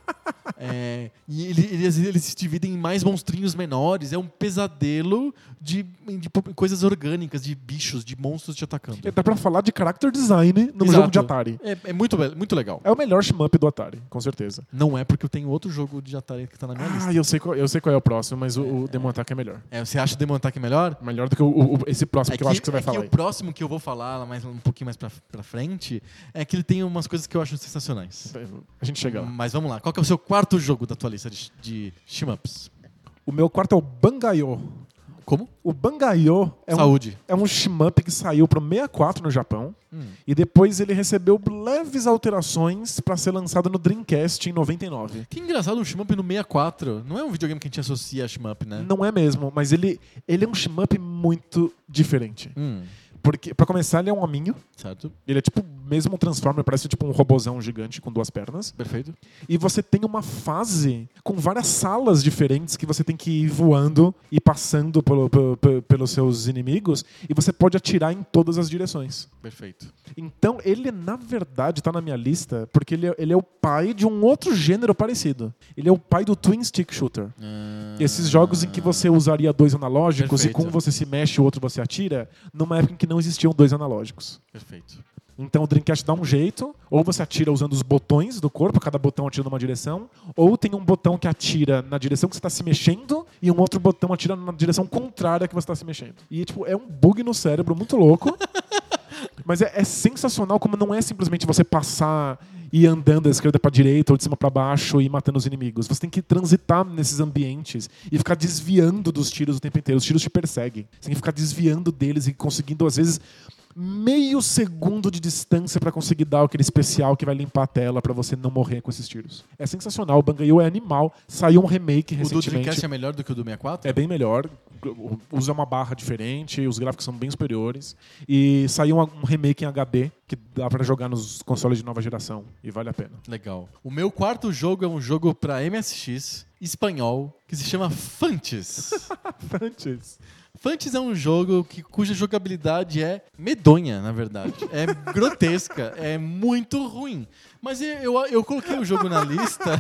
É, e ele, eles, eles se dividem em mais monstrinhos menores. É um pesadelo de, de coisas orgânicas, de bichos, de monstros te atacando. Dá pra falar de character design no Exato. jogo de Atari. É, é muito, muito legal. É o melhor shmup do Atari, com certeza. Não é porque eu tenho outro jogo de Atari que tá na minha Ah, lista. eu sei, qual, eu sei qual é o próximo, mas o, o Demon Attack é melhor. É, você acha o Demon Attack melhor? Melhor do que o, o- esse próximo É que, eu acho que você vai é falar que aí. o próximo que eu vou falar, mais, um pouquinho mais pra, pra frente, é que ele tem umas coisas que eu acho sensacionais. A gente chega lá. Mas vamos lá. Qual que é o seu quarto jogo da tua lista de, de shmups? O meu quarto é o Bangai-O. Como? O Bangai-O é um, Saúde. é um shmup que saiu pro sessenta e quatro no Japão. Hum. E depois ele recebeu leves alterações pra ser lançado no Dreamcast em noventa e nove. Que engraçado, um shmup no sessenta e quatro. Não é um videogame que a gente associa a shmup, né? Não é mesmo, mas ele, ele é um shmup muito diferente. Hum, Porque, pra começar, ele é um hominho. certo. Ele é tipo mesmo um Transformer, parece tipo um robozão gigante com duas pernas. Perfeito. E você tem uma fase com várias salas diferentes que você tem que ir voando e passando pelo, pelo- pelo- pelos seus inimigos. E você pode atirar em todas as direções. Perfeito. Então, ele, na verdade, tá na minha lista porque ele é, ele é o pai de um outro gênero parecido. Ele é o pai do Twin Stick Shooter. Ah, Esses jogos em que você usaria dois analógicos Perfeito. e com um você se mexe e o outro você atira, numa época em que não existiam dois analógicos. Perfeito. Então o Dreamcast dá um jeito, ou você atira usando os botões do corpo, cada botão atira numa direção, ou tem um botão que atira na direção que você está se mexendo e um outro botão atira na direção contrária que você está se mexendo. E tipo, é um bug no cérebro muito louco, mas é, é sensacional como não é simplesmente você passar e ir andando da esquerda para direita ou de cima para baixo e ir matando os inimigos. Você tem que transitar nesses ambientes e ficar desviando dos tiros o tempo inteiro. Os tiros te perseguem. Você tem que ficar desviando deles e conseguindo, às vezes, meio segundo de distância para conseguir dar aquele especial que vai limpar a tela para você não morrer com esses tiros. É sensacional. O Bangai-O é animal. Saiu um remake O do recentemente. Dreamcast é melhor do que o do sessenta e quatro? É bem melhor, usa uma barra diferente, os gráficos são bem superiores. E saiu um remake em H D que dá pra jogar nos consoles de nova geração e vale a pena. Legal. O meu quarto jogo é um jogo pra M S X espanhol que se chama Fantes. Antes. Fantes é um jogo que, cuja jogabilidade é medonha, na verdade. É grotesca, é muito ruim. Mas eu, eu, eu coloquei o jogo na lista.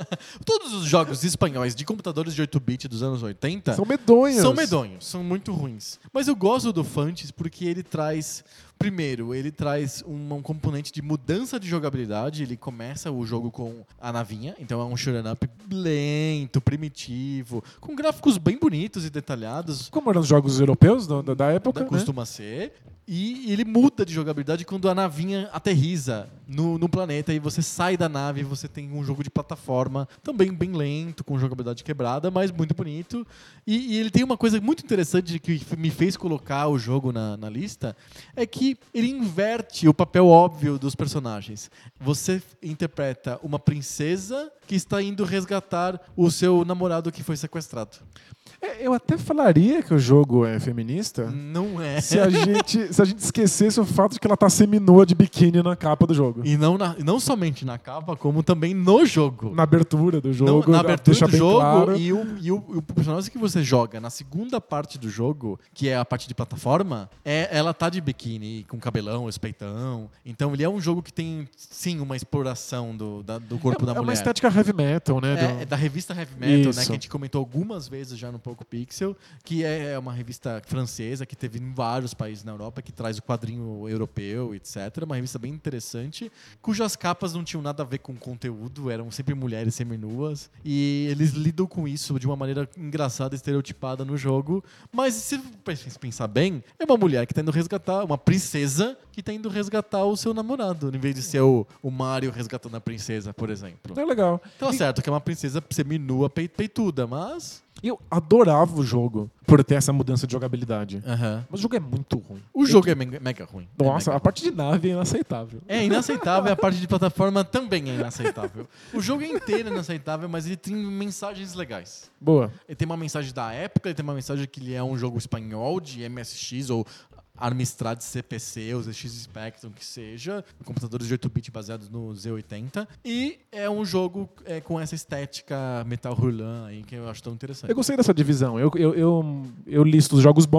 Todos os jogos espanhóis de computadores de oito bit dos anos oitenta São medonhos. são medonhos, são muito ruins. Mas eu gosto do Fantes porque ele traz... Primeiro, ele traz um, um componente de mudança de jogabilidade. Ele começa o jogo com a navinha, então é um shoot'em up lento, primitivo, com gráficos bem bonitos e detalhados. Como eram os jogos europeus da, da época, Da- né? costuma ser. E ele muda de jogabilidade quando a navinha aterriza no, no planeta e você sai da nave e você tem um jogo de plataforma também bem lento, com jogabilidade quebrada, mas muito bonito. E, e ele tem uma coisa muito interessante que me fez colocar o jogo na, na lista, é que ele inverte o papel óbvio dos personagens. Você interpreta uma princesa que está indo resgatar o seu namorado que foi sequestrado. É, eu até falaria que o jogo é feminista Não é. se a gente, se a gente esquecesse o fato de que ela tá seminua de biquíni na capa do jogo. E não, na- não somente na capa, como também no jogo. Na abertura do Não, jogo. na abertura deixa do bem jogo claro. e, o, e, o, e o personagem que você joga na segunda parte do jogo, que é a parte de plataforma, é, ela tá de biquíni, com cabelão, espeitão. Então ele é um jogo que tem, sim, uma exploração do, da- do corpo é, da é mulher. uma estética heavy metal, né? É, do- é da revista Heavy Metal, Isso. né, que a gente comentou algumas vezes já no Poco Pixel, que é uma revista francesa que teve em vários países na Europa, que traz o quadrinho europeu, etcétera. Uma revista bem interessante, cujas capas não tinham nada a ver com conteúdo, eram sempre mulheres seminuas, e eles lidam com isso de uma maneira engraçada, estereotipada no jogo. Mas se você pensar bem, é uma mulher que está indo resgatar, uma princesa que está indo resgatar o seu namorado, em vez de ser o, o Mario resgatando a princesa, por exemplo. É legal. Tá certo que é uma princesa seminua, pei- peituda, mas... Eu adorava o jogo por ter essa mudança de jogabilidade. Aham. Mas o jogo é muito ruim. O jogo é mega, mega ruim. É Nossa, mega a parte de nave é inaceitável. É inaceitável e a parte de plataforma também é inaceitável. O jogo inteiro é inaceitável, mas ele tem mensagens legais. Boa. Ele tem uma mensagem da época, ele tem uma mensagem que ele é um jogo espanhol de M S X ou Amstrad C P C, os Z X Spectrum, que seja, computadores de oito bit baseados no Z oitenta. E é um jogo é, com essa estética metal roulant aí que eu acho tão interessante. Eu gostei dessa divisão. Eu, eu, eu, eu listo os jogos bons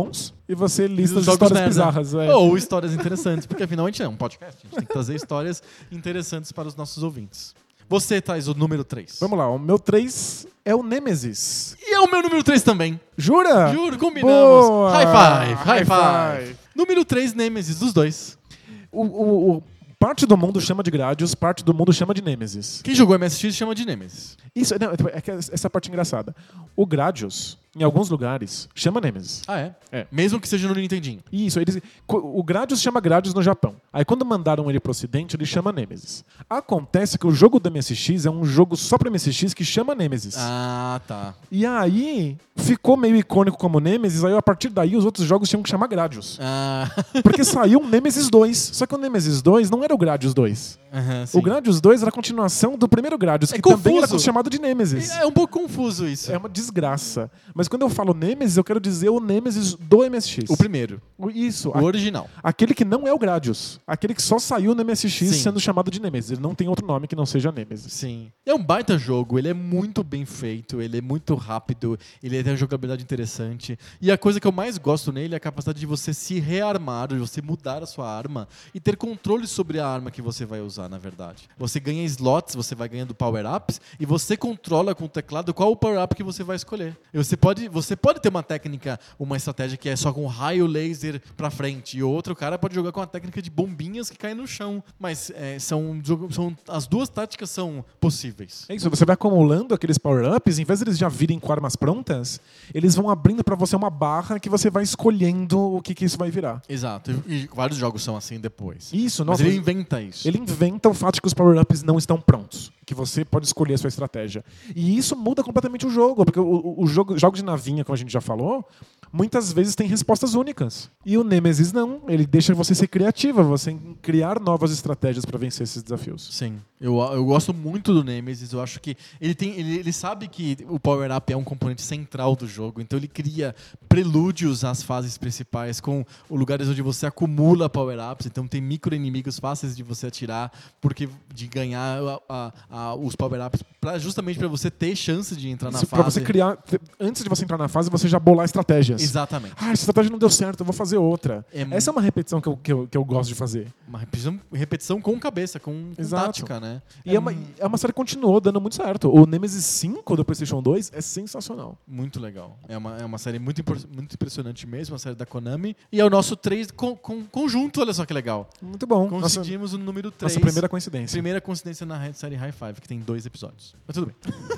E você lista as Jogos histórias merda. bizarras. É. Ou histórias interessantes, porque afinal a gente é um podcast. A gente tem que trazer histórias interessantes para os nossos ouvintes. Você traz o número três. Vamos lá, o meu três é o Nemesis. E é o meu número três também. Jura? Juro, combinamos. Boa! High five, high, High five. five. Número três, Nemesis, dos dois. O, o- o- parte do mundo chama de Gradius, parte do mundo chama de Nemesis. Quem jogou M S X chama de Nemesis. Isso, não, é que essa parte é engraçada. O Gradius, em alguns lugares, chama Nemesis. Ah, é? É. Mesmo que seja no Nintendinho. Isso, eles, o Gradius chama Gradius no Japão. Aí quando mandaram ele pro ocidente, ele chama Nemesis. Acontece que o jogo do M S X é um jogo só pro M S X que chama Nemesis. Ah, tá. E aí ficou meio icônico como Nemesis, aí a partir daí os outros jogos tinham que chamar Gradius. Ah, Porque saiu um Nemesis dois. Só que o Nemesis dois não era o Gradius dois. uhum, sim. O Gradius dois era a continuação do primeiro Gradius, É que também confuso. era chamado de Nemesis. É um pouco confuso isso. É uma desgraça. Mas quando eu falo Nemesis, eu quero dizer o Nemesis do M S X. O primeiro. O- Isso. O a- original. Aquele que não é o Gradius. Aquele que só saiu no M S X Sim. sendo chamado de Nemesis. Ele não tem outro nome que não seja Nemesis. Sim. É um baita jogo, ele é muito bem feito, ele é muito rápido, ele tem uma jogabilidade interessante. E a coisa que eu mais gosto nele é a capacidade de você se rearmar, de você mudar a sua arma e ter controle sobre a arma que você vai usar, na verdade. Você ganha slots, você vai ganhando power-ups e você controla com o teclado qual o power-up que você vai escolher. E você pode, você pode ter uma técnica, uma estratégia que é só com raio laser pra frente, e outro cara pode jogar com a técnica de bombinhas que caem no chão. Mas é, são, são, as duas táticas são possíveis. É isso, você vai acumulando aqueles power-ups, em vez de eles já virem com armas prontas, eles vão abrindo pra você uma barra que você vai escolhendo o que, que isso vai virar. Exato. E, e vários jogos são assim depois. Isso, Mas nossa. ele inventa isso. Ele inventa o fato de que os power-ups não estão prontos. Que você pode escolher a sua estratégia. E isso muda completamente o jogo. Porque o, o, o jogo, jogo de navinha, como a gente já falou, muitas vezes tem respostas únicas. E o Nemesis não. Ele deixa você ser criativa, você criar novas estratégias para vencer esses desafios. Sim. Eu, eu gosto muito do Nemesis. Eu acho que ele, tem, ele, ele sabe que o power-up é um componente central do jogo. Então ele cria prelúdios às fases principais com lugares onde você acumula power-ups. Então tem micro-inimigos fáceis de você atirar, porque de ganhar a, a, a, os power-ups pra, justamente para você ter chance de entrar na Isso, fase. pra você criar. Antes de você entrar na fase, você já bolar estratégias. Exatamente. Ah, essa estratégia não deu certo, eu vou fazer outra. É Essa é uma repetição que eu, que eu, que eu gosto de fazer. Uma repetição, repetição com cabeça, com, com Exato. tática, né? E é, uma, é uma série que continuou dando muito certo. O Nemesis cinco do PlayStation dois é sensacional. Muito legal. É uma, é uma série muito, impor- muito impressionante mesmo, uma série da Konami. E é o nosso três com, com, conjunto, olha só que legal. Muito bom. Nossa, Conseguimos o número três. nossa primeira coincidência. Primeira coincidência na série High Five, que tem dois episódios. Mas tudo bem.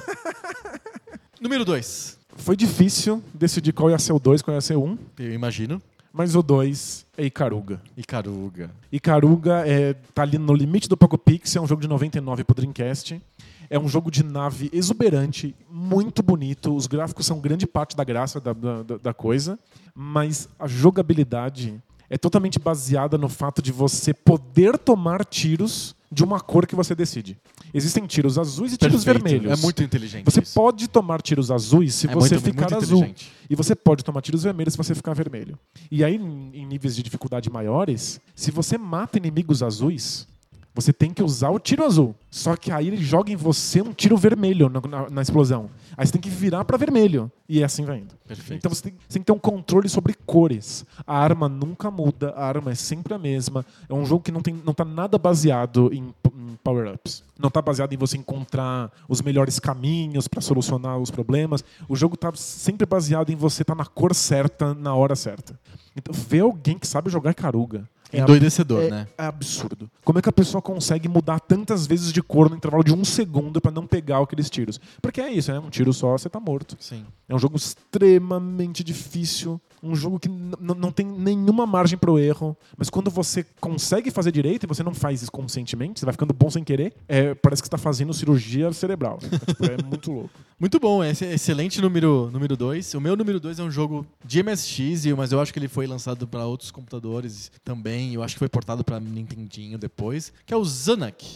Número dois. Foi difícil decidir qual ia ser o dois, qual ia ser o um, Eu imagino. mas o dois é Ikaruga. Ikaruga. Ikaruga é, tá ali no limite do Poco Pixel, é um jogo de noventa e nove pro Dreamcast. É um jogo de nave exuberante, muito bonito. Os gráficos são grande parte da graça da, da, da coisa, mas a jogabilidade é totalmente baseada no fato de você poder tomar tiros de uma cor que você decide. Existem tiros azuis e tiros Perfeito. vermelhos. É muito inteligente Você isso. pode tomar tiros azuis se É você muito- ficar muito azul. inteligente. E você pode tomar tiros vermelhos se você ficar vermelho. E aí, em em níveis de dificuldade maiores, se você mata inimigos azuis, você tem que usar o tiro azul. Só que aí ele joga em você um tiro vermelho na, na- na explosão. Aí você tem que virar para vermelho. E assim vai indo. Perfeito. Então você tem, você tem que ter um controle sobre cores. A arma nunca muda, a arma é sempre a mesma. É um jogo que não, tem, não tá nada baseado em, em power-ups. Não tá baseado em você encontrar os melhores caminhos para solucionar os problemas. O jogo tá sempre baseado em você estar tá na cor certa, na hora certa. Então, ver alguém que sabe jogar Ikaruga é Endoidecedor, é, né? é absurdo. Como é que a pessoa consegue mudar tantas vezes de cor no intervalo de um segundo para não pegar aqueles tiros? Porque é isso, é um tiro só, você tá morto. Sim. É um jogo extremamente difícil, um jogo que n- n- não tem nenhuma margem pro erro, mas quando você consegue fazer direito e você não faz isso conscientemente, você vai ficando bom sem querer, é, parece que você tá fazendo cirurgia cerebral. É, tipo, é muito louco. Muito bom, esse é excelente número número dois. O meu número dois é um jogo de M S X, e- mas eu acho que ele foi lançado para outros computadores também. Eu acho que foi portado para Nintendinho depois, que é o Zanuck.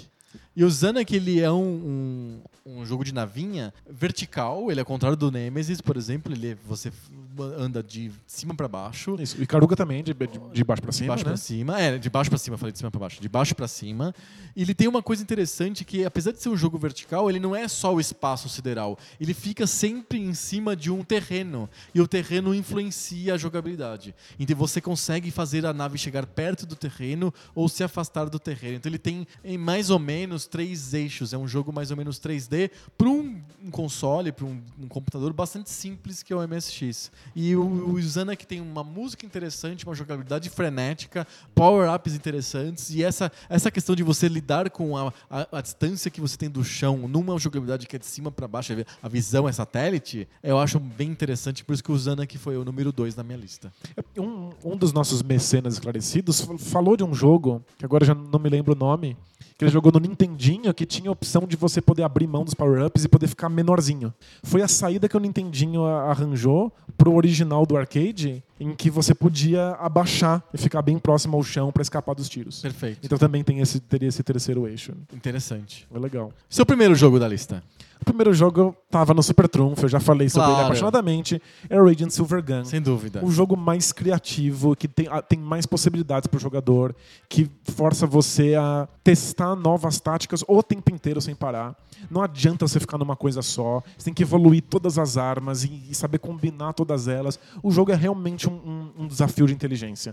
E o Zanak, ele é um, um, um jogo de navinha vertical, ele é ao contrário do Nemesis, por exemplo, ele é, você anda de cima pra baixo. Isso. E Ikaruga também, de, de, de baixo pra De cima, baixo né? pra cima. É, de baixo pra cima, falei de cima pra baixo. De baixo pra cima. E ele tem uma coisa interessante que, apesar de ser um jogo vertical, ele não é só o espaço sideral. Ele fica sempre em cima de um terreno. E o terreno influencia a jogabilidade. Então você consegue fazer a nave chegar perto do terreno ou se afastar do terreno. Então ele tem em mais ou menos três eixos. É um jogo mais ou menos três D para um, um console, para um, um computador bastante simples que é o M S X. E o, o Zanak tem uma música interessante, uma jogabilidade frenética, power-ups interessantes e essa, essa questão de você lidar com a, a, a distância que você tem do chão numa jogabilidade que é de cima para baixo, a visão é satélite, eu acho bem interessante, por isso que o Zanak foi o número dois na minha lista. Um, um dos nossos mecenas esclarecidos falou de um jogo, que agora já não me lembro o nome, que ele jogou no Nintendinho, que tinha a opção de você poder abrir mão dos power-ups e poder ficar menorzinho. Foi a saída que o Nintendinho arranjou pro original do arcade, em que você podia abaixar e ficar bem próximo ao chão para escapar dos tiros. Perfeito. Então também tem esse, teria esse terceiro eixo. Interessante. É legal. Seu primeiro jogo da lista? O primeiro jogo eu tava no Super Trunfo, eu já falei sobre Claro. ele apaixonadamente, é o Radiant Silvergun. Sem dúvida. O jogo mais criativo, que tem, tem mais possibilidades para o jogador, que força você a testar novas táticas o tempo inteiro sem parar. Não adianta você ficar numa coisa só, você tem que evoluir todas as armas e, e saber combinar todas elas. O jogo é realmente um, um, um desafio de inteligência.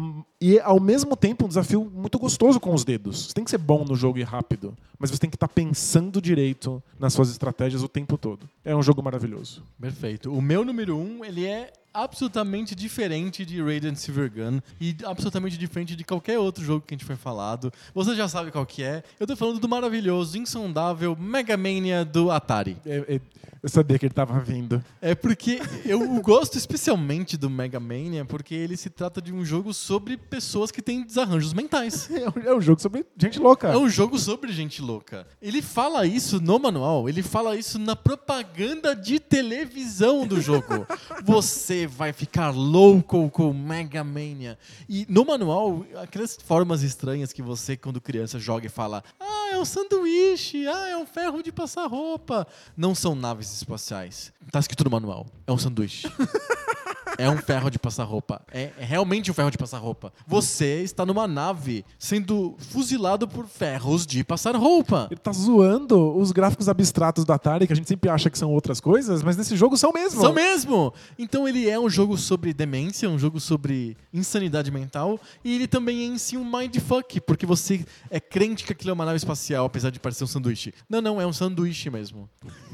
E, ao mesmo tempo, um desafio muito gostoso com os dedos. Você tem que ser bom no jogo e rápido, mas você tem que estar pensando direito nas suas estratégias o tempo todo. É um jogo maravilhoso. Perfeito. O meu número um, ele é absolutamente diferente de Radiant Silvergun e absolutamente diferente de qualquer outro jogo que a gente foi falado. Você já sabe qual que é. Eu tô falando do maravilhoso, insondável Mega Mania do Atari. É, é, eu sabia que ele estava vindo. É porque eu gosto especialmente do Mega Mania porque ele se trata de um jogo sobre pessoas que têm desarranjos mentais. É um, é um jogo sobre gente louca. É um jogo sobre gente louca. Ele fala isso no manual, ele fala isso na propaganda de televisão do jogo. Você vai ficar louco com Mega Mania. E no manual, aquelas formas estranhas que você, quando criança, joga e fala: ah, é um sanduíche, ah, é um ferro de passar roupa. Não são naves espaciais. Tá escrito no manual. É um sanduíche. É um ferro de passar roupa. É, é realmente um ferro de passar roupa. Você está numa nave sendo fuzilado por ferros de passar roupa. Ele tá zoando os gráficos abstratos do Atari, que a gente sempre acha que são outras coisas, mas nesse jogo são mesmo. São mesmo! Então ele é um jogo sobre demência, um jogo sobre insanidade mental, e ele também é em si um mindfuck, porque você é crente que aquilo é uma nave espacial, apesar de parecer um sanduíche. Não, não, é um sanduíche mesmo.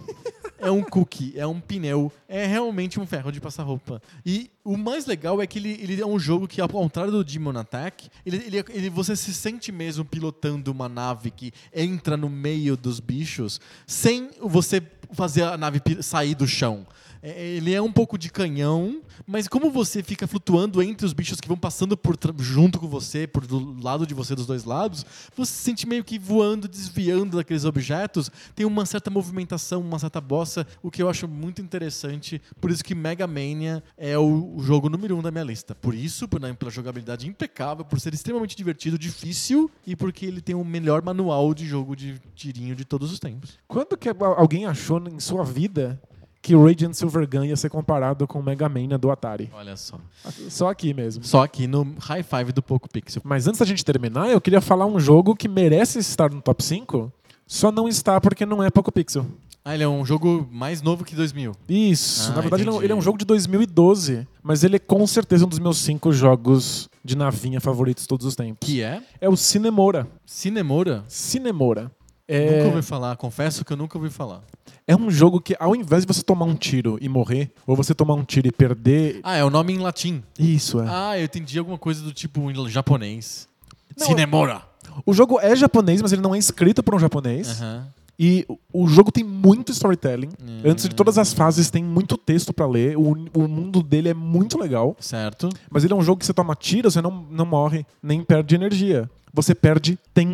É um cookie, é um pneu, é realmente um ferro de passar roupa. E o mais legal é que ele, ele é um jogo que, ao contrário do Demon Attack, ele, ele, ele, você se sente mesmo pilotando uma nave que entra no meio dos bichos sem você fazer a nave sair do chão. Ele é um pouco de canhão, mas como você fica flutuando entre os bichos que vão passando por, junto com você, por do lado de você, dos dois lados, você se sente meio que voando, desviando daqueles objetos. Tem uma certa movimentação, uma certa bossa, o que eu acho muito interessante. Por isso que Mega Mania é o, o jogo número um da minha lista. Por isso, por, né, pela jogabilidade impecável, por ser extremamente divertido, difícil e porque ele tem o melhor manual de jogo de tirinho de todos os tempos. Quando que alguém achou em sua vida que o Radiant Silvergun ia ser comparado com o Mega Mania do Atari? Olha só. Só aqui mesmo. Só aqui no High Five do Poco Pixel. Mas antes da gente terminar, eu queria falar um jogo que merece estar no top cinco, só não está porque não é Poco Pixel. Ah, ele é um jogo mais novo que dois mil. Isso. Ah, Na verdade, ele é, um, entendi. ele é um jogo de dois mil e doze, mas ele é com certeza um dos meus cinco jogos de navinha favoritos de todos os tempos. Que é? É o Cinemora. Cinemora? Cinemora. É... Nunca ouvi falar, confesso que eu nunca ouvi falar. É um jogo que, ao invés de você tomar um tiro e morrer, ou você tomar um tiro e perder... Ah, é o nome em latim. Isso, é. Ah, eu entendi alguma coisa do tipo em japonês. Não, Cinemora. O jogo é japonês, mas ele não é escrito por um japonês. Aham. E o jogo tem muito storytelling. Hum. Antes de todas as fases, tem muito texto pra ler. O, o mundo dele é muito legal. Certo. Mas ele é um jogo que você toma tiro, você não, não morre, nem perde energia. Você perde tempo.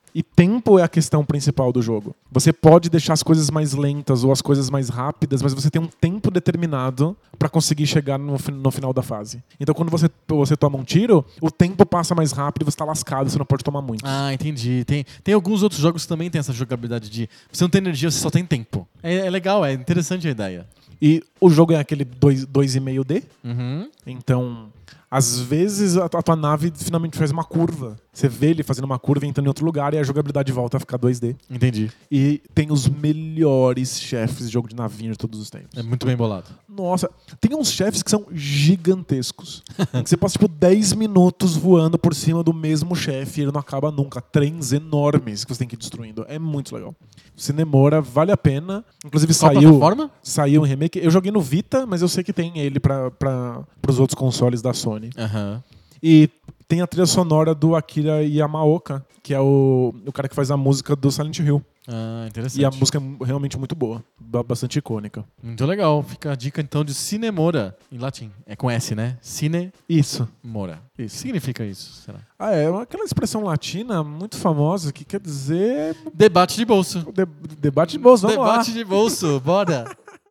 E tempo é a questão principal do jogo. Você pode deixar as coisas mais lentas ou as coisas mais rápidas, mas você tem um tempo determinado para conseguir chegar no, no final da fase. Então quando você, você toma um tiro, o tempo passa mais rápido e você tá lascado, você não pode tomar muito. Ah, entendi. Tem, tem alguns outros jogos que também tem essa jogabilidade de você não tem energia, você só tem tempo. É, é legal, é interessante a ideia. E o jogo é aquele dois vírgula cinco D, Uhum. então às vezes a tua nave finalmente faz uma curva. Você vê ele fazendo uma curva entrando em outro lugar e a jogabilidade volta a ficar dois D. Entendi. E tem os melhores chefes de jogo de navinha de todos os tempos. É muito bem bolado. Nossa, tem uns chefes que são gigantescos. Que você passa tipo dez minutos voando por cima do mesmo chefe e ele não acaba nunca. Trens enormes que você tem que ir destruindo. É muito legal. Cinemora, vale a pena. Inclusive Qual saiu, plataforma? saiu um remake. Eu joguei no Vita, mas eu sei que tem ele para os outros consoles da Sony. Aham. E tem a trilha sonora do Akira Yamaoka, que é o, o cara que faz a música do Silent Hill. Ah, interessante. E a música é realmente muito boa, ba- bastante icônica. Muito legal. Fica a dica então de Cinemora, em latim. É com S, né? Cinemora. Isso. O que significa isso, será? Ah, é aquela expressão latina muito famosa que quer dizer Debate de bolso. de- debate de bolso. Vamos lá. Debate de bolso, bora!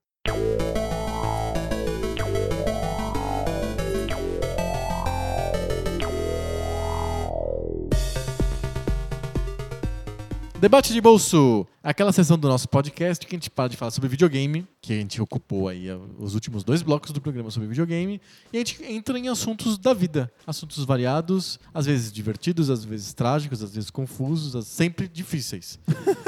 Debate de bolso, aquela sessão do nosso podcast que a gente para de falar sobre videogame, que a gente ocupou aí os últimos dois blocos do programa sobre videogame, e a gente entra em assuntos da vida, assuntos variados, às vezes divertidos, às vezes trágicos, às vezes confusos, às- sempre difíceis.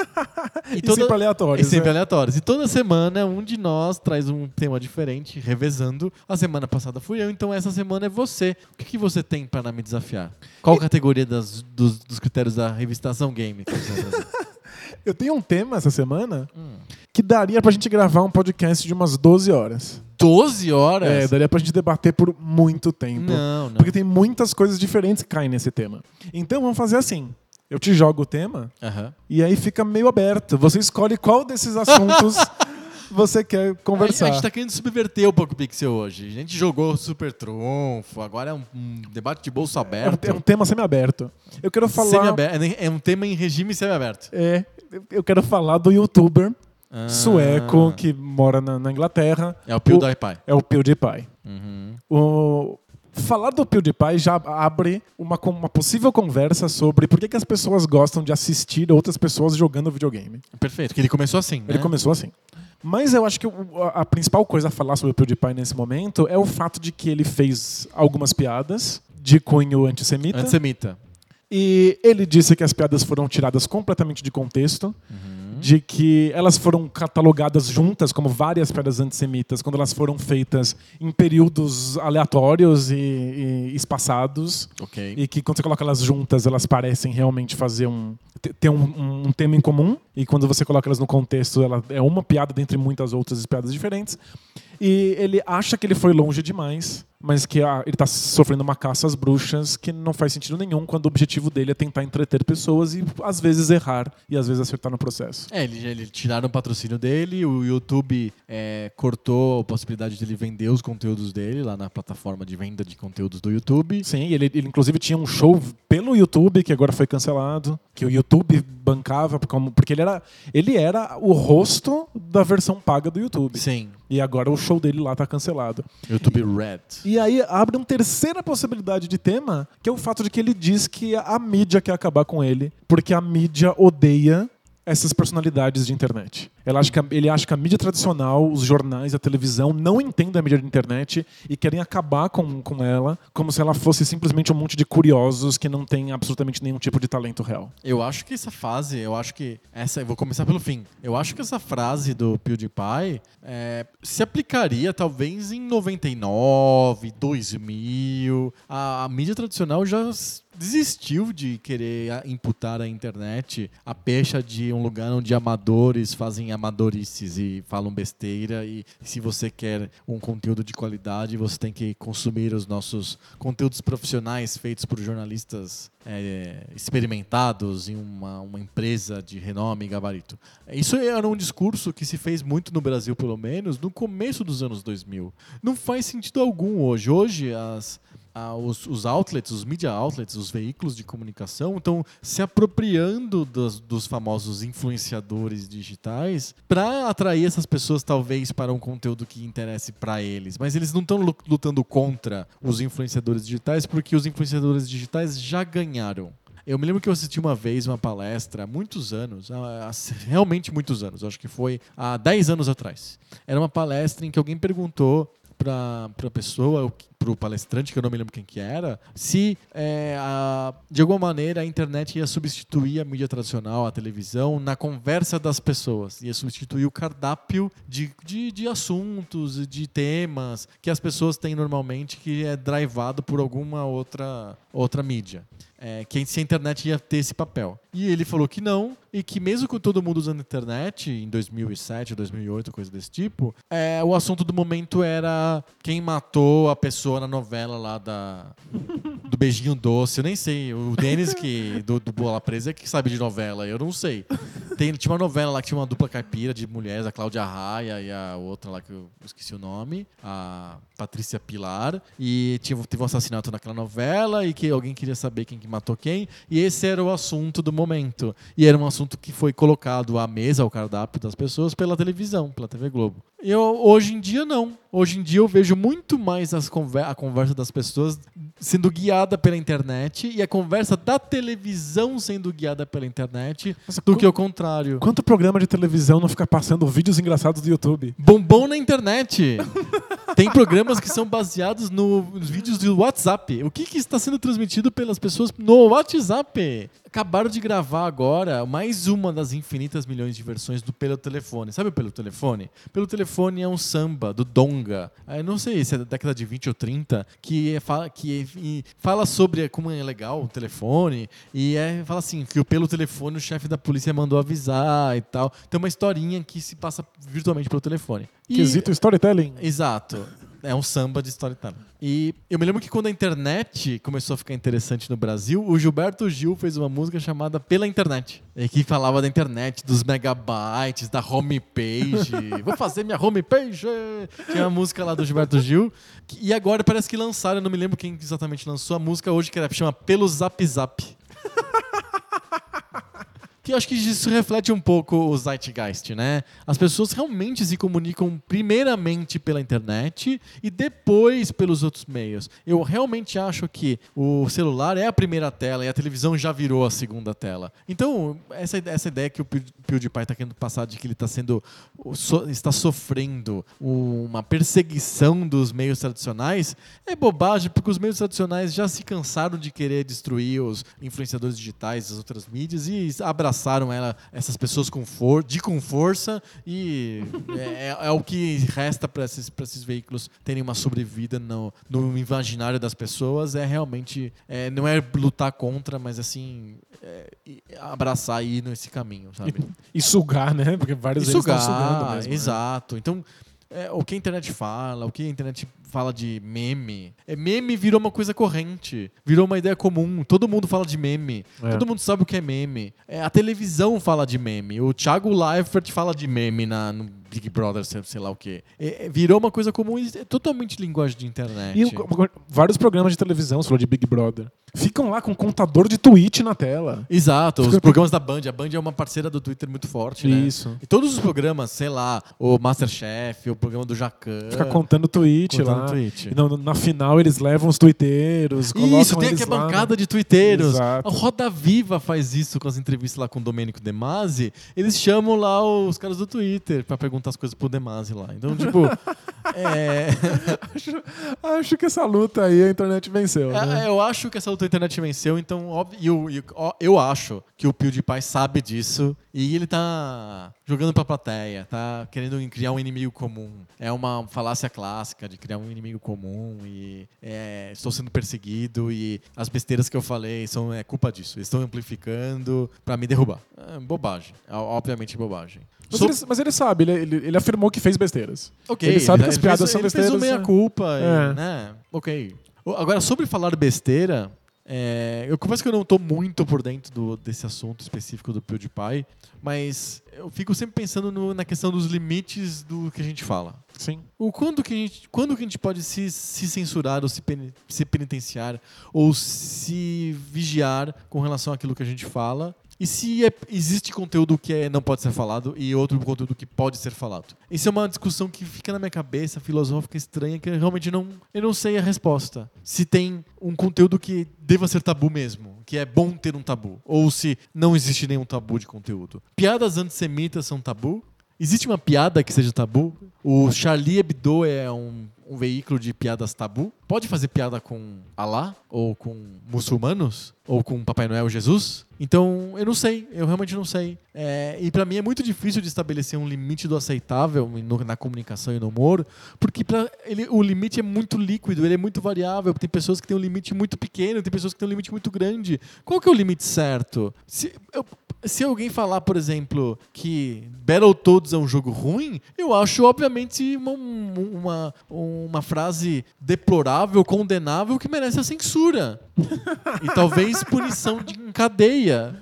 E sempre aleatórios, E sempre né? aleatórios. E toda semana um de nós traz um tema diferente, revezando. A semana passada fui eu, então essa semana é você. O que, que você tem para me desafiar? Qual categoria das- dos, dos critérios da revistação game que você vai trazer? Eu tenho um tema essa semana Hum. que daria pra gente gravar um podcast de umas doze horas. doze horas? É, daria pra gente debater por muito tempo. Não, não. Porque tem muitas coisas diferentes que caem nesse tema. Então vamos fazer assim. Eu te jogo o tema Aham. e aí fica meio aberto. Você escolhe qual desses assuntos você quer conversar. A, a gente tá querendo subverter o Poco Pixel hoje. A gente jogou Super Trunfo, agora é um, um debate de bolso É um, aberto. é um tema semi-aberto. Eu quero falar... Semi-aberto. É um tema em regime semi-aberto. É, eu quero falar do youtuber Ah. sueco que mora na, na Inglaterra. É o PewDiePie. É o PewDiePie. Uhum. O... Falar do PewDiePie já abre uma, com- uma possível conversa sobre por que, que as pessoas gostam de assistir outras pessoas jogando videogame. Perfeito, que ele começou assim, Ele né? começou assim. Mas eu acho que o- a, a principal coisa a falar sobre o PewDiePie nesse momento é o fato de que ele fez algumas piadas de cunho antissemita. Antissemita. E ele disse que as piadas foram tiradas completamente de contexto, de que elas foram catalogadas juntas como várias piadas antissemitas quando elas foram feitas em períodos aleatórios e, e espaçados. Ok. E que quando você coloca elas juntas, elas parecem realmente fazer um ter- ter um, um- um tema em comum. E quando você coloca elas no contexto, ela é uma piada dentre muitas outras piadas diferentes. E ele acha que ele foi longe demais, mas que ah, ele está sofrendo uma caça às bruxas que não faz sentido nenhum quando o objetivo dele é tentar entreter pessoas e às vezes errar e às vezes acertar no processo. É, ele, ele tiraram o patrocínio dele, o YouTube é, cortou a possibilidade de ele vender os conteúdos dele lá na plataforma de venda de conteúdos do YouTube. Sim, ele, ele inclusive tinha um show pelo YouTube que agora foi cancelado, que o YouTube bancava como, porque ele era, ele era o rosto da versão paga do YouTube. Sim, E agora o show dele lá tá cancelado. YouTube Red. E aí abre uma terceira possibilidade de tema, que é o fato de que ele diz que a mídia quer acabar com ele, porque a mídia odeia essas personalidades de internet. Ela acha que a- ele acha que a mídia tradicional, os jornais, a televisão, não entendem a mídia de internet e querem acabar com, com ela, como se ela fosse simplesmente um monte de curiosos que não tem absolutamente nenhum tipo de talento real. Eu acho que essa fase, eu acho que essa, eu vou começar pelo fim. Eu acho que essa frase do PewDiePie é, se aplicaria talvez em noventa e nove, dois mil. A, a mídia tradicional já s- desistiu de querer a- imputar à internet a pecha de um lugar onde amadores fazem amadorices e falam besteira, e se você quer um conteúdo de qualidade, você tem que consumir os nossos conteúdos profissionais feitos por jornalistas é, experimentados em uma, uma empresa de renome e gabarito. Isso era um discurso que se fez muito no Brasil, pelo menos, no começo dos anos dois mil. Não faz sentido algum hoje. Hoje, as, a, os, os outlets, os media outlets, os veículos de comunicação estão se apropriando dos, dos famosos influenciadores digitais para atrair essas pessoas talvez para um conteúdo que interesse para eles. Mas eles não estão lutando contra os influenciadores digitais porque os influenciadores digitais já ganharam. Eu me lembro que eu assisti uma vez uma palestra há muitos anos, há, realmente muitos anos, acho que foi há dez anos atrás. Era uma palestra em que alguém perguntou para a pessoa, para o palestrante, que eu não me lembro quem que era, se é, a, de alguma maneira a internet ia substituir a mídia tradicional, a televisão, na conversa das pessoas. Ia substituir o cardápio de, de, de assuntos, de temas que as pessoas têm normalmente, que é drivado por alguma outra, outra mídia. É, que se a internet ia ter esse papel. E ele falou que não, e que mesmo com todo mundo usando a internet, em dois mil e sete, dois mil e oito, coisa desse tipo, é, o assunto do momento era quem matou a pessoa na novela lá da, do Beijinho Doce. Eu nem sei, o Denis que, do, do Bola Presa é que sabe de novela, eu não sei. Tem, tinha uma novela lá que tinha uma dupla caipira de mulheres, a Cláudia Raia e a outra lá que eu esqueci o nome, a Patrícia Pilar, e tinha, teve um assassinato naquela novela e que alguém queria saber quem que matou quem, e esse era o assunto do momento. E era um assunto que foi colocado à mesa, ao cardápio das pessoas, pela televisão, pela T V Globo. Eu, hoje em dia, não. Hoje em dia eu vejo muito mais as conver- a conversa das pessoas sendo guiada pela internet e a conversa da televisão sendo guiada pela internet Nossa, do qu- que o contrário. Quanto programa de televisão não fica passando vídeos engraçados do YouTube? Bombom na internet. Tem programas que são baseados no, nos vídeos do WhatsApp. O que, que está sendo transmitido pelas pessoas no WhatsApp? Acabaram de gravar agora mais uma das infinitas milhões de versões do Pelo Telefone. Sabe o Pelo Telefone? Pelo Telefone é um samba do Donga. Eu não sei se é da década de vinte ou trinta, que, é, fala, que é, e fala sobre como é legal o telefone. E é, fala assim, que o Pelo Telefone o chefe da polícia mandou avisar e tal. Tem uma historinha que se passa virtualmente pelo telefone. E, Quesito storytelling. exato. É um samba de storytelling. E eu me lembro que quando a internet começou a ficar interessante no Brasil, o Gilberto Gil fez uma música chamada Pela Internet. E que falava da internet, dos megabytes, da homepage. Vou fazer minha homepage! Tinha uma música lá do Gilberto Gil. E agora parece que lançaram, eu não me lembro quem exatamente lançou a música hoje, que era, chama Pelo Zap Zap. Que eu acho que isso reflete um pouco o Zeitgeist, né? As pessoas realmente se comunicam primeiramente pela internet e depois pelos outros meios. Eu realmente acho que o celular é a primeira tela e a televisão já virou a segunda tela. Então, essa, essa ideia que o PewDiePie está querendo passar de que ele está sendo, so, está sofrendo uma perseguição dos meios tradicionais é bobagem, porque os meios tradicionais já se cansaram de querer destruir os influenciadores digitais, as outras mídias, e abraçaram ela, essas pessoas com for, de com força, e é, é o que resta para esses, para esses veículos terem uma sobrevida no, no imaginário das pessoas. É realmente, é, não é lutar contra, mas assim, é, abraçar e ir nesse caminho, sabe? E, e sugar, né? Porque vários e deles sugar, estão sugando mesmo. exato. Né? Então, é, o que a internet fala, o que a internet fala de meme. É, meme virou uma coisa corrente, virou uma ideia comum. Todo mundo fala de meme, é. Todo mundo sabe o que é meme. É, a televisão fala de meme. O Thiago Leifert fala de meme na, no Big Brother, sei lá o quê. É, virou uma coisa comum e é totalmente linguagem de internet. E o, vários programas de televisão, você falou de Big Brother, ficam lá com um contador de tweet na tela. Exato, os programas da Band. A Band é uma parceira do Twitter muito forte, né? Isso. E todos os programas, sei lá, o Masterchef, o programa do Jacan. Fica contando tweet contando lá. Tweet. E no, na final eles levam os twitteiros, colocam isso, tem eles aqui a lá, bancada de twitteiros. Exato. A Roda Viva faz isso com as entrevistas lá com o Domênico De Masi. Eles chamam lá os caras do Twitter pra perguntar as coisas pro De Masi lá. Então, tipo... é... acho, acho que essa luta aí a internet venceu, é, né? Eu acho que essa luta a internet venceu, então óbvio, eu, eu, eu acho que o PewDiePie sabe disso e ele tá jogando pra plateia, tá querendo criar um inimigo comum. É uma falácia clássica de criar um inimigo comum e é, estou sendo perseguido e as besteiras que eu falei são é culpa disso. Eles estão amplificando pra me derrubar. É, bobagem. É, obviamente bobagem. Mas, so... ele, mas ele sabe, ele, ele, ele afirmou que fez besteiras. Ok. Ele sabe ele, que as ele piadas fez, são ele besteiras. Ele fez o meia-culpa, é. né? Ok. Agora, sobre falar besteira... É, eu confesso que eu não tô muito por dentro do, desse assunto específico do PewDiePie, mas eu fico sempre pensando no, na questão dos limites do que a gente fala. Sim. O quando que a gente, quando que a gente pode se, se censurar ou se, pen, se penitenciar ou se vigiar com relação àquilo que a gente fala? E se é, existe conteúdo que é, não pode ser falado e outro conteúdo que pode ser falado? Isso é uma discussão que fica na minha cabeça, filosófica, estranha, que eu realmente não, eu não sei a resposta. Se tem um conteúdo que deva ser tabu mesmo, que é bom ter um tabu, ou se não existe nenhum tabu de conteúdo. Piadas antissemitas são tabu? Existe uma piada que seja tabu? O Charlie Hebdo é um, um veículo de piadas tabu? Pode fazer piada com Alá? Ou com muçulmanos? Ou com Papai Noel Jesus? Então, eu não sei. Eu realmente não sei. É, e pra mim é muito difícil de estabelecer um limite do aceitável no, na comunicação e no humor, porque pra ele, o limite é muito líquido, ele é muito variável. Tem pessoas que têm um limite muito pequeno, tem pessoas que têm um limite muito grande. Qual que é o limite certo? Se, eu, se alguém falar, por exemplo, que Battletoads é um jogo ruim, eu acho, obviamente, uma, uma, uma frase deplorável, condenável, que merece a censura. E talvez punição de, em cadeia.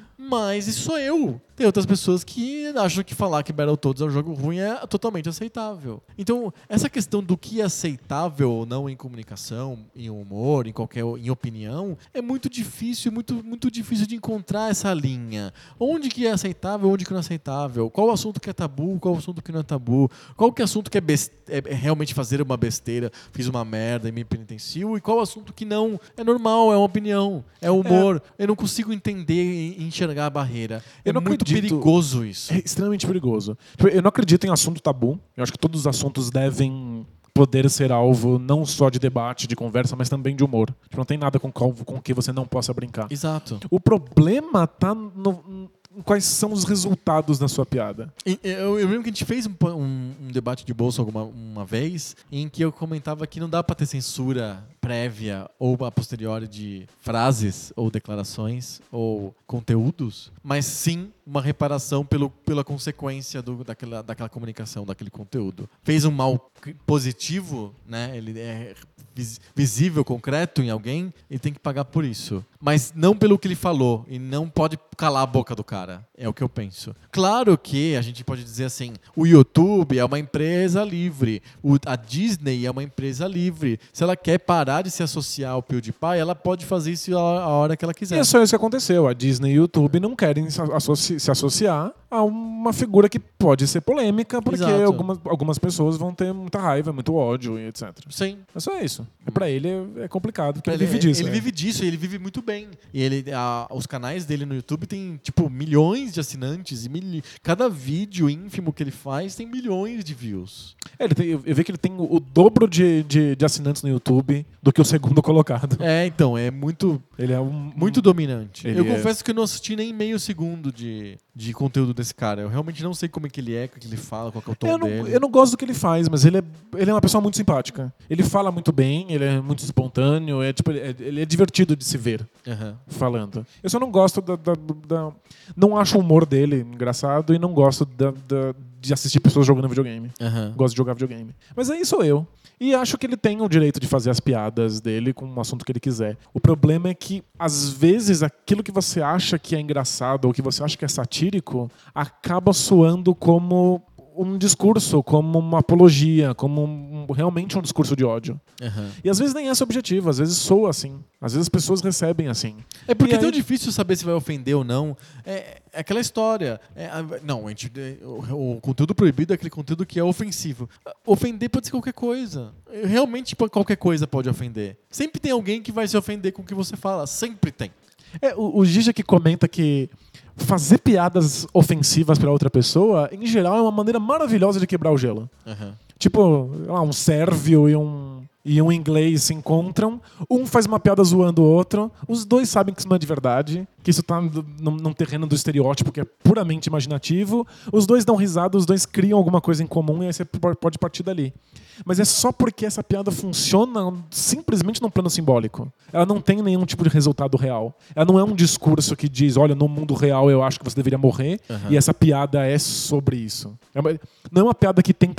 Mas isso sou eu. Tem outras pessoas que acham que falar que Battletoads é um jogo ruim é totalmente aceitável. Então, essa questão do que é aceitável ou não em comunicação, em humor, em qualquer em opinião, é muito difícil, muito, muito difícil de encontrar essa linha. Onde que é aceitável, onde que não é aceitável? Qual o assunto que é tabu, qual o assunto que não é tabu? Qual que é o assunto que é, best... é realmente fazer uma besteira, fiz uma merda e me penitencio? E qual o assunto que não é normal, é uma opinião, é humor? É. Eu não consigo entender e enxergar a barreira. Eu é não muito acredito. perigoso isso. É extremamente perigoso. Eu não acredito em assunto tabu. Eu acho que todos os assuntos devem poder ser alvo não só de debate, de conversa, mas também de humor. Não tem nada com o com que você não possa brincar. Exato. O problema tá no... quais são os resultados da sua piada. Eu, eu lembro que a gente fez um, um, um debate de bolso alguma uma vez em que eu comentava que não dá para ter censura prévia ou a posteriori de frases ou declarações ou conteúdos, mas sim uma reparação pelo, pela consequência do, daquela, daquela comunicação, daquele conteúdo. Fez um mal positivo, né? Ele é visível, concreto em alguém, ele tem que pagar por isso. Mas não pelo que ele falou, e não pode calar a boca do cara. É o que eu penso. Claro que a gente pode dizer assim, o YouTube é uma empresa livre, o, a Disney é uma empresa livre. Se ela quer parar de se associar ao PewDiePie, ela pode fazer isso a, a hora que ela quiser. E é só isso que aconteceu. A Disney e o YouTube não querem se, associ- se associar a uma figura que pode ser polêmica, porque algumas, algumas pessoas vão ter muita raiva, muito ódio e etcétera. Sim. É só isso. Pra ele é, é complicado, porque ele, ele vive disso. Ele né? vive disso e ele vive muito bem. E ele, a, os canais dele no YouTube tem, tipo, milhões de assinantes. E mil, cada vídeo ínfimo que ele faz tem milhões de views. É, ele tem, eu vi que ele tem o dobro de, de, de assinantes no YouTube do que o segundo colocado. É, então, é muito... Ele é um, muito um, dominante. Eu é... confesso que eu não assisti nem meio segundo de, de conteúdo desse cara. Eu realmente não sei como é que ele é, o que ele fala, qual que é o tom eu não, dele. Eu não gosto do que ele faz, mas ele é, ele é uma pessoa muito simpática. Ele fala muito bem, ele é muito espontâneo, é, tipo, ele, é, ele é divertido de se ver uhum. falando. Eu só não gosto da, da, da... Não acho o humor dele engraçado e não gosto da, da, de assistir pessoas jogando videogame. Uhum. Gosto de jogar videogame. Mas aí sou eu. E acho que ele tem o direito de fazer as piadas dele com um assunto que ele quiser. O problema é que, às vezes, aquilo que você acha que é engraçado ou que você acha que é satírico acaba soando como um discurso, como uma apologia, como um, realmente um discurso de ódio. Uhum. E às vezes nem é esse o objetivo, às vezes soa assim. Às vezes as pessoas recebem assim. É porque e é tão aí... difícil saber se vai ofender ou não. É, é aquela história. É, não, a gente, o, o conteúdo proibido é aquele conteúdo que é ofensivo. Ofender pode ser qualquer coisa. Realmente qualquer coisa pode ofender. Sempre tem alguém que vai se ofender com o que você fala. Sempre tem. É, o, o Gigi que comenta que fazer piadas ofensivas para outra pessoa, em geral, é uma maneira maravilhosa de quebrar o gelo. Uhum. Tipo, lá, um sérvio e um, e um inglês se encontram, um faz uma piada zoando o outro, os dois sabem que isso não é de verdade, que isso tá num, num terreno do estereótipo que é puramente imaginativo, os dois dão risada, os dois criam alguma coisa em comum e aí você pode partir dali. Mas é só porque essa piada funciona simplesmente num plano simbólico. Ela não tem nenhum tipo de resultado real. Ela não é um discurso que diz, olha, no mundo real eu acho que você deveria morrer, uhum. e essa piada é sobre isso. É uma, não é uma piada que tenta,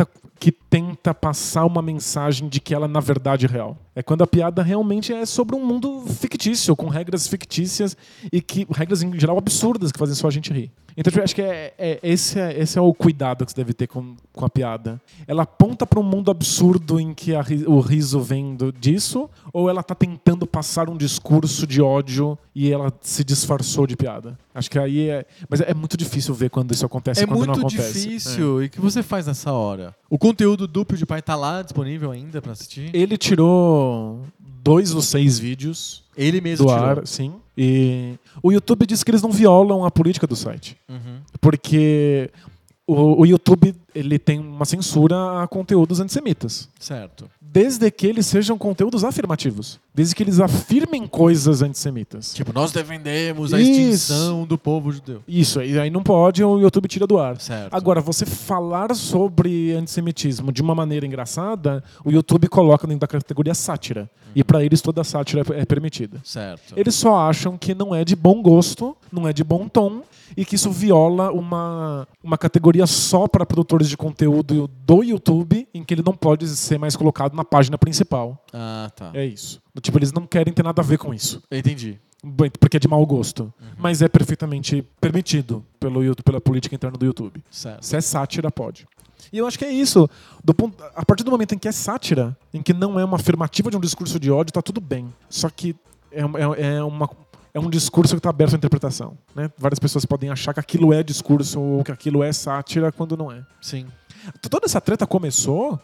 que tenta passar uma mensagem de que ela na verdade é real. É quando a piada realmente é sobre um mundo fictício, com regras fictícias e que regras em geral absurdas que fazem só a gente rir. Então eu acho que é, é, esse, é, esse é o cuidado que você deve ter com, com a piada. Ela aponta para um mundo absurdo em que a, o riso vem do, disso, ou ela está tentando passar um discurso de ódio e ela se disfarçou de piada. Acho que aí é... Mas é muito difícil ver quando isso acontece e quando não acontece. É muito difícil. É. E o que você faz nessa hora? O conteúdo do PewDiePie tá lá disponível ainda para assistir? Ele tirou dois ou seis vídeos. Ele mesmo do tirou. ar, sim. E o YouTube diz que eles não violam a política do site. Uhum. Porque o, o YouTube ele tem uma censura a conteúdos antissemitas. Certo. Desde que eles sejam conteúdos afirmativos. Desde que eles afirmem coisas antissemitas. Tipo, nós defendemos a Isso. extinção do povo judeu. Isso, e aí não pode, o YouTube tira do ar. Certo. Agora, você falar sobre antissemitismo de uma maneira engraçada, o YouTube coloca dentro da categoria sátira. Uhum. E pra eles toda sátira é permitida. Certo. Eles só acham que não é de bom gosto, não é de bom tom, e que isso viola uma, uma categoria só para produtores de conteúdo do YouTube, em que ele não pode ser mais colocado na página principal. Ah, tá. É isso. Tipo, eles não querem ter nada a ver com isso. Entendi. Porque é de mau gosto. Uhum. Mas é perfeitamente permitido pelo YouTube, pela política interna do YouTube. Certo. Se é sátira, pode. E eu acho que é isso. Do ponto, a partir do momento em que é sátira, em que não é uma afirmativa de um discurso de ódio, tá tudo bem. Só que é, é, é uma... É um discurso que está aberto à interpretação. Né? Várias pessoas podem achar que aquilo é discurso ou que aquilo é sátira quando não é. Sim. Toda essa treta começou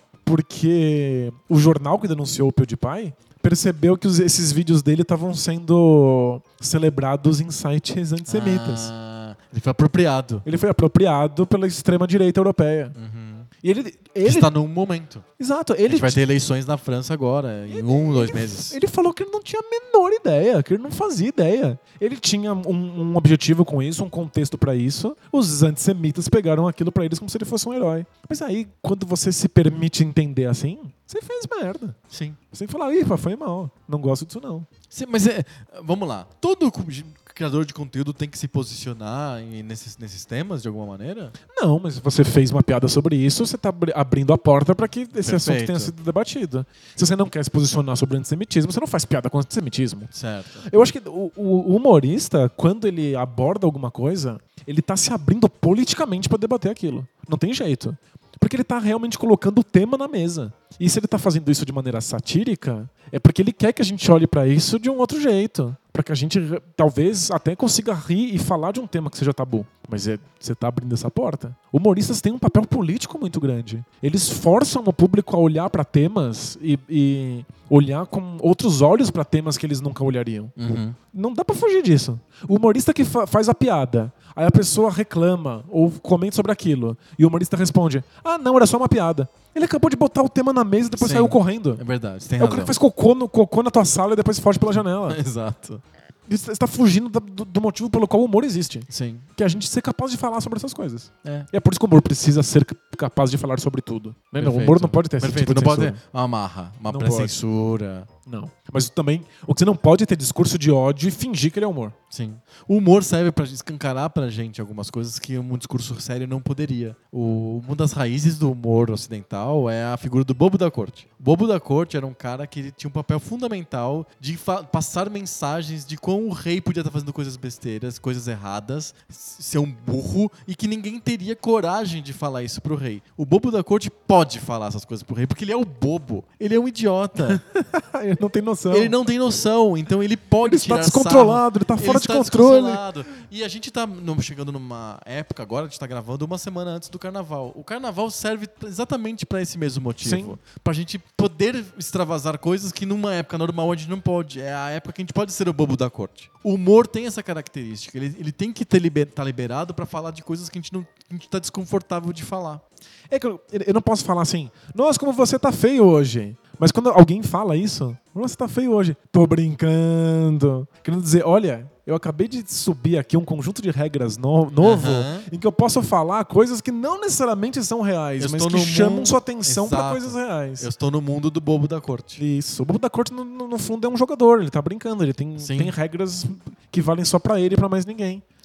porque o jornal que denunciou o PewDiePie percebeu que os, esses vídeos dele estavam sendo celebrados em sites antissemitas. Ah, ele foi apropriado. Ele foi apropriado pela extrema-direita europeia. Uhum. E ele, ele está num momento. Exato. A Ele gente vai ter eleições na França agora, em ele, um, dois ele, meses. Ele falou que ele não tinha a menor ideia, que ele não fazia ideia. Ele tinha um, um objetivo com isso, um contexto pra isso. Os antissemitas pegaram aquilo pra eles como se ele fosse um herói. Mas aí, quando você se permite entender assim, você fez merda. Sim. Você tem que falar, ih, foi mal. Não gosto disso, não. Sim, mas é, vamos lá. Todo criador de conteúdo tem que se posicionar nesses, nesses temas de alguma maneira? Não, mas você fez uma piada sobre isso, você está abrindo a porta para que esse Perfeito. assunto tenha sido debatido. Se você não quer se posicionar sobre antissemitismo, você não faz piada com antissemitismo. Certo. Eu acho que o, o humorista, quando ele aborda alguma coisa, ele está se abrindo politicamente para debater aquilo. Não tem jeito. Porque ele está realmente colocando o tema na mesa. E se ele está fazendo isso de maneira satírica, é porque ele quer que a gente olhe para isso de um outro jeito. Para que a gente talvez até consiga rir e falar de um tema que seja tabu. Mas é, você está abrindo essa porta. Humoristas têm um papel político muito grande. Eles forçam o público a olhar para temas e, e olhar com outros olhos para temas que eles nunca olhariam. Uhum. Não dá para fugir disso. O humorista que fa- faz a piada, aí a pessoa reclama ou comenta sobre aquilo, e o humorista responde, ah, não, era só uma piada. Ele acabou de botar o tema na mesa e depois Sim. saiu correndo. É verdade, você tem É razão. o cara que faz cocô, no, cocô na tua sala e depois foge pela janela. Exato. Você está fugindo do, do motivo pelo qual o humor existe. Sim. Que é a gente ser capaz de falar sobre essas coisas. É. E é por isso que o humor precisa ser capaz de falar sobre tudo. Né? Não, o humor não pode ter esse Perfeito. tipo de Não pode censura. ter uma amarra, uma Não pré-censura. Não. Mas também, o que você não pode é ter discurso de ódio e fingir que ele é humor. Sim. O humor serve para escancarar pra gente algumas coisas que um discurso sério não poderia. O, uma das raízes do humor ocidental é a figura do bobo da corte. O bobo da corte era um cara que tinha um papel fundamental de fa- passar mensagens de como o rei podia estar fazendo coisas besteiras, coisas erradas, ser um burro, e que ninguém teria coragem de falar isso pro rei. O bobo da corte pode falar essas coisas pro rei, porque ele é o bobo. Ele é um idiota. Ele não tem noção. Ele não tem noção, então ele pode Ele está tirar descontrolado, sarro. ele está fora Ele de está controle. descontrolado. E a gente está chegando numa época agora, a gente está gravando uma semana antes do carnaval. O carnaval serve exatamente para esse mesmo motivo. Sim. Pra gente poder extravasar coisas que numa época normal a gente não pode. É a época que a gente pode ser o bobo da corte. O humor tem essa característica. Ele, ele tem que estar liber, tá liberado para falar de coisas que a gente não a gente tá desconfortável de falar. É que eu, eu não posso falar assim, nossa, como você tá feio hoje. Mas quando alguém fala isso, nossa, você tá feio hoje. Tô brincando. Querendo dizer, olha, eu acabei de subir aqui um conjunto de regras no, novo Uhum. em que eu posso falar coisas que não necessariamente são reais, Eu mas estou que no chamam mundo- sua atenção para Exato. coisas reais. Eu estou no mundo do bobo da corte. Isso. O bobo da corte, no, no- no fundo, é um jogador. Ele tá brincando. Ele tem, Sim. tem regras que valem só pra ele e pra mais ninguém.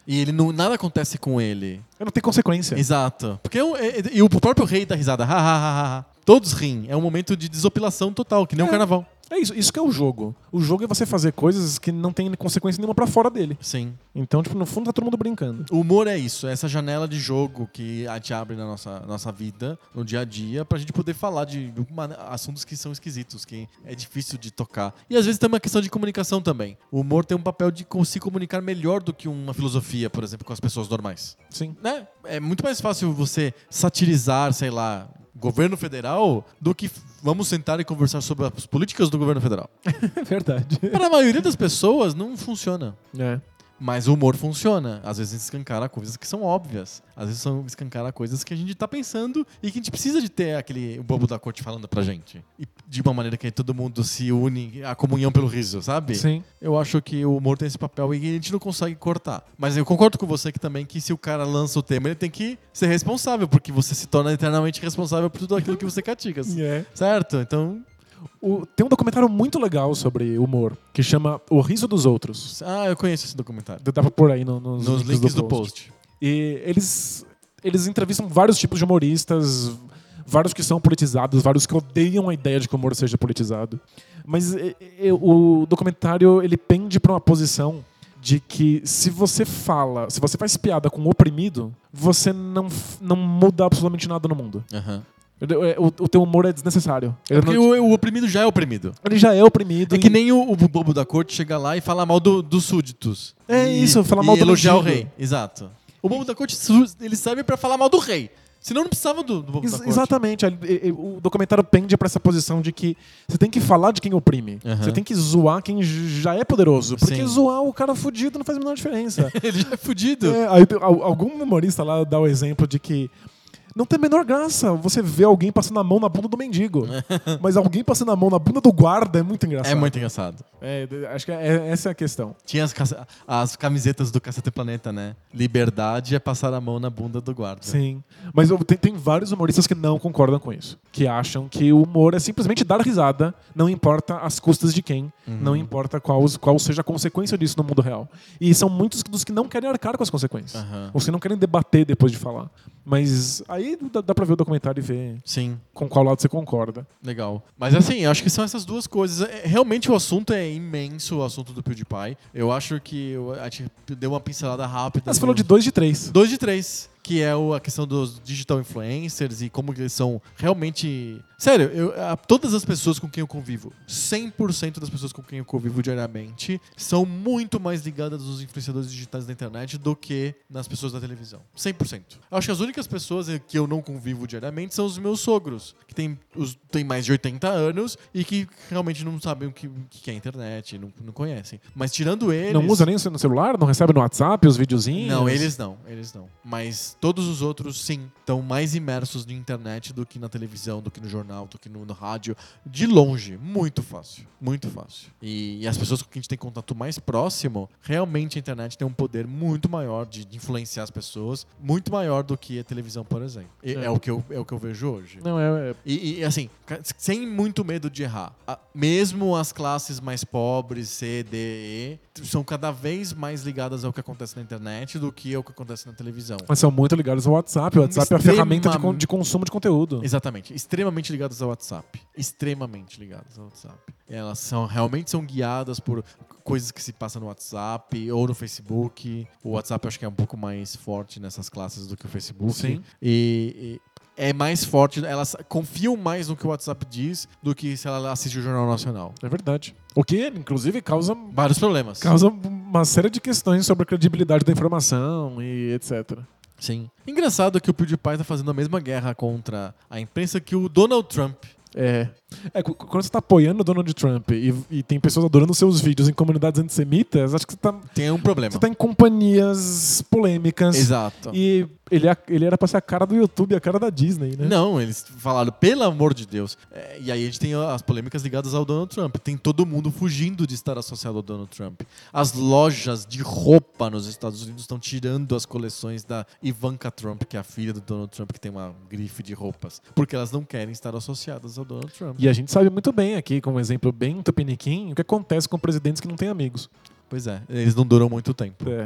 E ele não, nada acontece com ele. Não tem consequência. Exato. Porque eu, e, e o próprio rei dá risada. Ha, ha, ha, ha. Todos riem. É um momento de desopilação total, que nem É. um carnaval. É isso, isso que é o jogo. O jogo é você fazer coisas que não tem consequência nenhuma pra fora dele. Sim. Então, tipo, no fundo tá todo mundo brincando. O humor é isso, é essa janela de jogo que a gente abre na nossa, nossa vida, no dia a dia, pra gente poder falar de uma, assuntos que são esquisitos, que é difícil de tocar. E às vezes tem uma questão de comunicação também. O humor tem um papel de se comunicar melhor do que uma filosofia, por exemplo, com as pessoas normais. Sim. Né? É muito mais fácil você satirizar, sei lá, governo federal do que vamos sentar e conversar sobre as políticas do governo federal. É verdade. Para a maioria das pessoas não funciona. É. Mas o humor funciona. Às vezes escancara coisas que são óbvias. Às vezes são escancara coisas que a gente tá pensando e que a gente precisa de ter aquele o bobo da corte falando pra gente. E de uma maneira que todo mundo se une, a comunhão pelo riso, sabe? Sim. Eu acho que o humor tem esse papel e a gente não consegue cortar. Mas eu concordo com você que também que se o cara lança o tema, ele tem que ser responsável, porque você se torna eternamente responsável por tudo aquilo que você critica. É. Certo? Então... O, tem um documentário muito legal sobre humor, que chama O Riso dos Outros. Ah, eu conheço esse documentário. Dá pra pôr aí no, nos, Nos links, links do, do post. post. E eles, eles entrevistam vários tipos de humoristas, vários que são politizados, vários que odeiam a ideia de que o humor seja politizado. Mas e, e, o documentário ele pende pra uma posição de que se você fala, se você faz piada com o oprimido, você não, não muda absolutamente nada no mundo. Aham. O, o teu humor é desnecessário. Ele, É porque não- o, o oprimido já é oprimido. ele já é oprimido. É e- que nem o, o bobo da corte chegar lá e falar mal do- dos súditos. É E- isso, falar e mal do elogiar o mendigo. rei. Exato. O bobo da corte, su- ele serve pra falar mal do rei. Senão não precisava do, do bobo Ex- da corte. Exatamente. Ele- ele- O documentário pende pra essa posição de que você tem que falar de quem oprime. Aham. Você tem que zoar quem j- já é poderoso. Porque Sim. zoar o cara fudido não faz a menor diferença. Ele já é fudido. É, aí, tem- al- algum humorista lá dá o exemplo de que não tem a menor graça você ver alguém passando a mão na bunda do mendigo. Mas alguém passando a mão na bunda do guarda é muito engraçado. É muito engraçado. É, acho que é- essa é a questão. Tinha as, caça- as camisetas do Cacete Planeta, né? Liberdade é passar a mão na bunda do guarda. Sim. Mas eu- tem, tem vários humoristas que não concordam com isso. Que acham que o humor é simplesmente dar risada, não importa as custas de quem, Uhum. não importa qual, qual seja a consequência disso no mundo real. E são muitos dos que não querem arcar com as consequências. Aham. Os que não querem debater depois de falar. Mas aí dá, dá pra ver o documentário e ver Sim. com qual lado você concorda. Legal. Mas assim, eu acho que são essas duas coisas. É, realmente o assunto é imenso, o assunto do PewDiePie. Eu acho que eu- a gente deu uma pincelada rápida. Mas você no- falou de dois de três. Dois de três, que é o- a questão dos digital influencers e como que eles são realmente... Sério, eu- a- todas as pessoas com quem eu convivo, cem por cento das pessoas com quem eu convivo diariamente, são muito mais ligadas aos influenciadores digitais da internet do que nas pessoas da televisão. cem por cento. Eu acho que as únicas pessoas que eu não convivo diariamente são os meus sogros, que têm, os, têm mais de oitenta anos e que realmente não sabem o que, o que é internet, não, não conhecem. Mas tirando eles... Não usa nem no celular? Não recebe no WhatsApp os videozinhos? Não, eles não, eles não. Mas todos os outros, sim, estão mais imersos na internet do que na televisão, do que no jornal, do que no, no rádio. De longe, muito fácil, muito fácil. E, e as pessoas com quem a gente tem contato mais próximo, realmente a internet tem um poder muito maior de, de influenciar as pessoas, muito maior do que a televisão, por exemplo. E É. é, o, que eu, é o que eu vejo hoje. Não, é... é- E, e, assim, ca- sem muito medo de errar. A- mesmo as classes mais pobres, C, D, E, são cada vez mais ligadas ao que acontece na internet do que ao que acontece na televisão. Mas são muito ligados ao WhatsApp. O WhatsApp é a Extrema- ferramenta de, con- de consumo de conteúdo. Exatamente. Extremamente ligadas ao WhatsApp. Extremamente ligadas ao WhatsApp. Elas são, realmente são guiadas por coisas que se passam no WhatsApp ou no Facebook. O WhatsApp eu acho que é um pouco mais forte nessas classes do que o Facebook. Sim. E, e é mais forte, elas confiam mais no que o WhatsApp diz do que se ela assiste o Jornal Nacional. É verdade. O que, inclusive, causa, Vários problemas. causa uma série de questões sobre a credibilidade da informação e etcétera. Sim. Engraçado que o PewDiePie tá fazendo a mesma guerra contra a imprensa que o Donald Trump. É. É, cu- quando você tá apoiando o Donald Trump e, e tem pessoas adorando seus vídeos em comunidades antissemitas, acho que você tá, Tem um problema. você tá em companhias polêmicas. Exato. E ele, é- ele era pra ser a cara do YouTube, a cara da Disney, né? Não, eles falaram, pelo amor de Deus. É, e aí a gente tem as polêmicas ligadas ao Donald Trump. Tem todo mundo fugindo de estar associado ao Donald Trump. As lojas de roupa nos Estados Unidos estão tirando as coleções da Ivanka Trump, que é a filha do Donald Trump, que tem uma grife de roupas. Porque elas não querem estar associadas ao Donald Trump. E a gente sabe muito bem aqui, com um exemplo bem tupiniquim, o que acontece com presidentes que não têm amigos. Pois é, eles não duram muito tempo. É.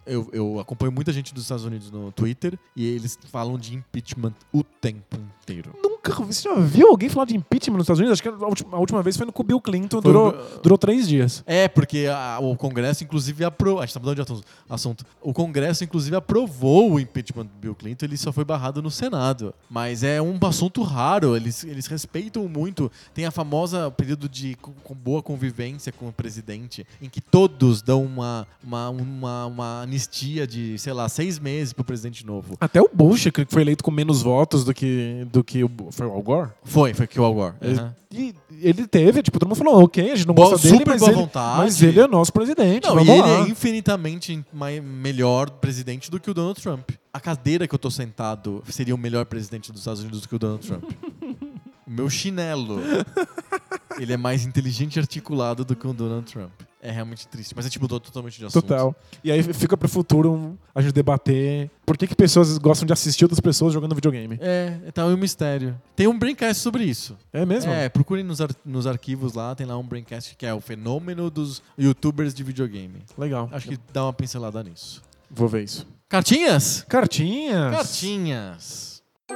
eu, eu acompanho muita gente dos Estados Unidos no Twitter e eles falam de impeachment o tempo inteiro. Nunca. Você já viu alguém falar de impeachment nos Estados Unidos? Acho que a última, a última vez foi no Bill Clinton, durou, Foi, durou três dias. É, porque a, o Congresso, inclusive, aprovou. A gente tá mudando de assunto. O Congresso, inclusive, aprovou o impeachment do Bill Clinton, ele só foi barrado no Senado. Mas é um assunto raro, eles, eles respeitam muito. Tem a famosa período de com boa convivência com o presidente, em que todos dão uma, uma, uma, uma anistia de, sei lá, seis meses pro presidente novo. Até o Bush, que foi eleito com menos votos do que, do que o... Foi o Al Gore? Foi, foi que o Al Gore. Ele, Uhum. E ele teve, tipo, todo mundo falou, ok, a gente não Boa, gosta dele, super mas boa ele, vontade. mas ele é nosso presidente, Não, vamos e ele lá. é infinitamente mai- melhor presidente do que o Donald Trump. A cadeira que eu tô sentado seria o melhor presidente dos Estados Unidos do que o Donald Trump. O meu chinelo, ele é mais inteligente e articulado do que o Donald Trump. É realmente triste, mas a gente mudou totalmente de assunto. Total. E aí fica pro futuro um, a gente debater por que, que pessoas gostam de assistir outras pessoas jogando videogame. É, tá um mistério. Tem um Braincast sobre isso. É mesmo? É, procurem nos, ar- nos arquivos lá, tem lá um Braincast que é o fenômeno dos youtubers de videogame. Legal. Acho que dá uma pincelada nisso. Vou ver isso. Cartinhas? Cartinhas. Cartinhas.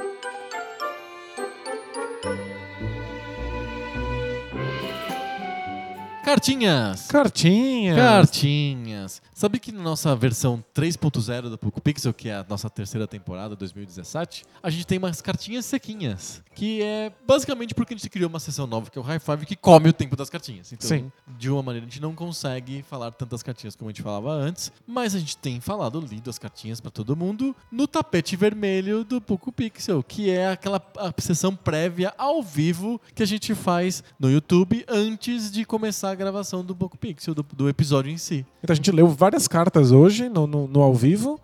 Cartinhas. Cartinhas. Cartinhas. Sabe que na nossa versão três ponto zero do Poco Pixel, que é a nossa terceira temporada, dois mil e dezessete, a gente tem umas cartinhas sequinhas, que é basicamente porque a gente criou uma seção nova, que é o High Five, que come o tempo das cartinhas. Então, Sim. de uma maneira, a gente não consegue falar tantas cartinhas como a gente falava antes, mas a gente tem falado, lido as cartinhas pra todo mundo no tapete vermelho do Poco Pixel, que é aquela a sessão prévia ao vivo que a gente faz no YouTube antes de começar a gravação do Poco Pixel, do, do episódio em si. Então a gente leu várias cartas hoje no, no, no ao vivo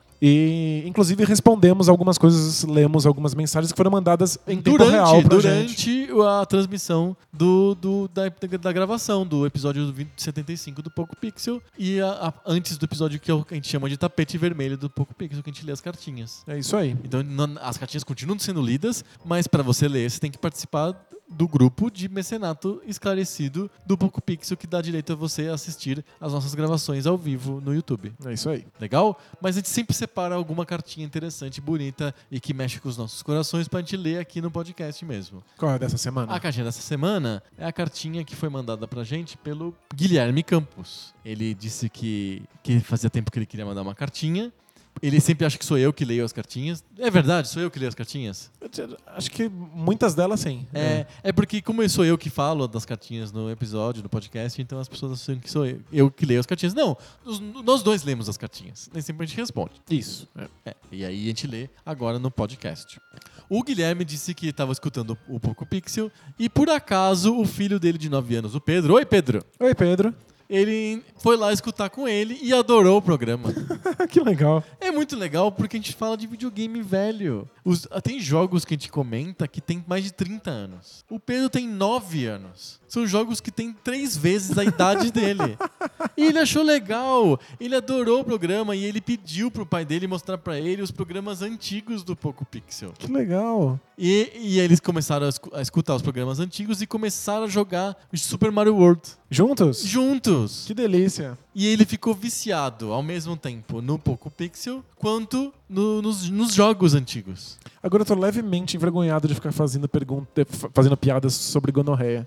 e inclusive respondemos algumas coisas, lemos algumas mensagens que foram mandadas em tempo durante, real pra gente. Durante a transmissão do, do, da, da gravação do episódio setenta e cinco do Poco Pixel e a, a, antes do episódio que a gente chama de tapete vermelho do Poco Pixel, que a gente lê as cartinhas. É isso aí. Então não, as cartinhas continuam sendo lidas, mas para você ler, você tem que participar do grupo de mecenato esclarecido do Poco Pixel, que dá direito a você assistir as nossas gravações ao vivo no YouTube. É isso aí. Legal? Mas a gente sempre separa alguma cartinha interessante, bonita e que mexe com os nossos corações pra gente ler aqui no podcast mesmo. Qual é dessa semana? A cartinha dessa semana é a cartinha que foi mandada pra gente pelo Guilherme Campos. Ele disse que, que fazia tempo que ele queria mandar uma cartinha. Ele sempre acha que sou eu que leio as cartinhas. É verdade? Sou eu que leio as cartinhas? Acho que muitas delas sim. É, é porque como eu sou eu que falo das cartinhas no episódio, no podcast, então as pessoas acham que sou eu, eu que leio as cartinhas. Não, os, nós dois lemos as cartinhas. Nem sempre a gente responde. Isso. É. É, e aí a gente lê agora no podcast. O Guilherme disse que estava escutando o Poco Pixel e por acaso o filho dele de nove anos, o Pedro... Oi, Pedro! Oi, Pedro. Ele foi lá escutar com ele e adorou o programa. Que legal. É muito legal porque a gente fala de videogame velho. Os, tem jogos que a gente comenta que tem mais de trinta anos. O Pedro tem nove anos. São jogos que tem três vezes a idade dele. E ele achou legal. Ele adorou o programa e ele pediu pro pai dele mostrar pra ele os programas antigos do Poco Pixel. Que legal. E, e eles começaram a, escu- a escutar os programas antigos e começaram a jogar Super Mario World. Juntos? Juntos. Que delícia. E ele ficou viciado ao mesmo tempo no Poco Pixel quanto no- nos, nos jogos antigos. Agora eu tô levemente envergonhado de ficar fazendo pergunta, fa- fazendo piadas sobre gonorreia.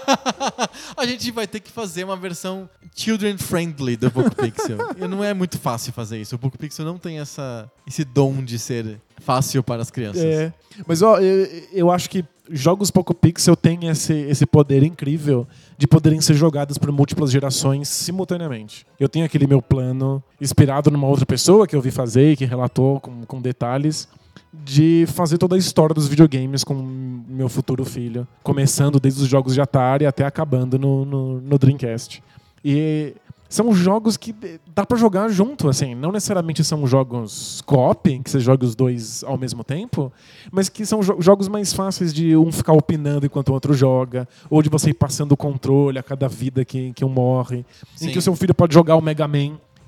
A gente vai ter que fazer uma versão children friendly do Poco Pixel. E não é muito fácil fazer isso. O Poco Pixel não tem essa, esse dom de ser fácil para as crianças. É. Mas ó, eu, eu acho que jogos Poco Pixel têm esse, esse poder incrível de poderem ser jogados por múltiplas gerações simultaneamente. Eu tenho aquele meu plano inspirado numa outra pessoa que eu vi fazer e que relatou com, com detalhes de fazer toda a história dos videogames com meu futuro filho, começando desde os jogos de Atari até acabando no, no, no Dreamcast. E são jogos que dá pra jogar junto, assim, não necessariamente são jogos co-op, em que você joga os dois ao mesmo tempo, mas que são jo- jogos mais fáceis de um ficar opinando enquanto o outro joga, ou de você ir passando o controle a cada vida que, que um morre, Sim. em que o seu filho pode jogar o Mega Man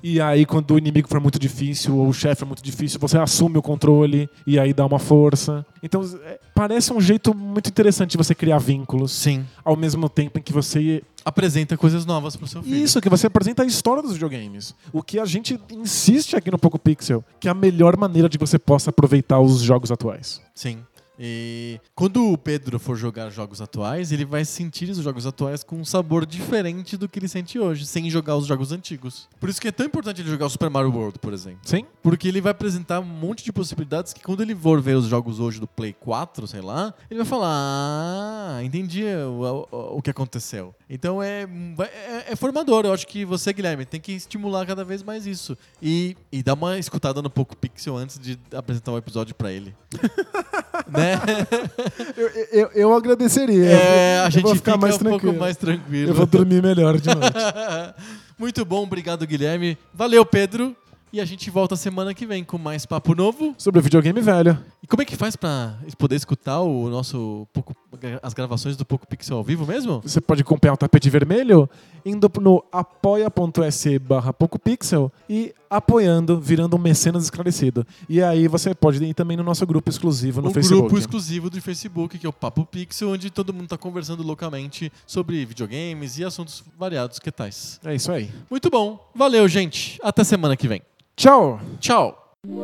E aí, quando o inimigo for muito difícil, ou o chefe for muito difícil, você assume o controle e aí dá uma força. Então, é, parece um jeito muito interessante de você criar vínculos. Sim. Ao mesmo tempo em que você... apresenta coisas novas pro seu filho. Isso, que você apresenta a história dos videogames. O que a gente insiste aqui no Poco Pixel, que é a melhor maneira de que você possa aproveitar os jogos atuais. Sim. E quando o Pedro for jogar jogos atuais, ele vai sentir os jogos atuais com um sabor diferente do que ele sente hoje, sem jogar os jogos antigos. Por isso que é tão importante ele jogar o Super Mario World, por exemplo. Sim. Porque ele vai apresentar um monte de possibilidades que quando ele for ver os jogos hoje do Play quatro, sei lá, ele vai falar, ah, entendi o, o, o que aconteceu. Então é, é, é formador. Eu acho que você, Guilherme, tem que estimular cada vez mais isso. E, e dar uma escutada no Poco Pixel antes de apresentar o episódio pra ele. Né? Eu, eu, eu agradeceria. É, a eu gente vou ficar fica mais um tranquilo. pouco mais tranquilo. Eu vou dormir melhor de noite. Muito bom, obrigado, Guilherme. Valeu, Pedro. E a gente volta semana que vem com mais papo novo. Sobre o videogame velho. E como é que faz pra poder escutar o nosso Poco, as gravações do Poco Pixel ao vivo mesmo? Você pode acompanhar o Tapete Vermelho indo no apoia.se barra PocoPixel e apoiando, virando um mecenas esclarecido. E aí você pode ir também no nosso grupo exclusivo no o Facebook. grupo exclusivo do Facebook, que é o Papo Pixel, onde todo mundo tá conversando loucamente sobre videogames e assuntos variados que tais. É isso aí. Muito bom. Valeu, gente. Até semana que vem. Tchau! Tchau!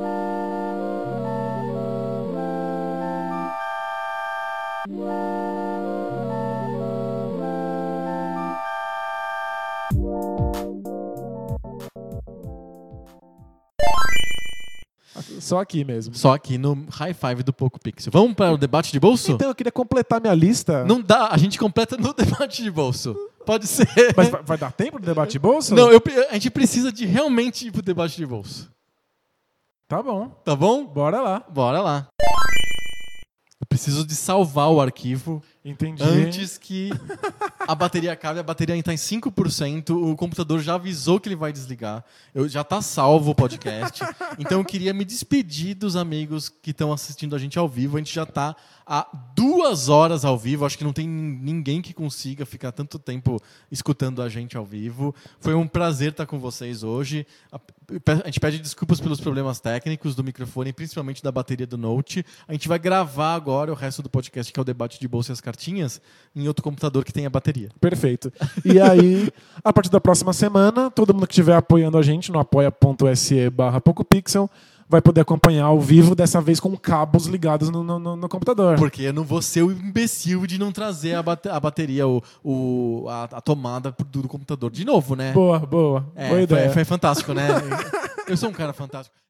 Só aqui mesmo. Só aqui no High Five do Poco Pixel. Vamos para o debate de bolso? Então eu queria completar minha lista. Não dá, a gente completa no debate de bolso. Pode ser. Mas vai, vai dar tempo do debate de bolsa? Não, eu, a gente precisa de realmente ir pro debate de bolso. Tá bom. Tá bom? Bora lá. Bora lá. Eu preciso de salvar o arquivo Entendi. antes que a bateria acabe. A bateria ainda está em cinco por cento. O computador já avisou que ele vai desligar. Eu, já está salvo o podcast. Então eu queria me despedir dos amigos que estão assistindo a gente ao vivo. A gente já está há duas horas ao vivo. Acho que não tem ninguém que consiga ficar tanto tempo escutando a gente ao vivo. Foi um prazer estar com vocês hoje. A gente pede desculpas pelos problemas técnicos do microfone, principalmente da bateria do Note. A gente vai gravar agora o resto do podcast, que é o debate de bolsa e as cartinhas, em outro computador que tem a bateria. Perfeito. E aí, a partir da próxima semana, todo mundo que estiver apoiando a gente no apoia.se barra PocoPixel vai poder acompanhar ao vivo, dessa vez com cabos ligados no, no, no computador. Porque eu não vou ser o imbecil de não trazer a, bate- a bateria, o, o, a, a tomada do, do computador de novo, né? Boa, boa. É, boa foi, ideia. foi fantástico, né? Eu sou um cara fantástico.